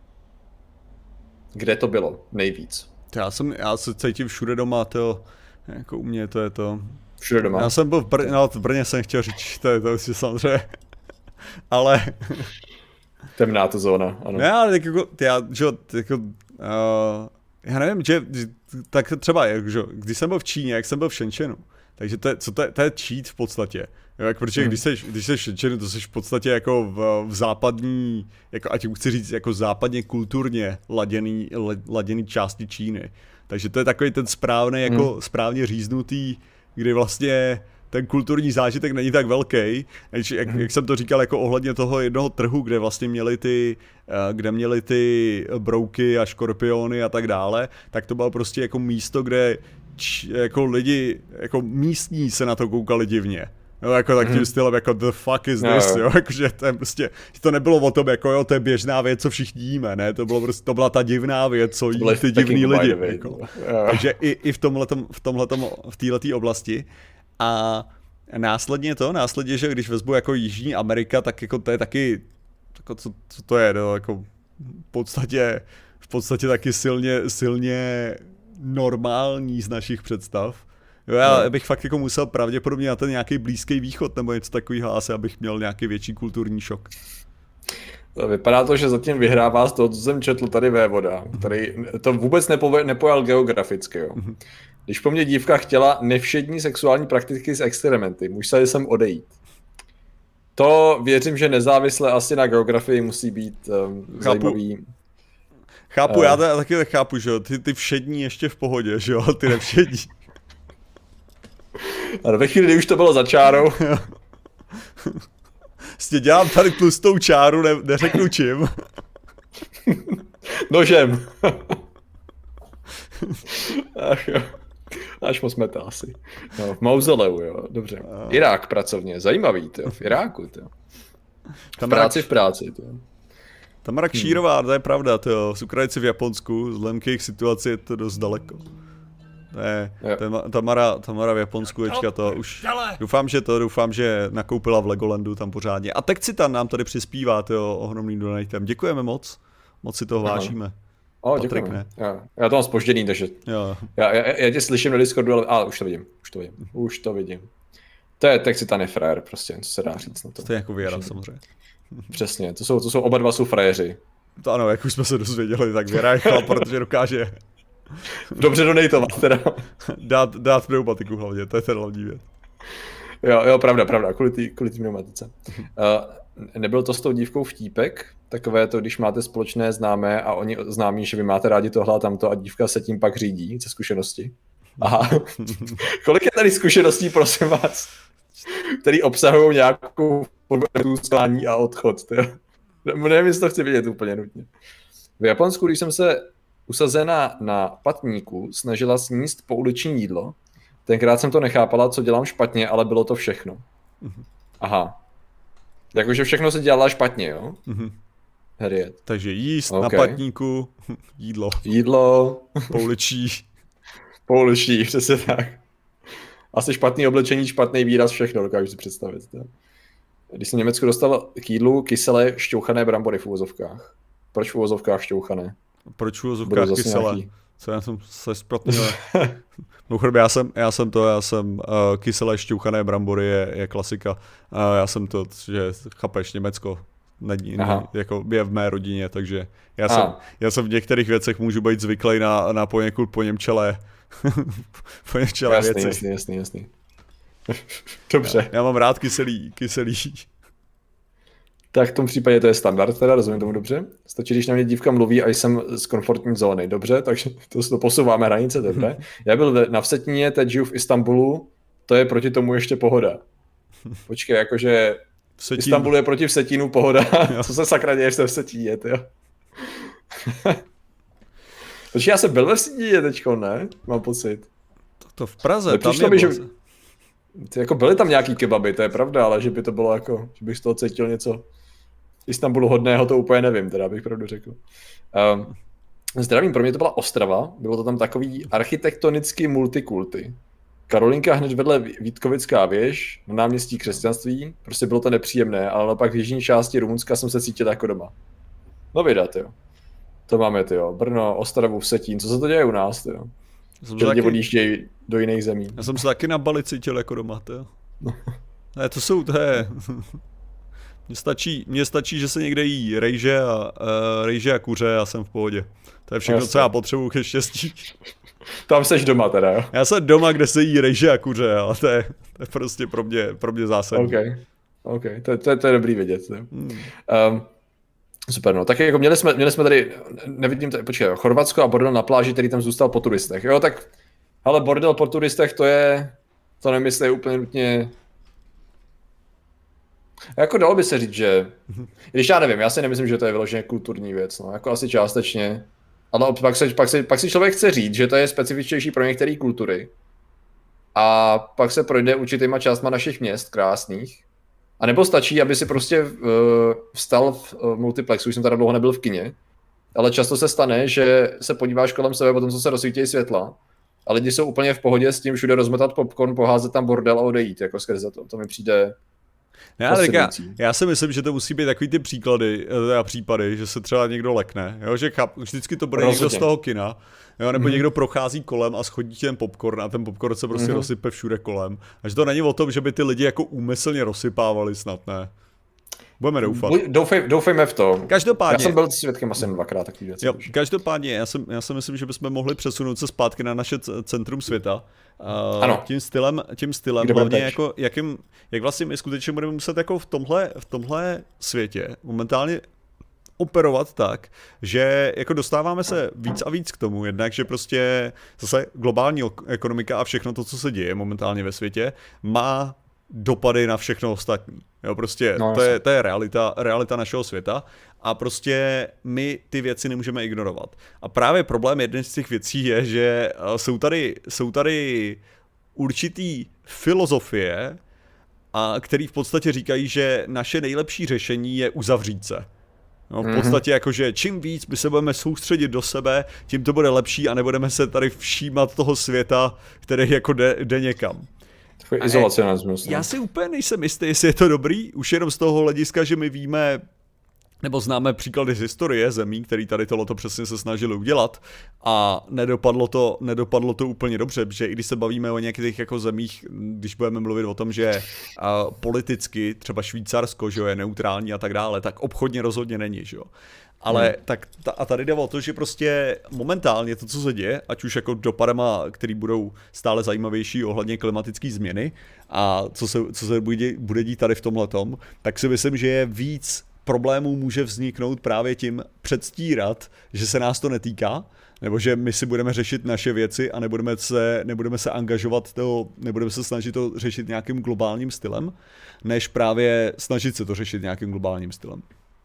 Kde to bylo nejvíc? Já jsem, já se cítím všude doma, to jako u mě to je to. Všude doma. Já jsem byl v Brně, no, v Brně jsem chtěl říct, to je to si samozřejmě, ale... Temná to zóna, ano. Ne, ale tak jako, já, že, jako, uh, já nevím, že, tak třeba, že, když jsem byl v Číně, jak jsem byl v Shenzhenu, takže to je, co to je, to je cheat v podstatě, jo, jak, protože hmm. když jsi, když jsi v Shenzhenu, to jsi v podstatě jako v, v západní, jako, ať chci říct, jako západně kulturně laděný, laděný části Číny, takže to je takový ten správný, jako hmm. správně říznutý, kdy vlastně ten kulturní zážitek není tak velký, jak, jak jsem to říkal jako ohledně toho jednoho trhu, kde vlastně měli ty, kde měli ty brouky a škorpiony a tak dále, tak to bylo prostě jako místo, kde č, jako lidi, jako místní se na to koukali divně. No, jako tak tím stylem, jako the fuck is this, jo, jakože to je prostě, to nebylo o tom, jako jo, to je běžná věc, co všichni jíme, ne, to bylo prostě, to byla ta divná věc, co jí ty divný lidi, jako. Takže i, i v tomhletom, v tomhletom, v téhletý oblasti. A následně to, následně, že když vezmu jako Jižní Amerika, tak jako to je taky, jako co, co to je, no, jako v podstatě, v podstatě taky silně, silně normální z našich představ. Jo, já no. bych fakt jako musel pravděpodobně na ten nějaký Blízký východ nebo něco takového asi, abych měl nějaký větší kulturní šok. Vypadá to, že zatím vyhrává z toho, co jsem četl tady Vévoda, který to vůbec nepo, nepojal geograficky. Jo. Když po mně dívka chtěla nevšední sexuální praktiky s experimenty, musel jsem odejít. To věřím, že nezávisle asi na geografii musí být um, zajímavý. Chápu, uh, já to taky chápu, že jo, ty, ty všední ještě v pohodě, že jo, ty nevšední. Ale ve chvíli, kdy už to bylo za čárou. Vlastně dělám tady tlustou čáru, ne, neřeknu čím. Nožem. Ach jo. Až moc meta asi. No, v mauzoleu, jo, dobře. Irák pracovně, zajímavý, to v Iráku, to. V práci v práci, to. Tamara Kšírová, to je pravda, to z Ukrajinci v Japonsku, vzhledem k jejich situaci je to dost daleko. To je, to je Tamara, Tamara v Japonsku, ječka to už, doufám, že to, doufám, že nakoupila v Legolandu tam pořádně. A Texitan nám tady přispívá, tyjo, ohromným donatem. Děkujeme moc, moc si toho vážíme. O, děkujeme. Já, já to mám zpožděný, takže já, já, já tě slyším na Discordu, ale a, už to vidím, už to vidím, už to vidím. To je Texitan je frajer, prostě, co se dá říct na to. To je jako Věra, samozřejmě. Přesně, to jsou, to jsou oba dva jsou frajeři. To ano, jak už jsme se dozvěděli, tak Věra je chlap, protože dokáže dobře donejtovat teda. dát, dát pneumatiku hlavně, to je ten hlavní věc. Jo, jo, pravda, pravda, kvůli té kvůli pneumatice. Uh, nebyl to s tou dívkou vtípek? Takové to, když máte společné známé a oni známí, že vy máte rádi tohle a tamto a dívka se tím pak řídí, ze zkušenosti. Aha. Kolik je tady zkušeností, prosím vás, který obsahují nějakou sklání a odchod? Tyjo. Nevím, jestli to chci vidět úplně nutně. V Japonsku, když jsem se usazená na patníku snažila sníst pouliční jídlo, tenkrát jsem to nechápala, co dělám špatně, ale bylo to všechno. Aha. Jakože všechno se dělala špatně, jo? Harriet. Takže jíst okay. Na patníku, jídlo. Jídlo. Pouličí. Pouličí, přesně tak. Asi špatný oblečení, špatný výraz, všechno dokážu si představit. Tak. Když jsem v Německu dostal k jídlu kyselé šťouchané brambory v uvozovkách. Proč v uvozovkách šťouchané? Proč v uvozovkách kyselé? Nějaký... Co já jsem se spratnil. já jsem, já jsem to, já jsem uh, kyselé šťouchané brambory je, je klasika. Uh, já jsem to, že chápeš, Německo není, ne, jako je v mé rodině, takže já jsem, já jsem v některých věcech můžu být zvyklý na, na poněkud poněmčelé, poněmčelé jasný, věci. Jasný, jasný, jasný. Dobře. Já, já mám rád kyselý, kyselý. Tak v tom případě to je standard, teda rozumím tomu dobře. Stačí, když na mě dívka mluví a jsem z komfortní zóny, dobře, takže to, to posouváme hranice, dobře. Já byl na Vsetíně, teď žiju v Istanbulu, to je proti tomu ještě pohoda. Počkej, jakože Vsetín. Istanbul je proti Vsetínu pohoda, co se sakra děje, že v Vsetíně, jo. Počkej, já jsem byl ve Vsetíně teďko, ne? Mám pocit. To, to v Praze, tam je mi, že... Jako byly tam nějaký kebaby, to je pravda, ale že by to bylo jako, že bych z toho cítil něco Istanbulu hodného, to úplně nevím, teda bych pravdu řekl. Um, zdravím, pro mě to byla Ostrava, bylo to tam takový architektonicky multikulty. Karolinka hned vedle Vítkovická věž, na náměstí křesťanství, prostě bylo to nepříjemné, ale pak v jižní části Rumunska jsem se cítil jako doma. No vydat, jo. To máme, jo. Brno, Ostravu, Vsetín, co se to děje u nás, jo. Že lidi odjíždějí do jiných zemí. Já jsem se taky na Bali cítil jako doma, to jo. Ne, to jsou, to je... Mně stačí, mně stačí, že se někde jí rejže a, uh, rejže a kuře a jsem v pohodě. To je všechno, Jasně. co já potřebuji ke štěstí. Tam seš doma teda, jo? Já jsem doma, kde se jí rejže a kuře, ale to je, to je prostě pro mě, pro mě zásadní. OK, OK, to, to, to je dobrý vědět. Hmm. Um, super, no, tak jako měli jsme, měli jsme tady, nevidím, tady, počkej, Chorvatsko a bordel na pláži, který tam zůstal po turistech, jo, tak, ale bordel po turistech, to je, to nevím, jestli je úplně nutně, jako dalo by se říct, že, když já nevím, já si nemyslím, že to je vyloženě kulturní věc, no, jako asi částečně, ale pak, se, pak, se, pak si člověk chce říct, že to je specifičtější pro některé kultury a pak se projde určitýma částma našich měst krásných. A nebo stačí, aby si prostě uh, vstal v uh, multiplexu, už jsem teda dlouho nebyl v kině, ale často se stane, že se podíváš kolem sebe potom, co se rozsvítějí světla a lidi jsou úplně v pohodě s tím všude rozmetat popcorn, poházet tam bordel a odejít, jako skrze to. To mi přijde já, já, já si myslím, že to musí být takový ty příklady a případy, že se třeba někdo lekne, jo? Že cháp, vždycky to bude Rozhodně. někdo z toho kina, jo? Nebo mm-hmm. někdo prochází kolem a schodí ten popcorn a ten popcorn se prostě mm-hmm. rozsype všude kolem. A že to není o tom, že by ty lidi jako úmyslně rozsypávali, snad ne. Budeme doufat. Doufej, doufejme v to. Každopádně. Já jsem byl svědkem asi dvakrát takový věcí. Jo, každopádně, já, jsem, já si myslím, že bychom mohli přesunout se zpátky na naše centrum světa. Uh, ano. Tím stylem, tím stylem hlavně jako, jakým, jak vlastně my skutečně budeme muset jako v tomhle, v tomhle světě momentálně operovat tak, že jako dostáváme se víc a víc k tomu, jednak, že prostě zase globální ekonomika a všechno to, co se děje momentálně ve světě, má dopady na všechno ostatní. Jo, prostě no, to, je, to je realita, realita našeho světa a prostě my ty věci nemůžeme ignorovat. A právě problém jedné z těch věcí je, že jsou tady, jsou tady určitý filozofie, a který v podstatě říkají, že naše nejlepší řešení je uzavřít se. No, v podstatě jakože čím víc my se budeme soustředit do sebe, tím to bude lepší a nebudeme se tady všímat toho světa, který jako jde, jde někam. Takový izolacionismus. Já si úplně nejsem jistý, jestli je to dobrý, už jenom z toho hlediska, že my víme, nebo známe příklady z historie zemí, který tady tohleto přesně se snažili udělat a nedopadlo to, nedopadlo to úplně dobře, protože i když se bavíme o nějakých jako zemích, když budeme mluvit o tom, že uh, politicky třeba Švýcarsko, že jo, je neutrální a tak dále, tak obchodně rozhodně není, že jo. Ale hmm. tak ta, a tady jde o to, že prostě momentálně to, co se děje, ať už jako dopadama, který budou stále zajímavější ohledně klimatické změny a co se, co se bude, bude dít tady v tomhletom, tak si myslím, že je víc problémů může vzniknout právě tím předstírat, že se nás to netýká, nebo že my si budeme řešit naše věci a nebudeme se, nebudeme se angažovat, to, nebudeme se snažit to řešit nějakým globálním stylem, než právě snažit se to řešit nějakým globálním stylem.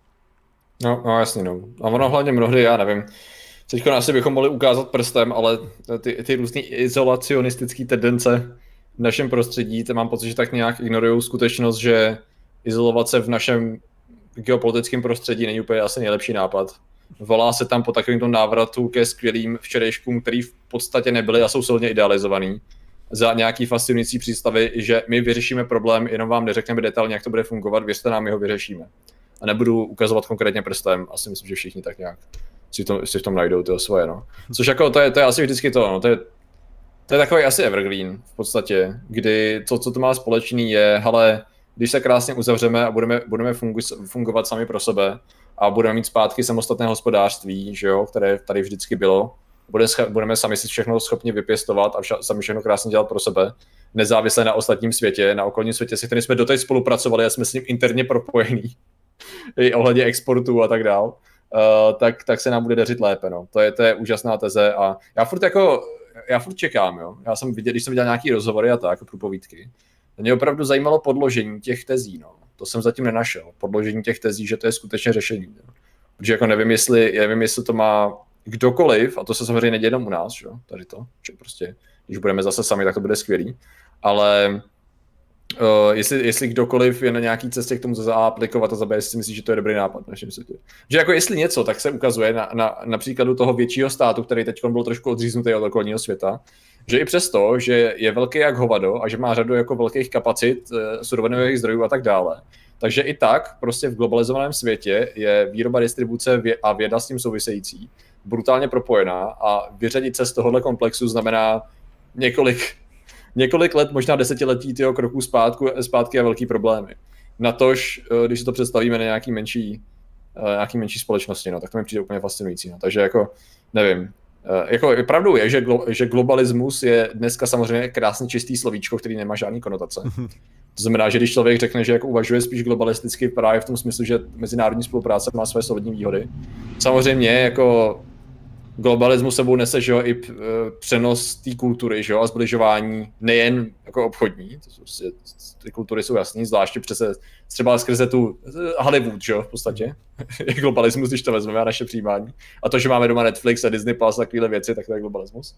No, no jasně, no. A ono hlavně mnohdy, já nevím, teďko asi bychom mohli ukázat prstem, ale ty, ty různý izolacionistické tendence v našem prostředí, to mám pocit, že tak nějak ignorují skutečnost, že izolovat se v našem geopolitickém prostředí není úplně asi nejlepší nápad. Volá se tam po takovémto návratu ke skvělým včerejškům, který v podstatě nebyly a jsou silně idealizovaný za nějaký fascinující představy, že my vyřešíme problém, jenom vám neřekneme detailně, jak to bude fungovat, věřte nám, my ho vyřešíme. A nebudu ukazovat konkrétně prstem, asi myslím, že všichni tak nějak si, to, si v tom najdou tyho svoje, no. Což jako to je, to je asi vždycky to, no, to je, to je takový asi evergreen v podstatě, kdy to, co to má společný je, hele, když se krásně uzavřeme a budeme, budeme fungu- fungovat sami pro sebe a budeme mít zpátky samostatné hospodářství, že jo, které tady vždycky bylo, budeme, budeme sami si všechno schopni vypěstovat a vša- sami všechno krásně dělat pro sebe, nezávisle na ostatním světě, na okolním světě, se kterým jsme doteď spolupracovali a jsme s ním interně propojení, i ohledně exportu a tak dál, uh, tak, tak se nám bude dařit lépe, no. To je, to je úžasná teze a já furt jako, já furt čekám, jo. Já jsem viděl, když jsem viděl nějaký rozhovory a tak, jako průpovídky, mě opravdu zajímalo podložení těch tezí, no. To jsem zatím nenašel. Podložení těch tezí, že to je skutečně řešení. No. Protože jako nevím, jestli, nevím, jestli to má kdokoliv, a to se samozřejmě neděje jenom u nás, že? Tady to, že prostě, když budeme zase sami, tak to bude skvělý, ale uh, jestli, jestli kdokoliv je na nějaký cestě k tomu zaaplikovat a zabije, si myslí, že to je dobrý nápad v našem světě. Že jako jestli něco, tak se ukazuje na, na, na příkladu toho většího státu, který teď byl trošku odříznutý od okolního světa, že i přesto, že je velký jak hovado a že má řadu jako velkých kapacit, surovinových zdrojů a tak dále, takže i tak prostě v globalizovaném světě je výroba, distribuce a věda s tím související brutálně propojená a vyřadit se z tohohle komplexu znamená několik, několik let, možná desetiletí tyho kroků zpátku, zpátky a velký problémy. Natož, když si to představíme na nějaký menší, nějaký menší společnosti, no, tak to mi přijde úplně fascinující. No. Takže jako, nevím, jako pravdou je, že, glo, že globalismus je dneska samozřejmě krásně čistý slovíčko, který nemá žádný konotace. To znamená, že když člověk řekne, že jako uvažuje spíš globalisticky právě v tom smyslu, že mezinárodní spolupráce má své solidní výhody. Samozřejmě jako globalismus sebou nese, že jo, i přenos té kultury, že jo, a zbližování nejen jako obchodní, to jsou prostě, ty kultury jsou jasný, zvláště přece třeba skrze tu Hollywood, že jo, v podstatě, je globalismus, když to vezmeme a naše přijímání. A to, že máme doma Netflix a Disney Plus a takovéhle věci, tak to je globalismus.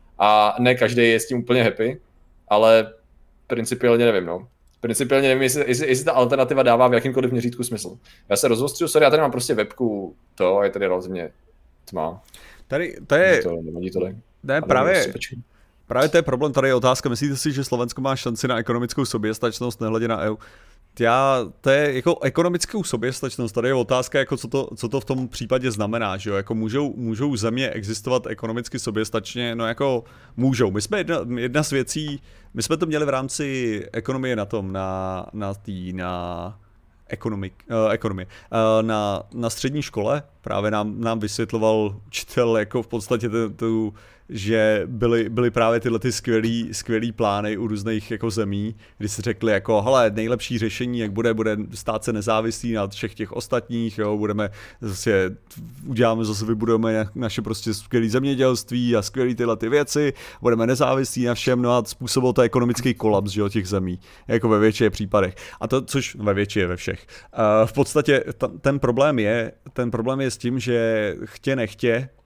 A ne každý je s tím úplně happy, ale principiálně nevím, no. Principiálně nevím, jestli, jestli, jestli ta alternativa dává v jakýmkoliv měřítku smysl. Já se rozostřu, sorry, já tady mám prostě webku, to a je tady relativně tma. Tady, to je... To, nevadí to tady. Ne, právě, právě to je problém, tady je otázka, myslíte si, že Slovensko má šanci na ekonomickou soběstačnost, nehledě na E U? Já, to je jako ekonomickou soběstačnost, tady je otázka, jako co, to, co to v tom případě znamená, že jo, jako můžou, můžou země existovat ekonomicky soběstačně, no jako můžou. My jsme jedna, jedna z věcí, my jsme to měli v rámci ekonomie na tom, na, na tý, na ekonomik, uh, ekonomie, uh, na, na střední škole, právě nám, nám vysvětloval učitel jako v podstatě tu, tu že byly, byly právě tyhle ty skvělý, skvělý plány u různých jako zemí, kdy si řekli jako, hele, nejlepší řešení, jak bude, bude stát se nezávislý na všech těch ostatních, jo, budeme zase, uděláme zase, vybudujeme naše prostě skvělé zemědělství a skvělé tyhle ty věci, budeme nezávislí na všem, no a způsobil to ekonomický kolaps, že jo, těch zemí, jako ve většině případech. A to, což ve většině, ve všech. Uh, v podstatě t- ten problém je, ten problém je s tím, že chtě nechtě,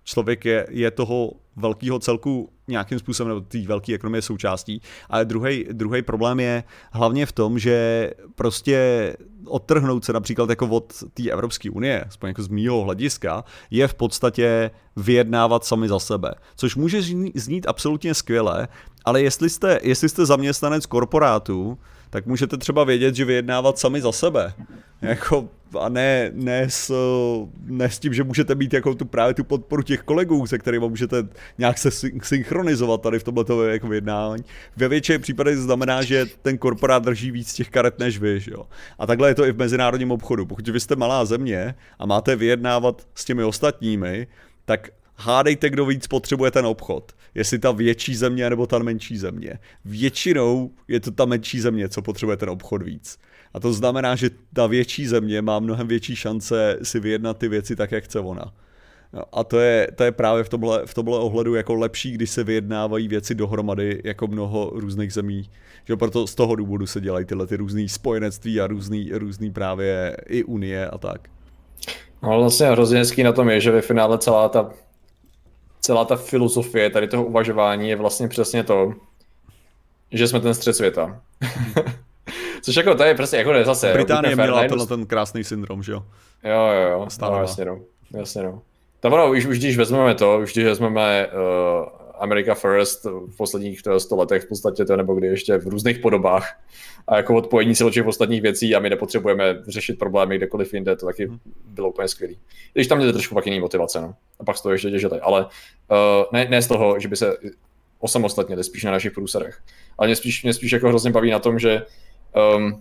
člověk je, je toho velkého celku nějakým způsobem, nebo té velké ekonomie součástí. Ale druhý problém je hlavně v tom, že prostě odtrhnout se například jako od té Evropské unie, aspoň jako z mýho hlediska, je v podstatě vyjednávat sami za sebe. Což může znít absolutně skvěle, ale jestli jste, jestli jste zaměstnanec korporátu, tak můžete třeba vědět, že vyjednávat sami za sebe. Jako, a ne, ne, s, ne s tím, že můžete mít jako tu, právě tu podporu těch kolegů, se kterými můžete nějak se synchronizovat tady v tomto jako vyjednávání. Ve většině případech znamená, že ten korporát drží víc těch karet než vy. Že jo? A takhle je to i v mezinárodním obchodu. Pokud vy jste malá země a máte vyjednávat s těmi ostatními, tak hádejte, kdo víc potřebuje ten obchod. Jestli ta větší země nebo ta menší země. Většinou je to ta menší země, co potřebuje ten obchod víc. A to znamená, že ta větší země má mnohem větší šance si vyjednat ty věci tak, jak chce ona. A to je, to je právě v tomhle, v tomhle ohledu jako lepší, když se vyjednávají věci dohromady jako mnoho různých zemí. Že proto z toho důvodu se dělají tyhle ty různý spojenectví a různý, různý právě i unie a tak. No vlastně hrozně hezký na tom je, že ve finále celá ta celá ta filozofie tady toho uvažování je vlastně přesně to, že jsme ten střed světa. Což jako to je prostě jako ne zase. Británie měla tenhle ten krásný syndrom, že jo? Jo, jo, jo. No, jasně no. Jasně no. Tam ono, už, už když vezmeme to, už když vezmeme uh, America First v posledních sto letech v podstatě to, nebo kdy ještě v různých podobách a jako odpojení se od těch ostatních věcí a my nepotřebujeme řešit problémy kdekoliv jinde, to taky bylo úplně skvělý. Když tam měli trošku pak jiný motivace, no. A pak z toho ještě těžili, ale uh, ne, ne z toho, že by se osamostatnili spíš na našich průserech. Ale mě spíš, mě spíš jako hrozně baví na tom, že um,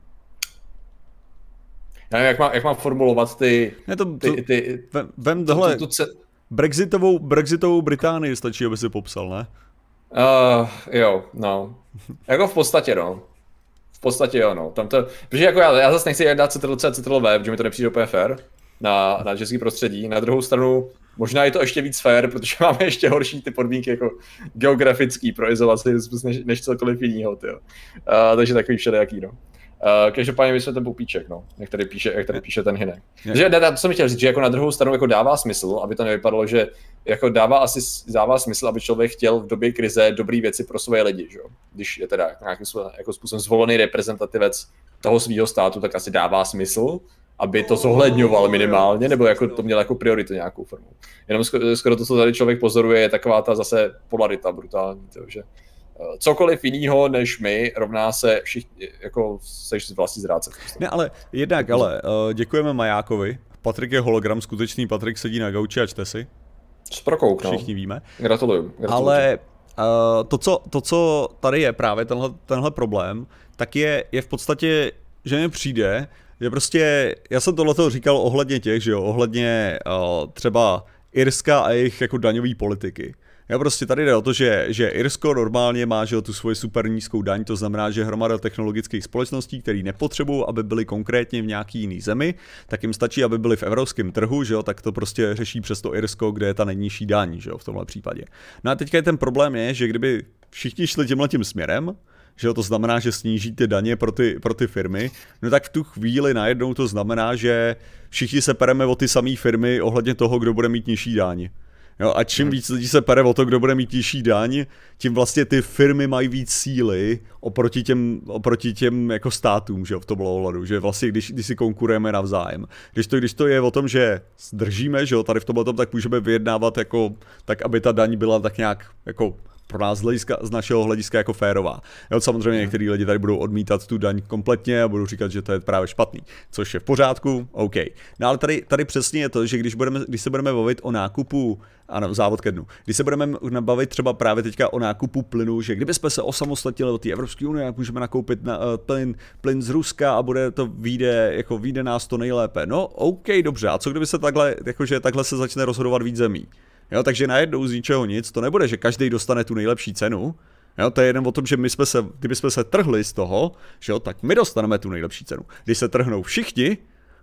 já nevím, jak mám, jak mám formulovat ty... Ne to, ty, ty, ty vem, vem tohle, tu, tu, tu, brexitovou, brexitovou Británii stačí, aby si popsal, ne? Uh, jo, no. Jako v podstatě, no. V podstatě jo, no. Tam to, protože jako já, já zase nechci dát Ctrl C, Ctrl V, protože mi to nepřijde úplně fair na, na český prostředí. Na druhou stranu, možná je to ještě víc fair, protože máme ještě horší ty podmínky jako geografický pro izolaci než, než cokoliv jinýho, tyjo. Uh, takže takový všelijaký, no. Uh, každopádně vysvětlím Pupíček, no, jak tady píše, jak tady píše ten Hynek. Takže to jsem chtěl říct, že jako na druhou stranu jako dává smysl, aby to nevypadalo, že jako dává asi dává smysl, aby člověk chtěl v době krize dobrý věci pro svoje lidi, že jo. Když je teda nějakým jako způsobem zvolený reprezentativec toho svého státu, tak asi dává smysl, aby to zohledňoval minimálně, nebo jako to měl jako prioritu nějakou formou. Jenom skoro, skoro to, co tady člověk pozoruje, je taková ta zase polarita brutální, že cokoliv jinýho než my rovná se všichni, jako seš z vlastní zrádce. Ne, ale jednak, ale děkujeme Majákovi. Patrik je hologram, skutečný Patrik sedí na gauči a čte si. Sprokouk, no. Všichni víme. Gratuluju. Gratuluju. Ale uh, to, co, to, co tady je právě tenhle, tenhle problém, tak je, je v podstatě, že mi přijde, že prostě, já jsem tohleto říkal ohledně těch, že jo, ohledně uh, třeba Irska a jejich jako daňové politiky. Já prostě tady jde o to, že, že Irsko normálně má, že tu svoji super nízkou daň, to znamená, že hromada technologických společností, které nepotřebují, aby byly konkrétně v nějaký jiný zemi, tak jim stačí, aby byly v evropském trhu, že jo, tak to prostě řeší přes to Irsko, kde je ta nejnižší daň, že jo, v tomhle případě. No a teďka je ten problém je, že kdyby všichni šli tímhletím směrem, že jo, to znamená, že sníží ty daně pro ty, pro ty firmy, no tak v tu chvíli najednou to znamená, že všichni se pereme o ty samé firmy ohledně toho, kdo bude mít nižší daň. Jo, a čím víc lidí se pere o to, kdo bude mít nižší daň, tím vlastně ty firmy mají víc síly oproti těm, oproti těm jako státům, že jo, v tom ohledu, že vlastně když, když si konkurujeme navzájem. Když to, když to je o tom, že zdržíme, že jo, tady v tomhle tom, tak můžeme vyjednávat jako, tak aby ta daň byla tak nějak jako pro nás z, hlediska, z našeho hlediska jako férová. Jo, samozřejmě některý lidi tady budou odmítat tu daň kompletně a budou říkat, že to je právě špatný, což je v pořádku, OK. No ale tady, tady přesně je to, že když, budeme, když se budeme bavit o nákupu, ano, závod ke dnu, když se budeme bavit třeba právě teďka o nákupu plynu, že kdybychom se osamostatnili od té Evropské unie, jak můžeme nakoupit na, uh, plyn, plyn z Ruska a bude to vyjde, jako vyjde nás to nejlépe. No OK, dobře, a co kdyby se takhle, jakože takhle se začne rozhodovat víc zemí? Jo, takže najednou z ničeho nic, to nebude, že každý dostane tu nejlepší cenu. Jo, to je jen o tom, že my jsme se, kdybychom se trhli z toho, že jo, tak my dostaneme tu nejlepší cenu. Když se trhnou všichni,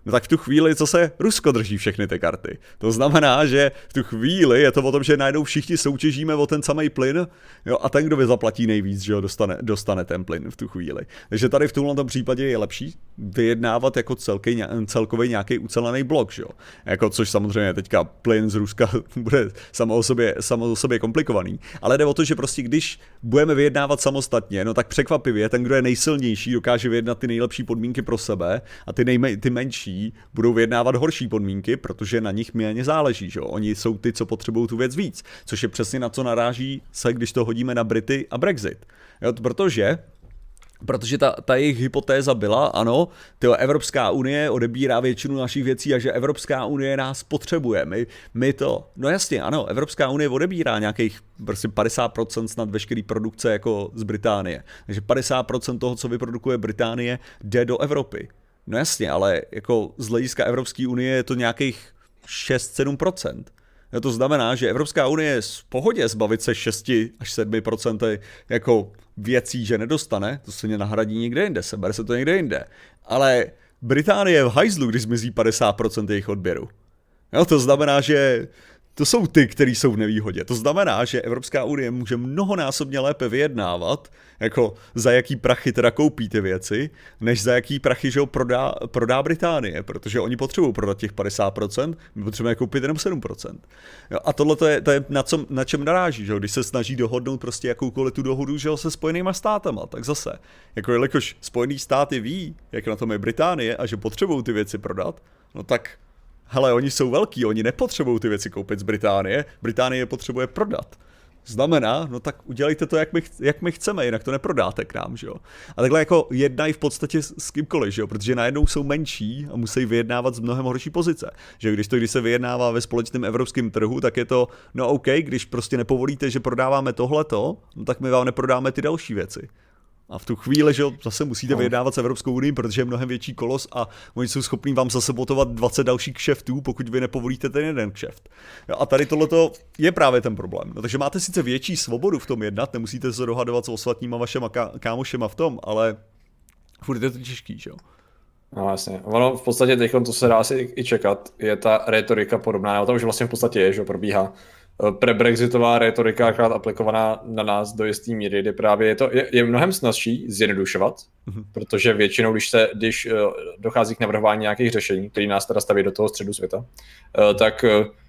no tak v tu chvíli zase Rusko drží všechny ty karty. To znamená, že v tu chvíli je to o tom, že najednou všichni soutěžíme o ten samý plyn, jo, a ten, kdo by zaplatí nejvíc, že jo, dostane, dostane ten plyn v tu chvíli. Takže tady v tomhle případě je lepší vyjednávat jako celký, celkový nějaký ucelený blok, že jo. Jako, což samozřejmě teďka plyn z Ruska bude samo o sobě, samo o sobě komplikovaný, ale jde o to, že prostě když budeme vyjednávat samostatně, no tak překvapivě ten, kdo je nejsilnější, dokáže vyjednat ty nejlepší podmínky pro sebe a ty, nejme, ty menší budou vyjednávat horší podmínky, protože na nich méně záleží, že jo. Oni jsou ty, co potřebují tu věc víc, což je přesně na co naráží se, když to hodíme na Brity a Brexit. Jo, protože Protože ta, ta jejich hypotéza byla, ano, tyjo, Evropská unie odebírá většinu našich věcí a že Evropská unie nás potřebuje. My, my to, no jasně, ano, Evropská unie odebírá nějakých prostě padesát procent snad veškerý produkce jako z Británie. Takže padesát procent toho, co vyprodukuje Británie, jde do Evropy. No jasně, ale jako z hlediska Evropské unie je to nějakých šest sedm procent. To znamená, že Evropská unie je v pohodě zbavit se šest až sedm procent jako věcí, že nedostane, to se nahradí někde jinde, sebere se to někde jinde. Ale Británie je v hajzlu, když zmizí padesát procent jejich odběru. Jo, to znamená, že to jsou ty, kteří jsou v nevýhodě. To znamená, že Evropská unie může mnohonásobně lépe vyjednávat, jako za jaký prachy teda koupí ty věci, než za jaký prachy, že ho prodá, prodá Británie, protože oni potřebují prodat těch padesát procent, my potřebujeme koupit jenom sedm procent. Jo, a tohle to je, to je na, co, na čem naráží, že jo? Když se snaží dohodnout prostě jakoukoliv tu dohodu, že jo, se Spojenýma státama, tak zase, jako jelikož Spojený státy ví, jak na tom je Británie a že potřebují ty věci prodat, no tak hele, oni jsou velký, oni nepotřebují ty věci koupit z Británie, Británie je potřebuje prodat. Znamená, no tak udělejte to, jak my, jak my chceme, jinak to neprodáte k nám, že jo. A takhle jako jednají v podstatě s kýmkoliv, že jo, protože najednou jsou menší a musí vyjednávat z mnohem horší pozice. Že když to, když se vyjednává ve společném evropském trhu, tak je to, no OK, když prostě nepovolíte, že prodáváme tohleto, no tak my vám neprodáme ty další věci. A v tu chvíli, že zase musíte no. vyjednávat s Evropskou unii, protože je mnohem větší kolos a oni jsou schopní vám zase botovat dvacet dalších kšeftů, pokud vy nepovolíte ten jeden kšeft. A tady tohleto je právě ten problém. No, takže máte sice větší svobodu v tom jednat, nemusíte se dohadovat s ostatníma vašema ká- kámošema v tom, ale furt je to těžký, že jo? No jasně. Ono v podstatě teď, to se dá asi i čekat, je ta retorika podobná, o tom, že vlastně v podstatě je, že probíhá pre-brexitová retorika aplikovaná na nás do jisté míry, kde právě je to je, je mnohem snazší zjednodušovat, mm-hmm. protože většinou, když se když dochází k navrhování nějakých řešení, které nás teda staví do toho středu světa, tak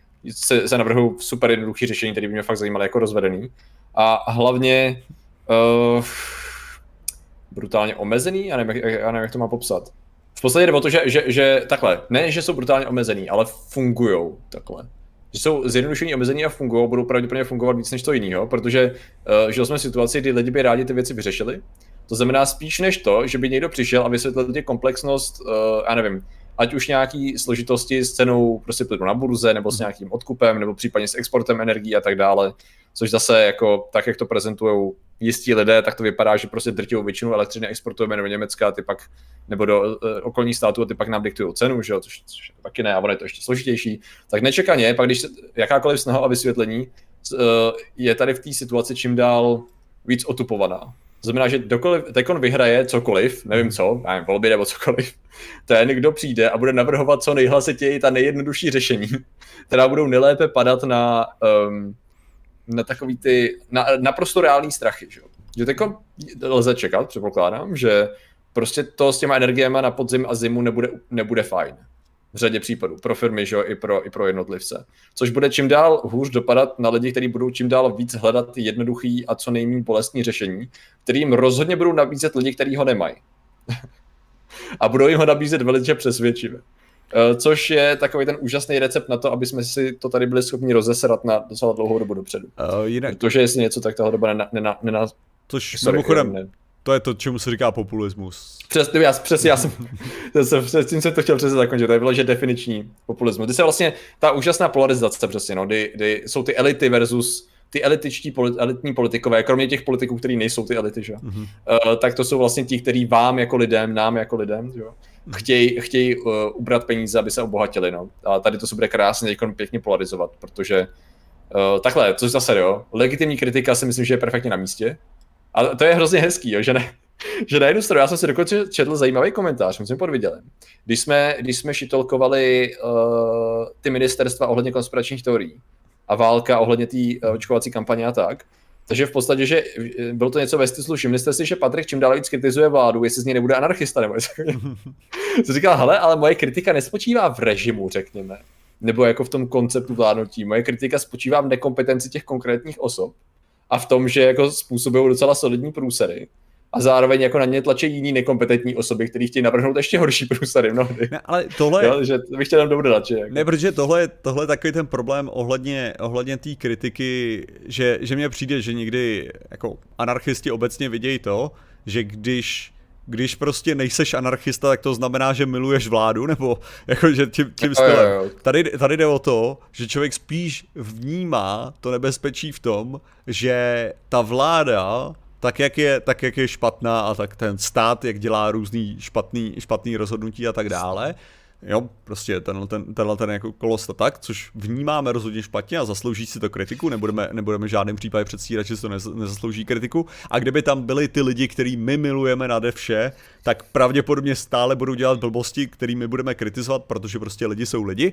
se, se navrhují super jednoduché řešení, které by mě fakt zajímaly jako rozvedený a hlavně uh, brutálně omezený, já nevím, jak, já nevím, jak to má popsat. V podstatě jde o to, že, že, že takhle, ne, že jsou brutálně omezený, ale fungujou takhle. Že jsou zjednodušení omezení a fungují, budou pravděpodobně fungovat víc než to jinýho, protože uh, žili jsme v situaci, kdy lidi by rádi ty věci vyřešili. To znamená spíš než to, že by někdo přišel a vysvětlil ti komplexnost, uh, já nevím, ať už nějaký složitosti s cenou prostě plynu na burze, nebo s nějakým odkupem, nebo případně s exportem energií a tak dále, což zase jako tak, jak to prezentují jistí lidé, tak to vypadá, že prostě drtivou většinu elektřiny exportujeme do Německa, ty pak, nebo do uh, okolních států a ty pak nám diktují cenu, že jo, což, což taky ne, a ono je to ještě složitější. Tak nečekaně, pak když se, jakákoliv snaha a vysvětlení uh, je tady v té situaci čím dál víc otupovaná. Znamená, že dokoliv, tekon vyhraje cokoliv, nevím co, já nevím, volby nebo cokoliv, ten, kdo přijde a bude navrhovat co nejhlasitěji ta nejjednodušší řešení, která budou nejlépe padat na, um, na takový ty, na, naprosto reální strachy, že, že tekon lze čekat, předpokládám, že prostě to s těma energiemi na podzim a zimu nebude, nebude fajn. V řadě případů, pro firmy, že jo, i pro, i pro jednotlivce. Což bude čím dál hůř dopadat na lidi, kteří budou čím dál víc hledat jednoduchý a co nejméně bolestný řešení, kterým rozhodně budou nabízet lidi, kteří ho nemají. A budou jim ho nabízet velice přesvědčivě. Což je takový ten úžasný recept na to, aby jsme si to tady byli schopni rozesrat na docela dlouhou dobu dopředu. Uh, jinak... Protože jestli něco, tak tahle doba nena... nena, nena... Což mimochodem, ne... to je to, čemu se říká populismus. Přesně, já, přesně, já jsem, s tím jsem to chtěl přesně zakončit, to je bylo, že definiční populismus. Kdy se vlastně ta úžasná polarizace přesně, no, kdy, kdy jsou ty elity versus ty elitičtí, elitní politikové, kromě těch politiků, kteří nejsou ty elity, že? Mm-hmm. Uh, tak to jsou vlastně ti, kteří vám jako lidem, nám jako lidem, že? chtějí chtěj, uh, ubrat peníze, aby se obohatili. No. A tady to se bude krásně teď pěkně polarizovat, protože uh, takhle, což zase jo, legitimní kritika si myslím, že je perfektně na místě. A to je hrozně hezký, jo, že ne? že na jednu stranu, já jsem si dokonce četl zajímavý komentář, musím pod videem. Když jsme, když jsme šitolkovali uh, ty ministerstva ohledně konspiračních teorií a válka ohledně té uh, očkovací kampaně a tak, takže v podstatě, že bylo to něco ve stylu, všimli jste si, že Patrik čím dál víc kritizuje vládu, jestli z něj nebude anarchista nebo něco. Jsem říkal, hele, ale moje kritika nespočívá v režimu, řekněme, nebo jako v tom konceptu vládnutí. Moje kritika spočívá v nekompetenci těch konkrétních osob a v tom, že jako způsobují docela solidní průsery. A zároveň jako na ně tlačí jiný nekompetentní osoby, kteří chtějí navrhnout ještě horší průsady mnohdy. Ne, ale tohle... Jo, že bych chtěl tam dodat, že... Jako... Ne, protože tohle, tohle je takový ten problém ohledně, ohledně té kritiky, že, že mně přijde, že někdy jako anarchisti obecně vidějí to, že když, když prostě nejseš anarchista, tak to znamená, že miluješ vládu, nebo jako, že tím, tím stylem. Tady, tady jde o to, že člověk spíš vnímá to nebezpečí v tom, že ta vláda tak jak je, tak jak je špatná a tak ten stát, jak dělá různý špatný, špatný rozhodnutí a tak dále. Jo, prostě tenhle ten, tenhle ten jako kolos tak, což vnímáme rozhodně špatně a zaslouží si to kritiku, nebudeme, nebudeme v žádném případě předstírat, že si to nezaslouží kritiku. A kdyby tam byli ty lidi, který my milujeme nade vše, tak pravděpodobně stále budou dělat blbosti, který my budeme kritizovat, protože prostě lidi jsou lidi.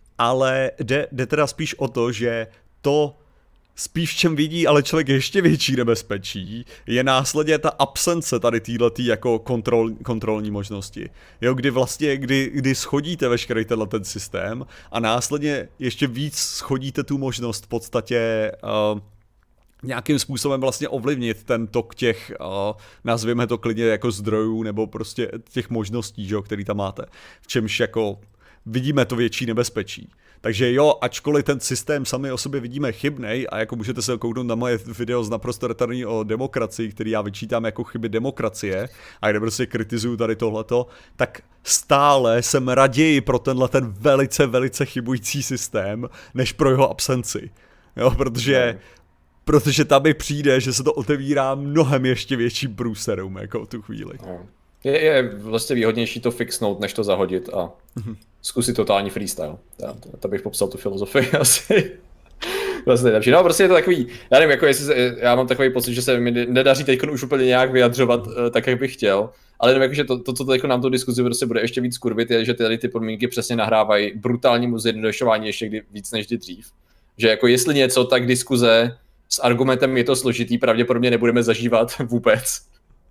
Ale jde, jde teda spíš o to, že to spíš v čem vidí, ale člověk ještě větší nebezpečí, je následně ta absence tady týhletý jako kontrol, kontrolní možnosti. Jo, kdy vlastně, kdy, kdy schodíte veškerý tenhle ten systém a následně ještě víc schodíte tu možnost v podstatě uh, nějakým způsobem vlastně ovlivnit ten tok těch, uh, nazvěme to klidně jako zdrojů nebo prostě těch možností, že jo, který tam máte. V čemž jako vidíme to větší nebezpečí. Takže jo, ačkoliv ten systém sami o sobě vidíme chybnej a jako můžete se kouknout na moje video z naprosto retardní o demokracii, který já vyčítám jako chyby demokracie a kde prostě kritizuju tady tohleto, tak stále jsem raději pro tenhle ten velice, velice chybující systém, než pro jeho absenci. Jo, protože, protože tam mi přijde, že se to otevírá mnohem ještě větším průserům jako v tu chvíli. Je, je vlastně výhodnější to fixnout, než to zahodit a zkusit totální freestyle. Já, to, to bych popsal tu filozofii asi. Vlastně nejlepší. No prostě je to takový, já nevím, jako jestli, já mám takový pocit, že se mi nedaří teď už úplně nějak vyjadřovat uh, tak, jak bych chtěl, ale nevím, jako, že to, to, co teď nám tu diskuzi prostě bude ještě víc kurvit, je, že tady ty podmínky přesně nahrávají brutálnímu zjednodušování ještě kdy, víc než kdy dřív. Že jako jestli něco, tak diskuze s argumentem je to složitý, pravděpodobně nebudeme zažívat vůbec.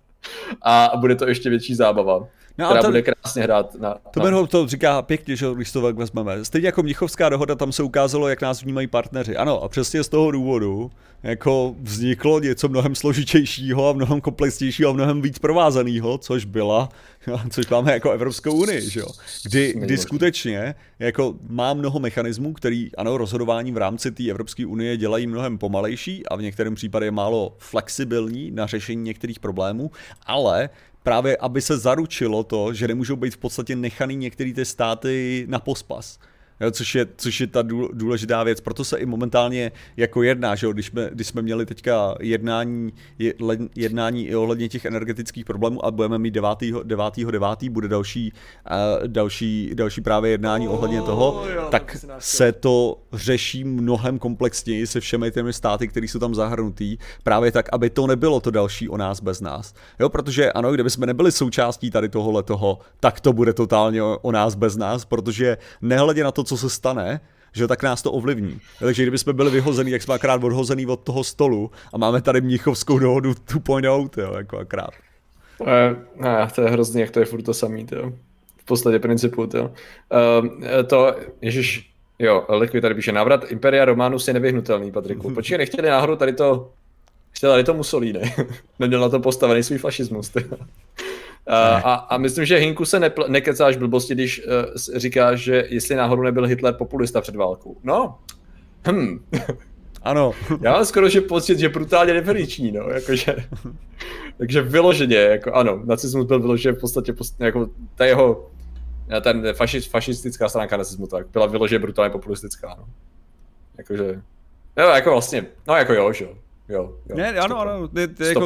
A bude to ještě větší zábava, no, která ten, bude krásně hrát na... To no. To říká pěkně, že když to vezmeme. Stejně jako Mnichovská dohoda, tam se ukázalo, jak nás vnímají partneři. Ano, a přesně z toho důvodu jako vzniklo něco mnohem složitějšího a mnohem komplexnějšího a mnohem víc provázaného, což byla, což máme jako Evropskou unii, že jo. Kdy, kdy skutečně jako má mnoho mechanismů, který, ano, rozhodování v rámci té Evropské unie dělají mnohem pomalejší a v některém případě je málo flexibilní na řešení některých problémů, ale právě aby se zaručilo to, že nemůžou být v podstatě nechaný některé ty státy na pospas. Jo, což, je, což je ta důležitá věc, proto se i momentálně jako jedná, že jo, když, jsme, když jsme měli teďka jednání, jednání i ohledně těch energetických problémů a budeme mít devátého devátého bude další, uh, další, další právě jednání oh, ohledně toho, jo, tak se to řeší mnohem komplexněji se všemi těmi státy, které jsou tam zahrnutý, právě tak, aby to nebylo to další o nás bez nás. Jo, protože ano, kdyby jsme nebyli součástí tady tohohle toho, tak to bude totálně o, o nás bez nás, protože nehledě na to, co se stane, že tak nás to ovlivní. Takže kdybychom byli vyhozený, jak jsme akrát odhozený od toho stolu a máme tady Mnichovskou dohodu dva tečka nula, jo, jako akrát. Uh, no, to je hrozný, jak to je furt to samý, to. V podstatě principu, to. Uh, to, ježiš, jo, Liquid tady píše, návrat Imperia Romanus je nevyhnutelný, Patriku. Počkej, nechtěli náhodou tady to, chtěli tady to Mussolini. Neměl na to postavený svůj fašismus, ty. Uh, a, a myslím, že Hinku se nepl- nekecáš blbosti, když uh, říkáš, že jestli náhodou nebyl Hitler populista před válkou. No, hm. Ano. Já mám skoro že pocit, že brutálně neferíční, no, jakože, takže vyloženě, jako ano, nacismus byl vyloženě v podstatě, jako ta jeho, ten faši, fašistická stránka nacismu, tak byla vyloženě brutálně populistická, no. Jakože, jo, jako vlastně, no jako jo, že jo. Jo, jo, ne, ano, ano, je, je jako,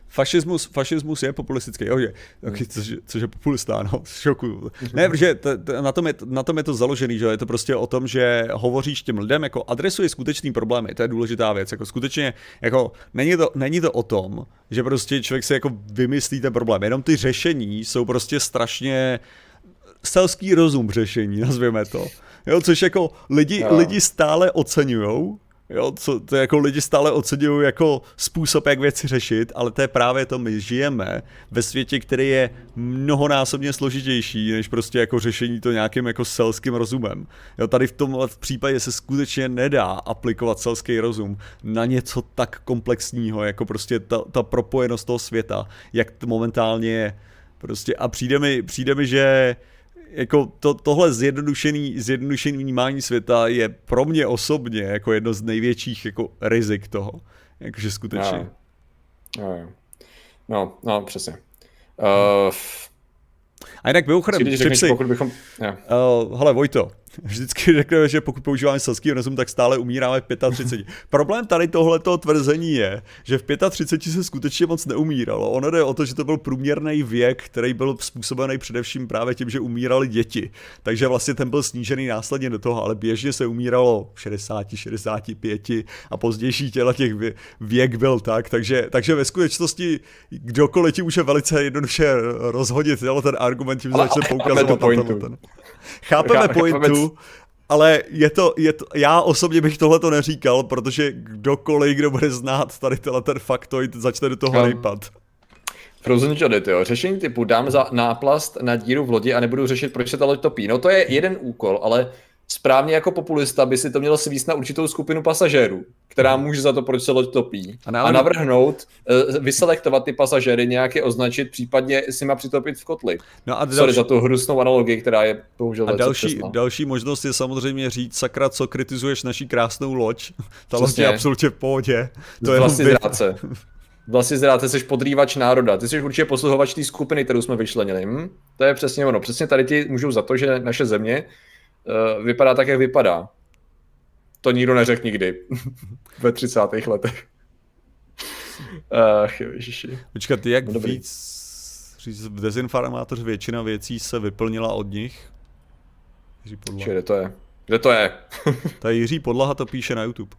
Fašismus, fašismus je populistický, okay. Okay, což, což je populista, no, šokuju. Ne, protože t, t, na, tom je, na tom je to založený, že je to prostě o tom, že hovoříš těm lidem, jako adresuje skutečný problémy, to je důležitá věc, jako skutečně, jako není to, není to o tom, že prostě člověk si jako vymyslí ten problém, jenom ty řešení jsou prostě strašně selský rozum řešení, nazvěme to, jo, což jako lidi, no. lidi stále oceňujou. Jo, co, to jako lidi stále oceňují jako způsob, jak věci řešit, ale to je právě to, my žijeme ve světě, který je mnohonásobně složitější, než prostě jako řešení to nějakým jako selským rozumem. Jo, tady v tomhle případě se skutečně nedá aplikovat selský rozum na něco tak komplexního, jako prostě ta, ta propojenost toho světa, jak momentálně je. Prostě a přijde mi, přijde mi, že jako to, tohle zjednodušený, zjednodušený vnímání světa je pro mě osobně jako jedno z největších jako rizik toho. Jakože skutečně. No, no, no, no přesně. Uh, a jinak mimochodem, si, bychom... uh, hele Vojto, vždycky řekneme, že pokud používáme selský rozum, tak stále umíráme v třicet pět. Problém tady tohletoho tvrzení je, že v třicet pět se skutečně moc neumíralo. Ono jde o to, že to byl průměrný věk, který byl způsobený především právě tím, že umírali děti. Takže vlastně ten byl snížený následně do toho, ale běžně se umíralo šedesát, šedesát pět a pozdější těla těch věk byl tak. Takže, takže ve skutečnosti kdokoliv ti může velice jednoduše rozhodit ten argument, tím začne poukazovat na ten. Chápeme pointu, ale je to, je to, já osobně bych tohle to neříkal, protože kdokoliv, kdo bude znát tady ten faktoid, začne do toho rejpat. Frozen Judith, jo. Řešení typu dám za náplast na díru v lodi a nebudu řešit, proč se ta loď topí. No to je jeden úkol, ale správně jako populista by si to mělo svíst na určitou skupinu pasažérů, která může za to, proč se loď topí. A, a navrhnout, vyselektovat ty pasažéry, nějaké označit, případně si má přitopit v kotli. No a další... Sorry za tu hnusnou analogii, která je bohužel a další, další možnost je samozřejmě říct, sakra, co kritizuješ naší krásnou loď. Ta loď je absolutně v pohodě. To je vlastně zrádce. Vlastně zrádce, jsi podrývač národa. Ty jsi určitě posluhovač té skupiny, kterou jsme vyčlenili. Hm? To je přesně ono. Přesně tady ti můžou za to, že naše země Uh, vypadá tak, jak vypadá. To nikdo neřekl nikdy. Ve třicátých letech. Ach, ježiši. Počkat, jak no, víc říct, v dezinformátoři většina věcí se vyplnila od nich? Jiří Podlaha. Či, kde to je? Kde to je? Tady Jiří Podlaha to píše na YouTube.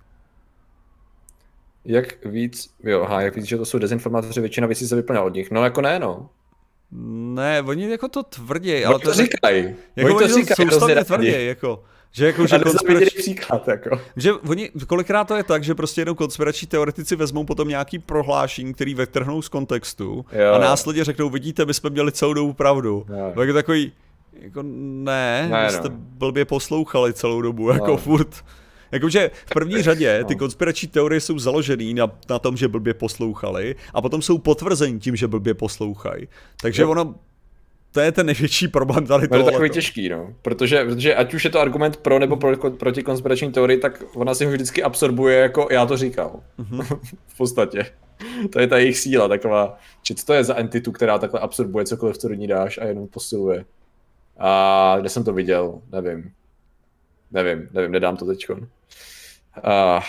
Jak víc, jo, aha, jak víc, že to jsou dezinformátoři, většina věcí se vyplnila od nich. No jako ne, no. Ne, oni jako to tvrdí, ale to říkají. Jako oni to soustavně tvrdí, jako. Že jako, že konspirační příklad, jako. Že oni, kolikrát to je tak, že prostě jenom konspirační teoretici vezmou potom nějaký prohlášení, který vytrhnou z kontextu jo. a následně řeknou, vidíte, my jsme měli celou dobu pravdu. Tak je takový, jako ne, ne jste no. blbě poslouchali celou dobu, no. jako furt. Jakože v první řadě ty konspirační teorie jsou založený na, na tom, že blbě poslouchali a potom jsou potvrzení tím, že blbě poslouchají. Takže jo. ono, to je ten největší problém tady tohle. To je takový těžký, no. Protože, protože ať už je to argument pro nebo pro, proti konspirační teorii, tak ona si ho vždycky absorbuje jako já to říkal. Mm-hmm. v podstatě. To je ta jejich síla, taková, či co to je za entitu, která takhle absorbuje cokoliv, co do ní dáš a jenom posiluje. A kde jsem to viděl, nevím. Nevím, nevím, nedám to teďkon. Uh,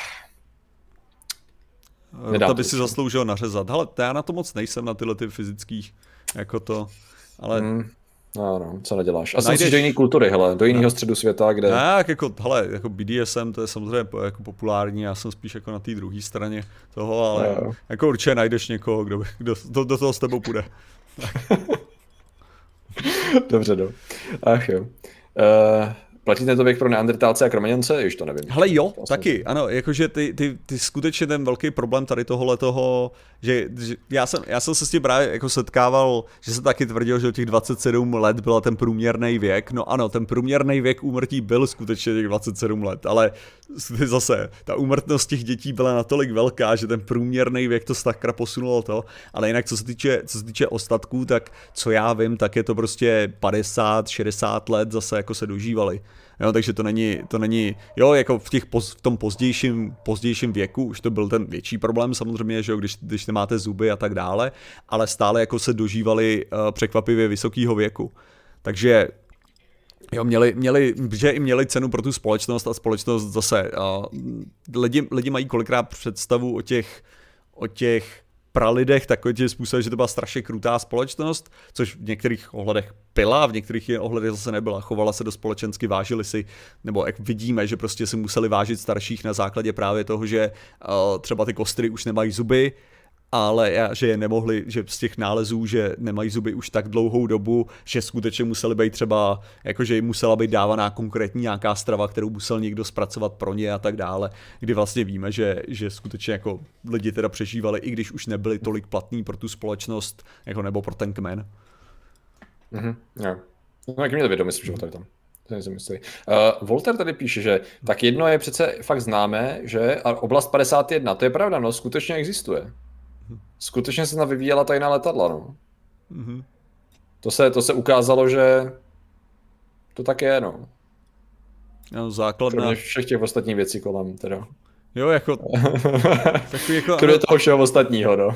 to by si zasloužil nařezat. Hele, já na to moc nejsem, na tyhle ty fyzických, jako to, ale... Mm, no, no, co neděláš. A najdeš... do jiné kultury, hele, do jiného no. středu světa, kde... Ne, jako, hele, jako B D S M, to je samozřejmě jako populární, já jsem spíš jako na té druhé straně toho, ale no. jako určitě najdeš někoho, kdo, by, kdo do, do toho s tebou půjde. Dobře, no. Ach jo. Uh... Platí tento věk pro neandertálce a kromaňance? Již to nevím. Hele jo, vlastně. Taky, ano, jakože ty, ty, ty skutečně ten velký problém tady tohohle toho, že, že já, jsem, já jsem se s tím právě jako setkával, že se taky tvrdil, že od těch dvacet sedm let byla ten průměrný věk, no ano, ten průměrný věk úmrtí byl skutečně těch dvacet sedm let, ale zase, ta úmrtnost těch dětí byla natolik velká, že ten průměrný věk to sakra posunulo to, ale jinak co se týče, co se týče ostatků, tak co já vím, tak je to prostě padesát šedesát let zase jako se dožívali. Jo, takže to není, to není, jo, jako v, těch poz, v tom pozdějším, pozdějším věku už to byl ten větší problém samozřejmě, že jo, když, když nemáte zuby a tak dále, ale stále jako se dožívali uh, překvapivě vysokého věku. Takže jo, měli, měli, že i měli cenu pro tu společnost a společnost zase, uh, lidi, lidi mají kolikrát představu o těch, o těch pralidech takovým tím způsobem, že to byla strašně krutá společnost, což v některých ohledech byla, v některých ohledech zase nebyla. Chovala se do společensky, vážili si, nebo jak vidíme, že prostě si museli vážit starších na základě právě toho, že uh, třeba ty kostry už nemají zuby, ale že je nemohli, že z těch nálezů, že nemají zuby už tak dlouhou dobu, že skutečně museli být třeba, jakože jim musela být dávaná konkrétní nějaká strava, kterou musel někdo zpracovat pro ně a tak dále, kdy vlastně víme, že, že skutečně jako lidi teda přežívali, i když už nebyli tolik platní pro tu společnost, jako nebo pro ten kmen. Mhm, jo. No, jak měli vědomí, myslím, že tady tam. Uh, Volter tady píše, že tak jedno je přece fakt známé, že a oblast padesát jedna, to je pravda, no, skutečně existuje. Skutečně se tam vyvíjela tajná letadla, no. Mm-hmm. To se, to se ukázalo, že to tak je, no. No, základná... Kromě všech těch ostatních věcí kolem, teda. Jo, jako... Takový jako... Kromě toho všeho ostatního, no.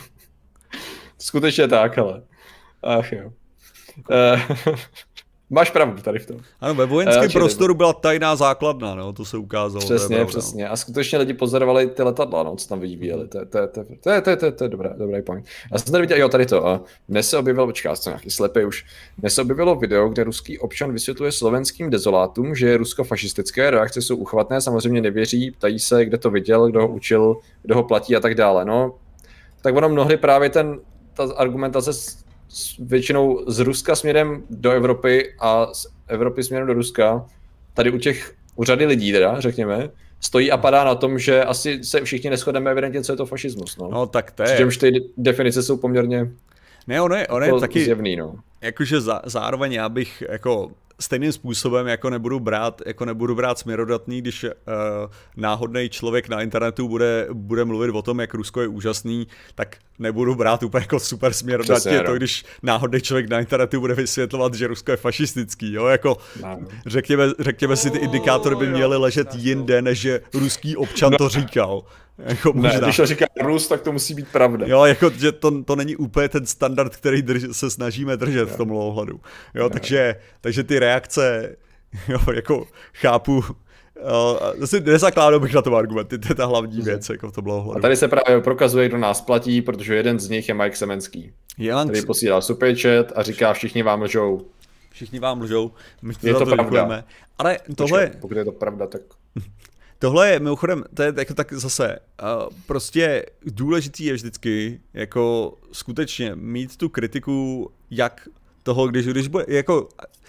Skutečně tak, ale. Ach jo. Uh, máš pravdu tady v tom. Ano, ve vojenském prostoru byla tajná základna, no, to se ukázalo. Přesně, pravda, přesně. A skutečně lidi pozorovali ty letadla, no, co tam vyvíjeli. To je, to je, to je, to je, to je, to je, to je dobré, dobrý point. Já jsem tady viděl, jo, tady to. A dnes se objevilo, počká, jsem nějaký slepý už. Dnes se objevilo video, kde ruský občan vysvětluje slovenským dezolátům, že je Rusko fašistické, reakce jsou uchvatné, samozřejmě nevěří, ptají se, kde to viděl, kdo ho učil, kdo ho platí a tak dále. No, tak ono mnohdy právě ten, ta argumentace většinou z Ruska směrem do Evropy a z Evropy směrem do Ruska, tady u těch, u řady lidí teda, řekněme, stojí a padá na tom, že asi se všichni neshodeme evidentně, co je to fašismus, no. No tak to je. Přičemž ty definice jsou poměrně ne, ono je, ono je taky zjevný, no. Jakože za, zároveň já bych jako stejným způsobem jako nebudu brát, jako nebudu brát směrodatný, když uh, náhodný člověk na internetu bude, bude mluvit o tom, jak Rusko je úžasný, tak nebudu brát úplně jako super směrodatně to, když náhodný člověk na internetu bude vysvětlovat, že Rusko je fašistický, jo, jako řekněme, řekněme si, ty indikátory by měly ležet jinde, než že ruský občan to říkal. Jako ne, když to říká Rus, tak to musí být pravda. Jo, jako, že to, to není úplně ten standard, který drž, se snažíme držet jo. v tomhle ohledu. Jo, jo. Takže, takže ty reakce, jo, jako chápu, zase nezakládal bych na tom argumenty, to je ta hlavní věc, jako v tomhle ohledu. A tady se právě prokazuje, kdo nás platí, protože jeden z nich je Mike Semenský. Jelanc... Tady posílá superchat a říká, všichni vám lžou. Všichni vám lžou, my je to, to pravda. Děkujeme. Ale tohle... Počkej, pokud je to pravda, tak... Tohle je, mimochodem, to je jako tak zase, uh, prostě důležitý je vždycky, jako skutečně mít tu kritiku, jak toho, když, když bude, jako,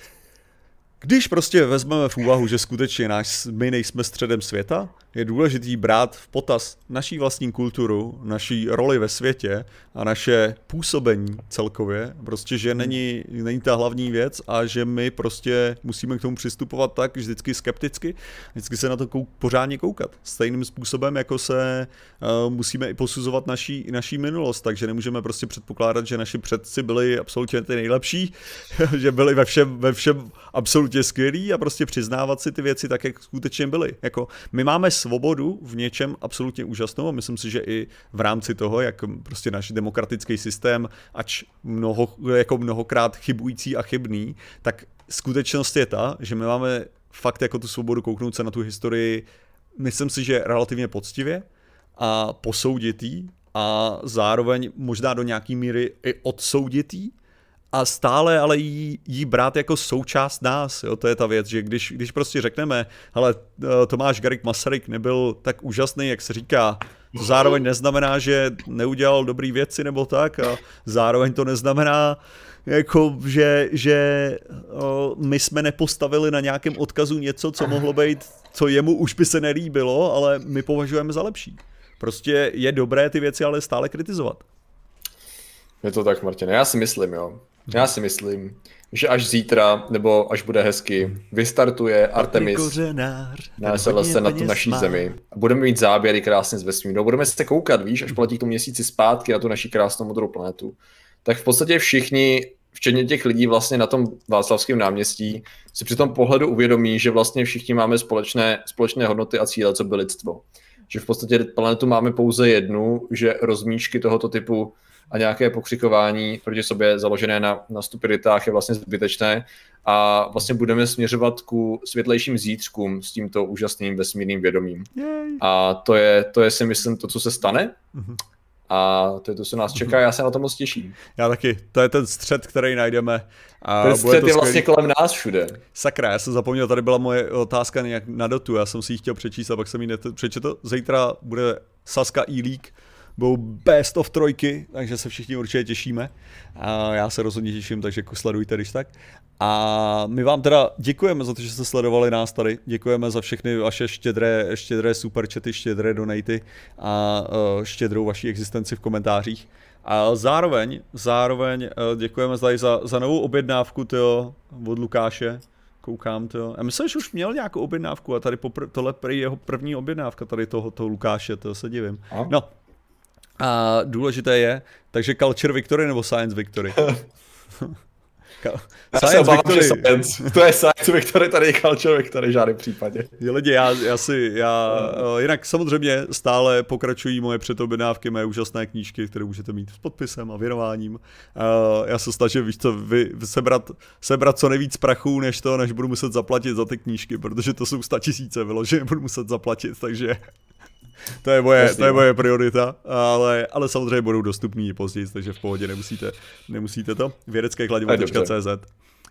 když prostě vezmeme v úvahu, že skutečně náš, my nejsme středem světa, je důležitý brát v potaz naší vlastní kulturu, naší roli ve světě a naše působení celkově, prostě, že není, není ta hlavní věc a že my prostě musíme k tomu přistupovat tak vždycky skepticky, vždycky se na to kou, pořádně koukat. Stejným způsobem, jako se uh, musíme i posuzovat naší, naší minulost, takže nemůžeme prostě předpokládat, že naši předci byli absolutně ty nejlepší, že byli ve všem, ve všem absolutně skvělí a prostě přiznávat si ty věci tak, jak skutečně byly. Jako, my máme svobodu v něčem absolutně úžasnou a myslím si, že i v rámci toho, jak prostě náš demokratický systém, ač mnoho, jako mnohokrát chybující a chybný, tak skutečnost je ta, že my máme fakt jako tu svobodu kouknout se na tu historii, myslím si, že relativně poctivě a posoudit jí a zároveň možná do nějaký míry i odsoudit jí, a stále ale jí, jí brát jako součást nás, jo, to je ta věc, že když, když prostě řekneme, hele, Tomáš Garrigue Masaryk nebyl tak úžasný, jak se říká, to zároveň neznamená, že neudělal dobrý věci nebo tak a zároveň to neznamená, jako, že, že o, my jsme nepostavili na nějakém odkazu něco, co mohlo být, co jemu už by se nelíbilo, ale my považujeme za lepší. Prostě je dobré ty věci ale stále kritizovat. Je to tak, Martine, já si myslím, jo. Já si myslím, že až zítra, nebo až bude hezky, vystartuje Artemis na S L S na tu naší zemi. A budeme mít záběry krásně z vesmíru. Budeme se koukat, víš, až poletí k tomu měsíci zpátky na tu naši krásnou modrou planetu. Tak v podstatě všichni, včetně těch lidí vlastně na tom Václavském náměstí, si při tom pohledu uvědomí, že vlastně všichni máme společné, společné hodnoty a cíle, co by lidstvo. Že v podstatě planetu máme pouze jednu, že rozmíšky tohoto typu a nějaké pokřikování proti sobě založené na, na stupiditách je vlastně zbytečné a vlastně budeme směřovat ku světlejším zítřkům s tímto úžasným vesmírným vědomím. Yay. A to je, to je si myslím to, co se stane. Mm-hmm. A to je to, co nás čeká, já se na to moc těším. Já taky, to je ten střed, který najdeme. A ten střed je vlastně skvělý. Kolem nás všude. Sakra, já jsem zapomněl, tady byla moje otázka nějak na dotu, já jsem si ji chtěl přečíst a pak jsem ji net... přečetl. Zítra bude Sazka E-League, budou best of trojky, takže se všichni určitě těšíme. A já se rozhodně těším, takže sledujte, když tak. A my vám teda děkujeme za to, že jste sledovali nás tady. Děkujeme za všechny vaše štědré, štědré superchaty, štědré donaty a uh, štědrou vaší existenci v komentářích. A zároveň, zároveň uh, děkujeme tady za, za novou objednávku tyjo, od Lukáše. Koukám to. A myslím, že už měl nějakou objednávku a tady popr- tohle prý jeho první objednávka tady toho, toho Lukáše, to se divím. No. A důležité je, takže Culture Victory nebo Science Victory? Science obávám, Victory. Science. To je Science Victory, tady je Culture Victory v žádném případě. Je lidi, já, já si, já, uh, jinak samozřejmě stále pokračují moje předobjednávky, moje úžasné knížky, které můžete mít s podpisem a věnováním. Uh, já se snažím, víš co, vy, sebrat, sebrat co nejvíc prachů, než to, než budu muset zaplatit za ty knížky, protože to jsou statisíce vyloženě, budu muset zaplatit, takže... To je moje, to je moje priorita, ale, ale samozřejmě budou dostupný později, takže v pohodě nemusíte, nemusíte to. vědecké kladivo tečka cé zet.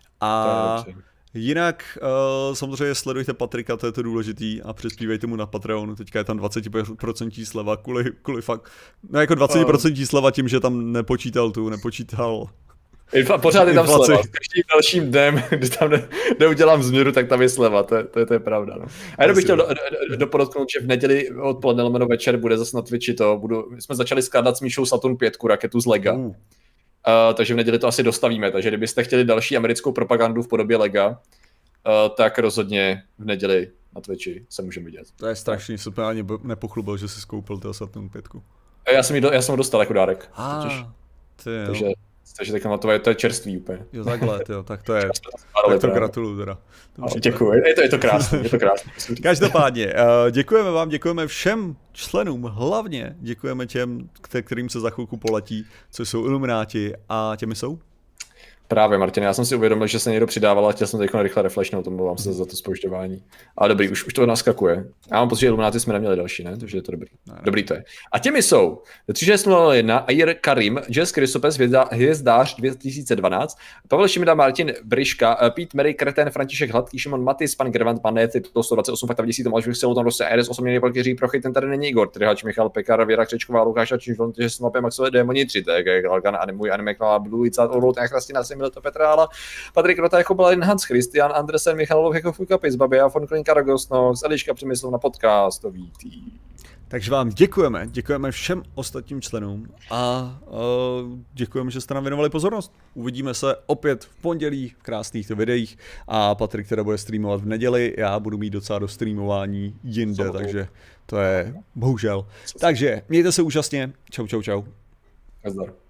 A jinak uh, samozřejmě sledujte Patrika, to je to důležitý a přispívejte mu na Patreonu, teďka je tam dvacet procent sleva kvůli, kvůli fakt, no jako dvacet procent sleva tím, že tam nepočítal tu, nepočítal. Infla, pořád je tam inflaci. Sleva. S každým dalším dnem, kdy tam ne, neudělám změru, tak tam je sleva, to je, to je, to je pravda. No. A jenom bych chtěl do, do, dopodotknout, že v neděli odpoledne lomeno večer bude zase na Twitchi to, budu, my jsme začali skládat s Míšou Saturn pět raketu z Lega, uh. Uh, takže v neděli to asi dostavíme, takže kdybyste chtěli další americkou propagandu v podobě Lega, uh, tak rozhodně v neděli na Twitchi se můžeme vidět. To je strašný, super, ani nepochlubil, že jsi skoupil toho Saturn pět. Já jsem, do, já jsem ho dostal jako dárek. Ah, ty takže, takže tak na to je, to je čerstvý úplně. Jo, takhle, jo, tak to je, tak to gratuluju teda. Děkuji, je to, je to krásné, je to krásné. Každopádně, děkujeme vám, děkujeme všem členům, hlavně děkujeme těm, kterým se za chvilku poletí, co jsou Ilumináti a těmi jsou? Právě, Martin, já jsem si uvědomil, že se někdo přidával a chtěl jsem teď rychle refreshnout, tomu vám se za to zpožďování. Ale dobrý, už, už to naskakuje. Já mám pocit, že Ilumináty jsme neměli další, ne? Takže je to dobrý. Ne, ne. Dobrý to je. A těmi jsou tři šest nula jedna, Air Karim, Jess Krysopes, Hvězdář dva tisíce dvanáct, Pavel Šimida, Martin Bryška, Pete Mary, Kreten, František Hladký, Šimon Matis, pan Gervant, pan Nety, sto dvacet osm, Fakta vidící, Tomáš Vychcel, tam Rose, Eres, osobně Valkyří, Prochy, ten tady není Igor, Tryhač, Michal Pekar, Věra Křečková, Lukáš Ačíš, Volontěž, Snopě, Maxové, Démoni tři, T G, Galgan, Animuj, Anime, Klava, Blue, Icat, Orlout, Chrastina, Similto, Petrála, Patrik Rota, jako Balin, Hans Christian, Andresen, Michalov, jako Fukapis, Babia, von Klinka, Ragosno, Eliška Přemyslov na podcastový tým. Takže vám děkujeme, děkujeme všem ostatním členům a uh, děkujeme, že jste nám věnovali pozornost. Uvidíme se opět v pondělí v krásných videích a Patrik teda bude streamovat v neděli, já budu mít docela do streamování jinde, Sobotu. Takže to je bohužel. Takže mějte se úžasně, čau čau čau. Nazdar.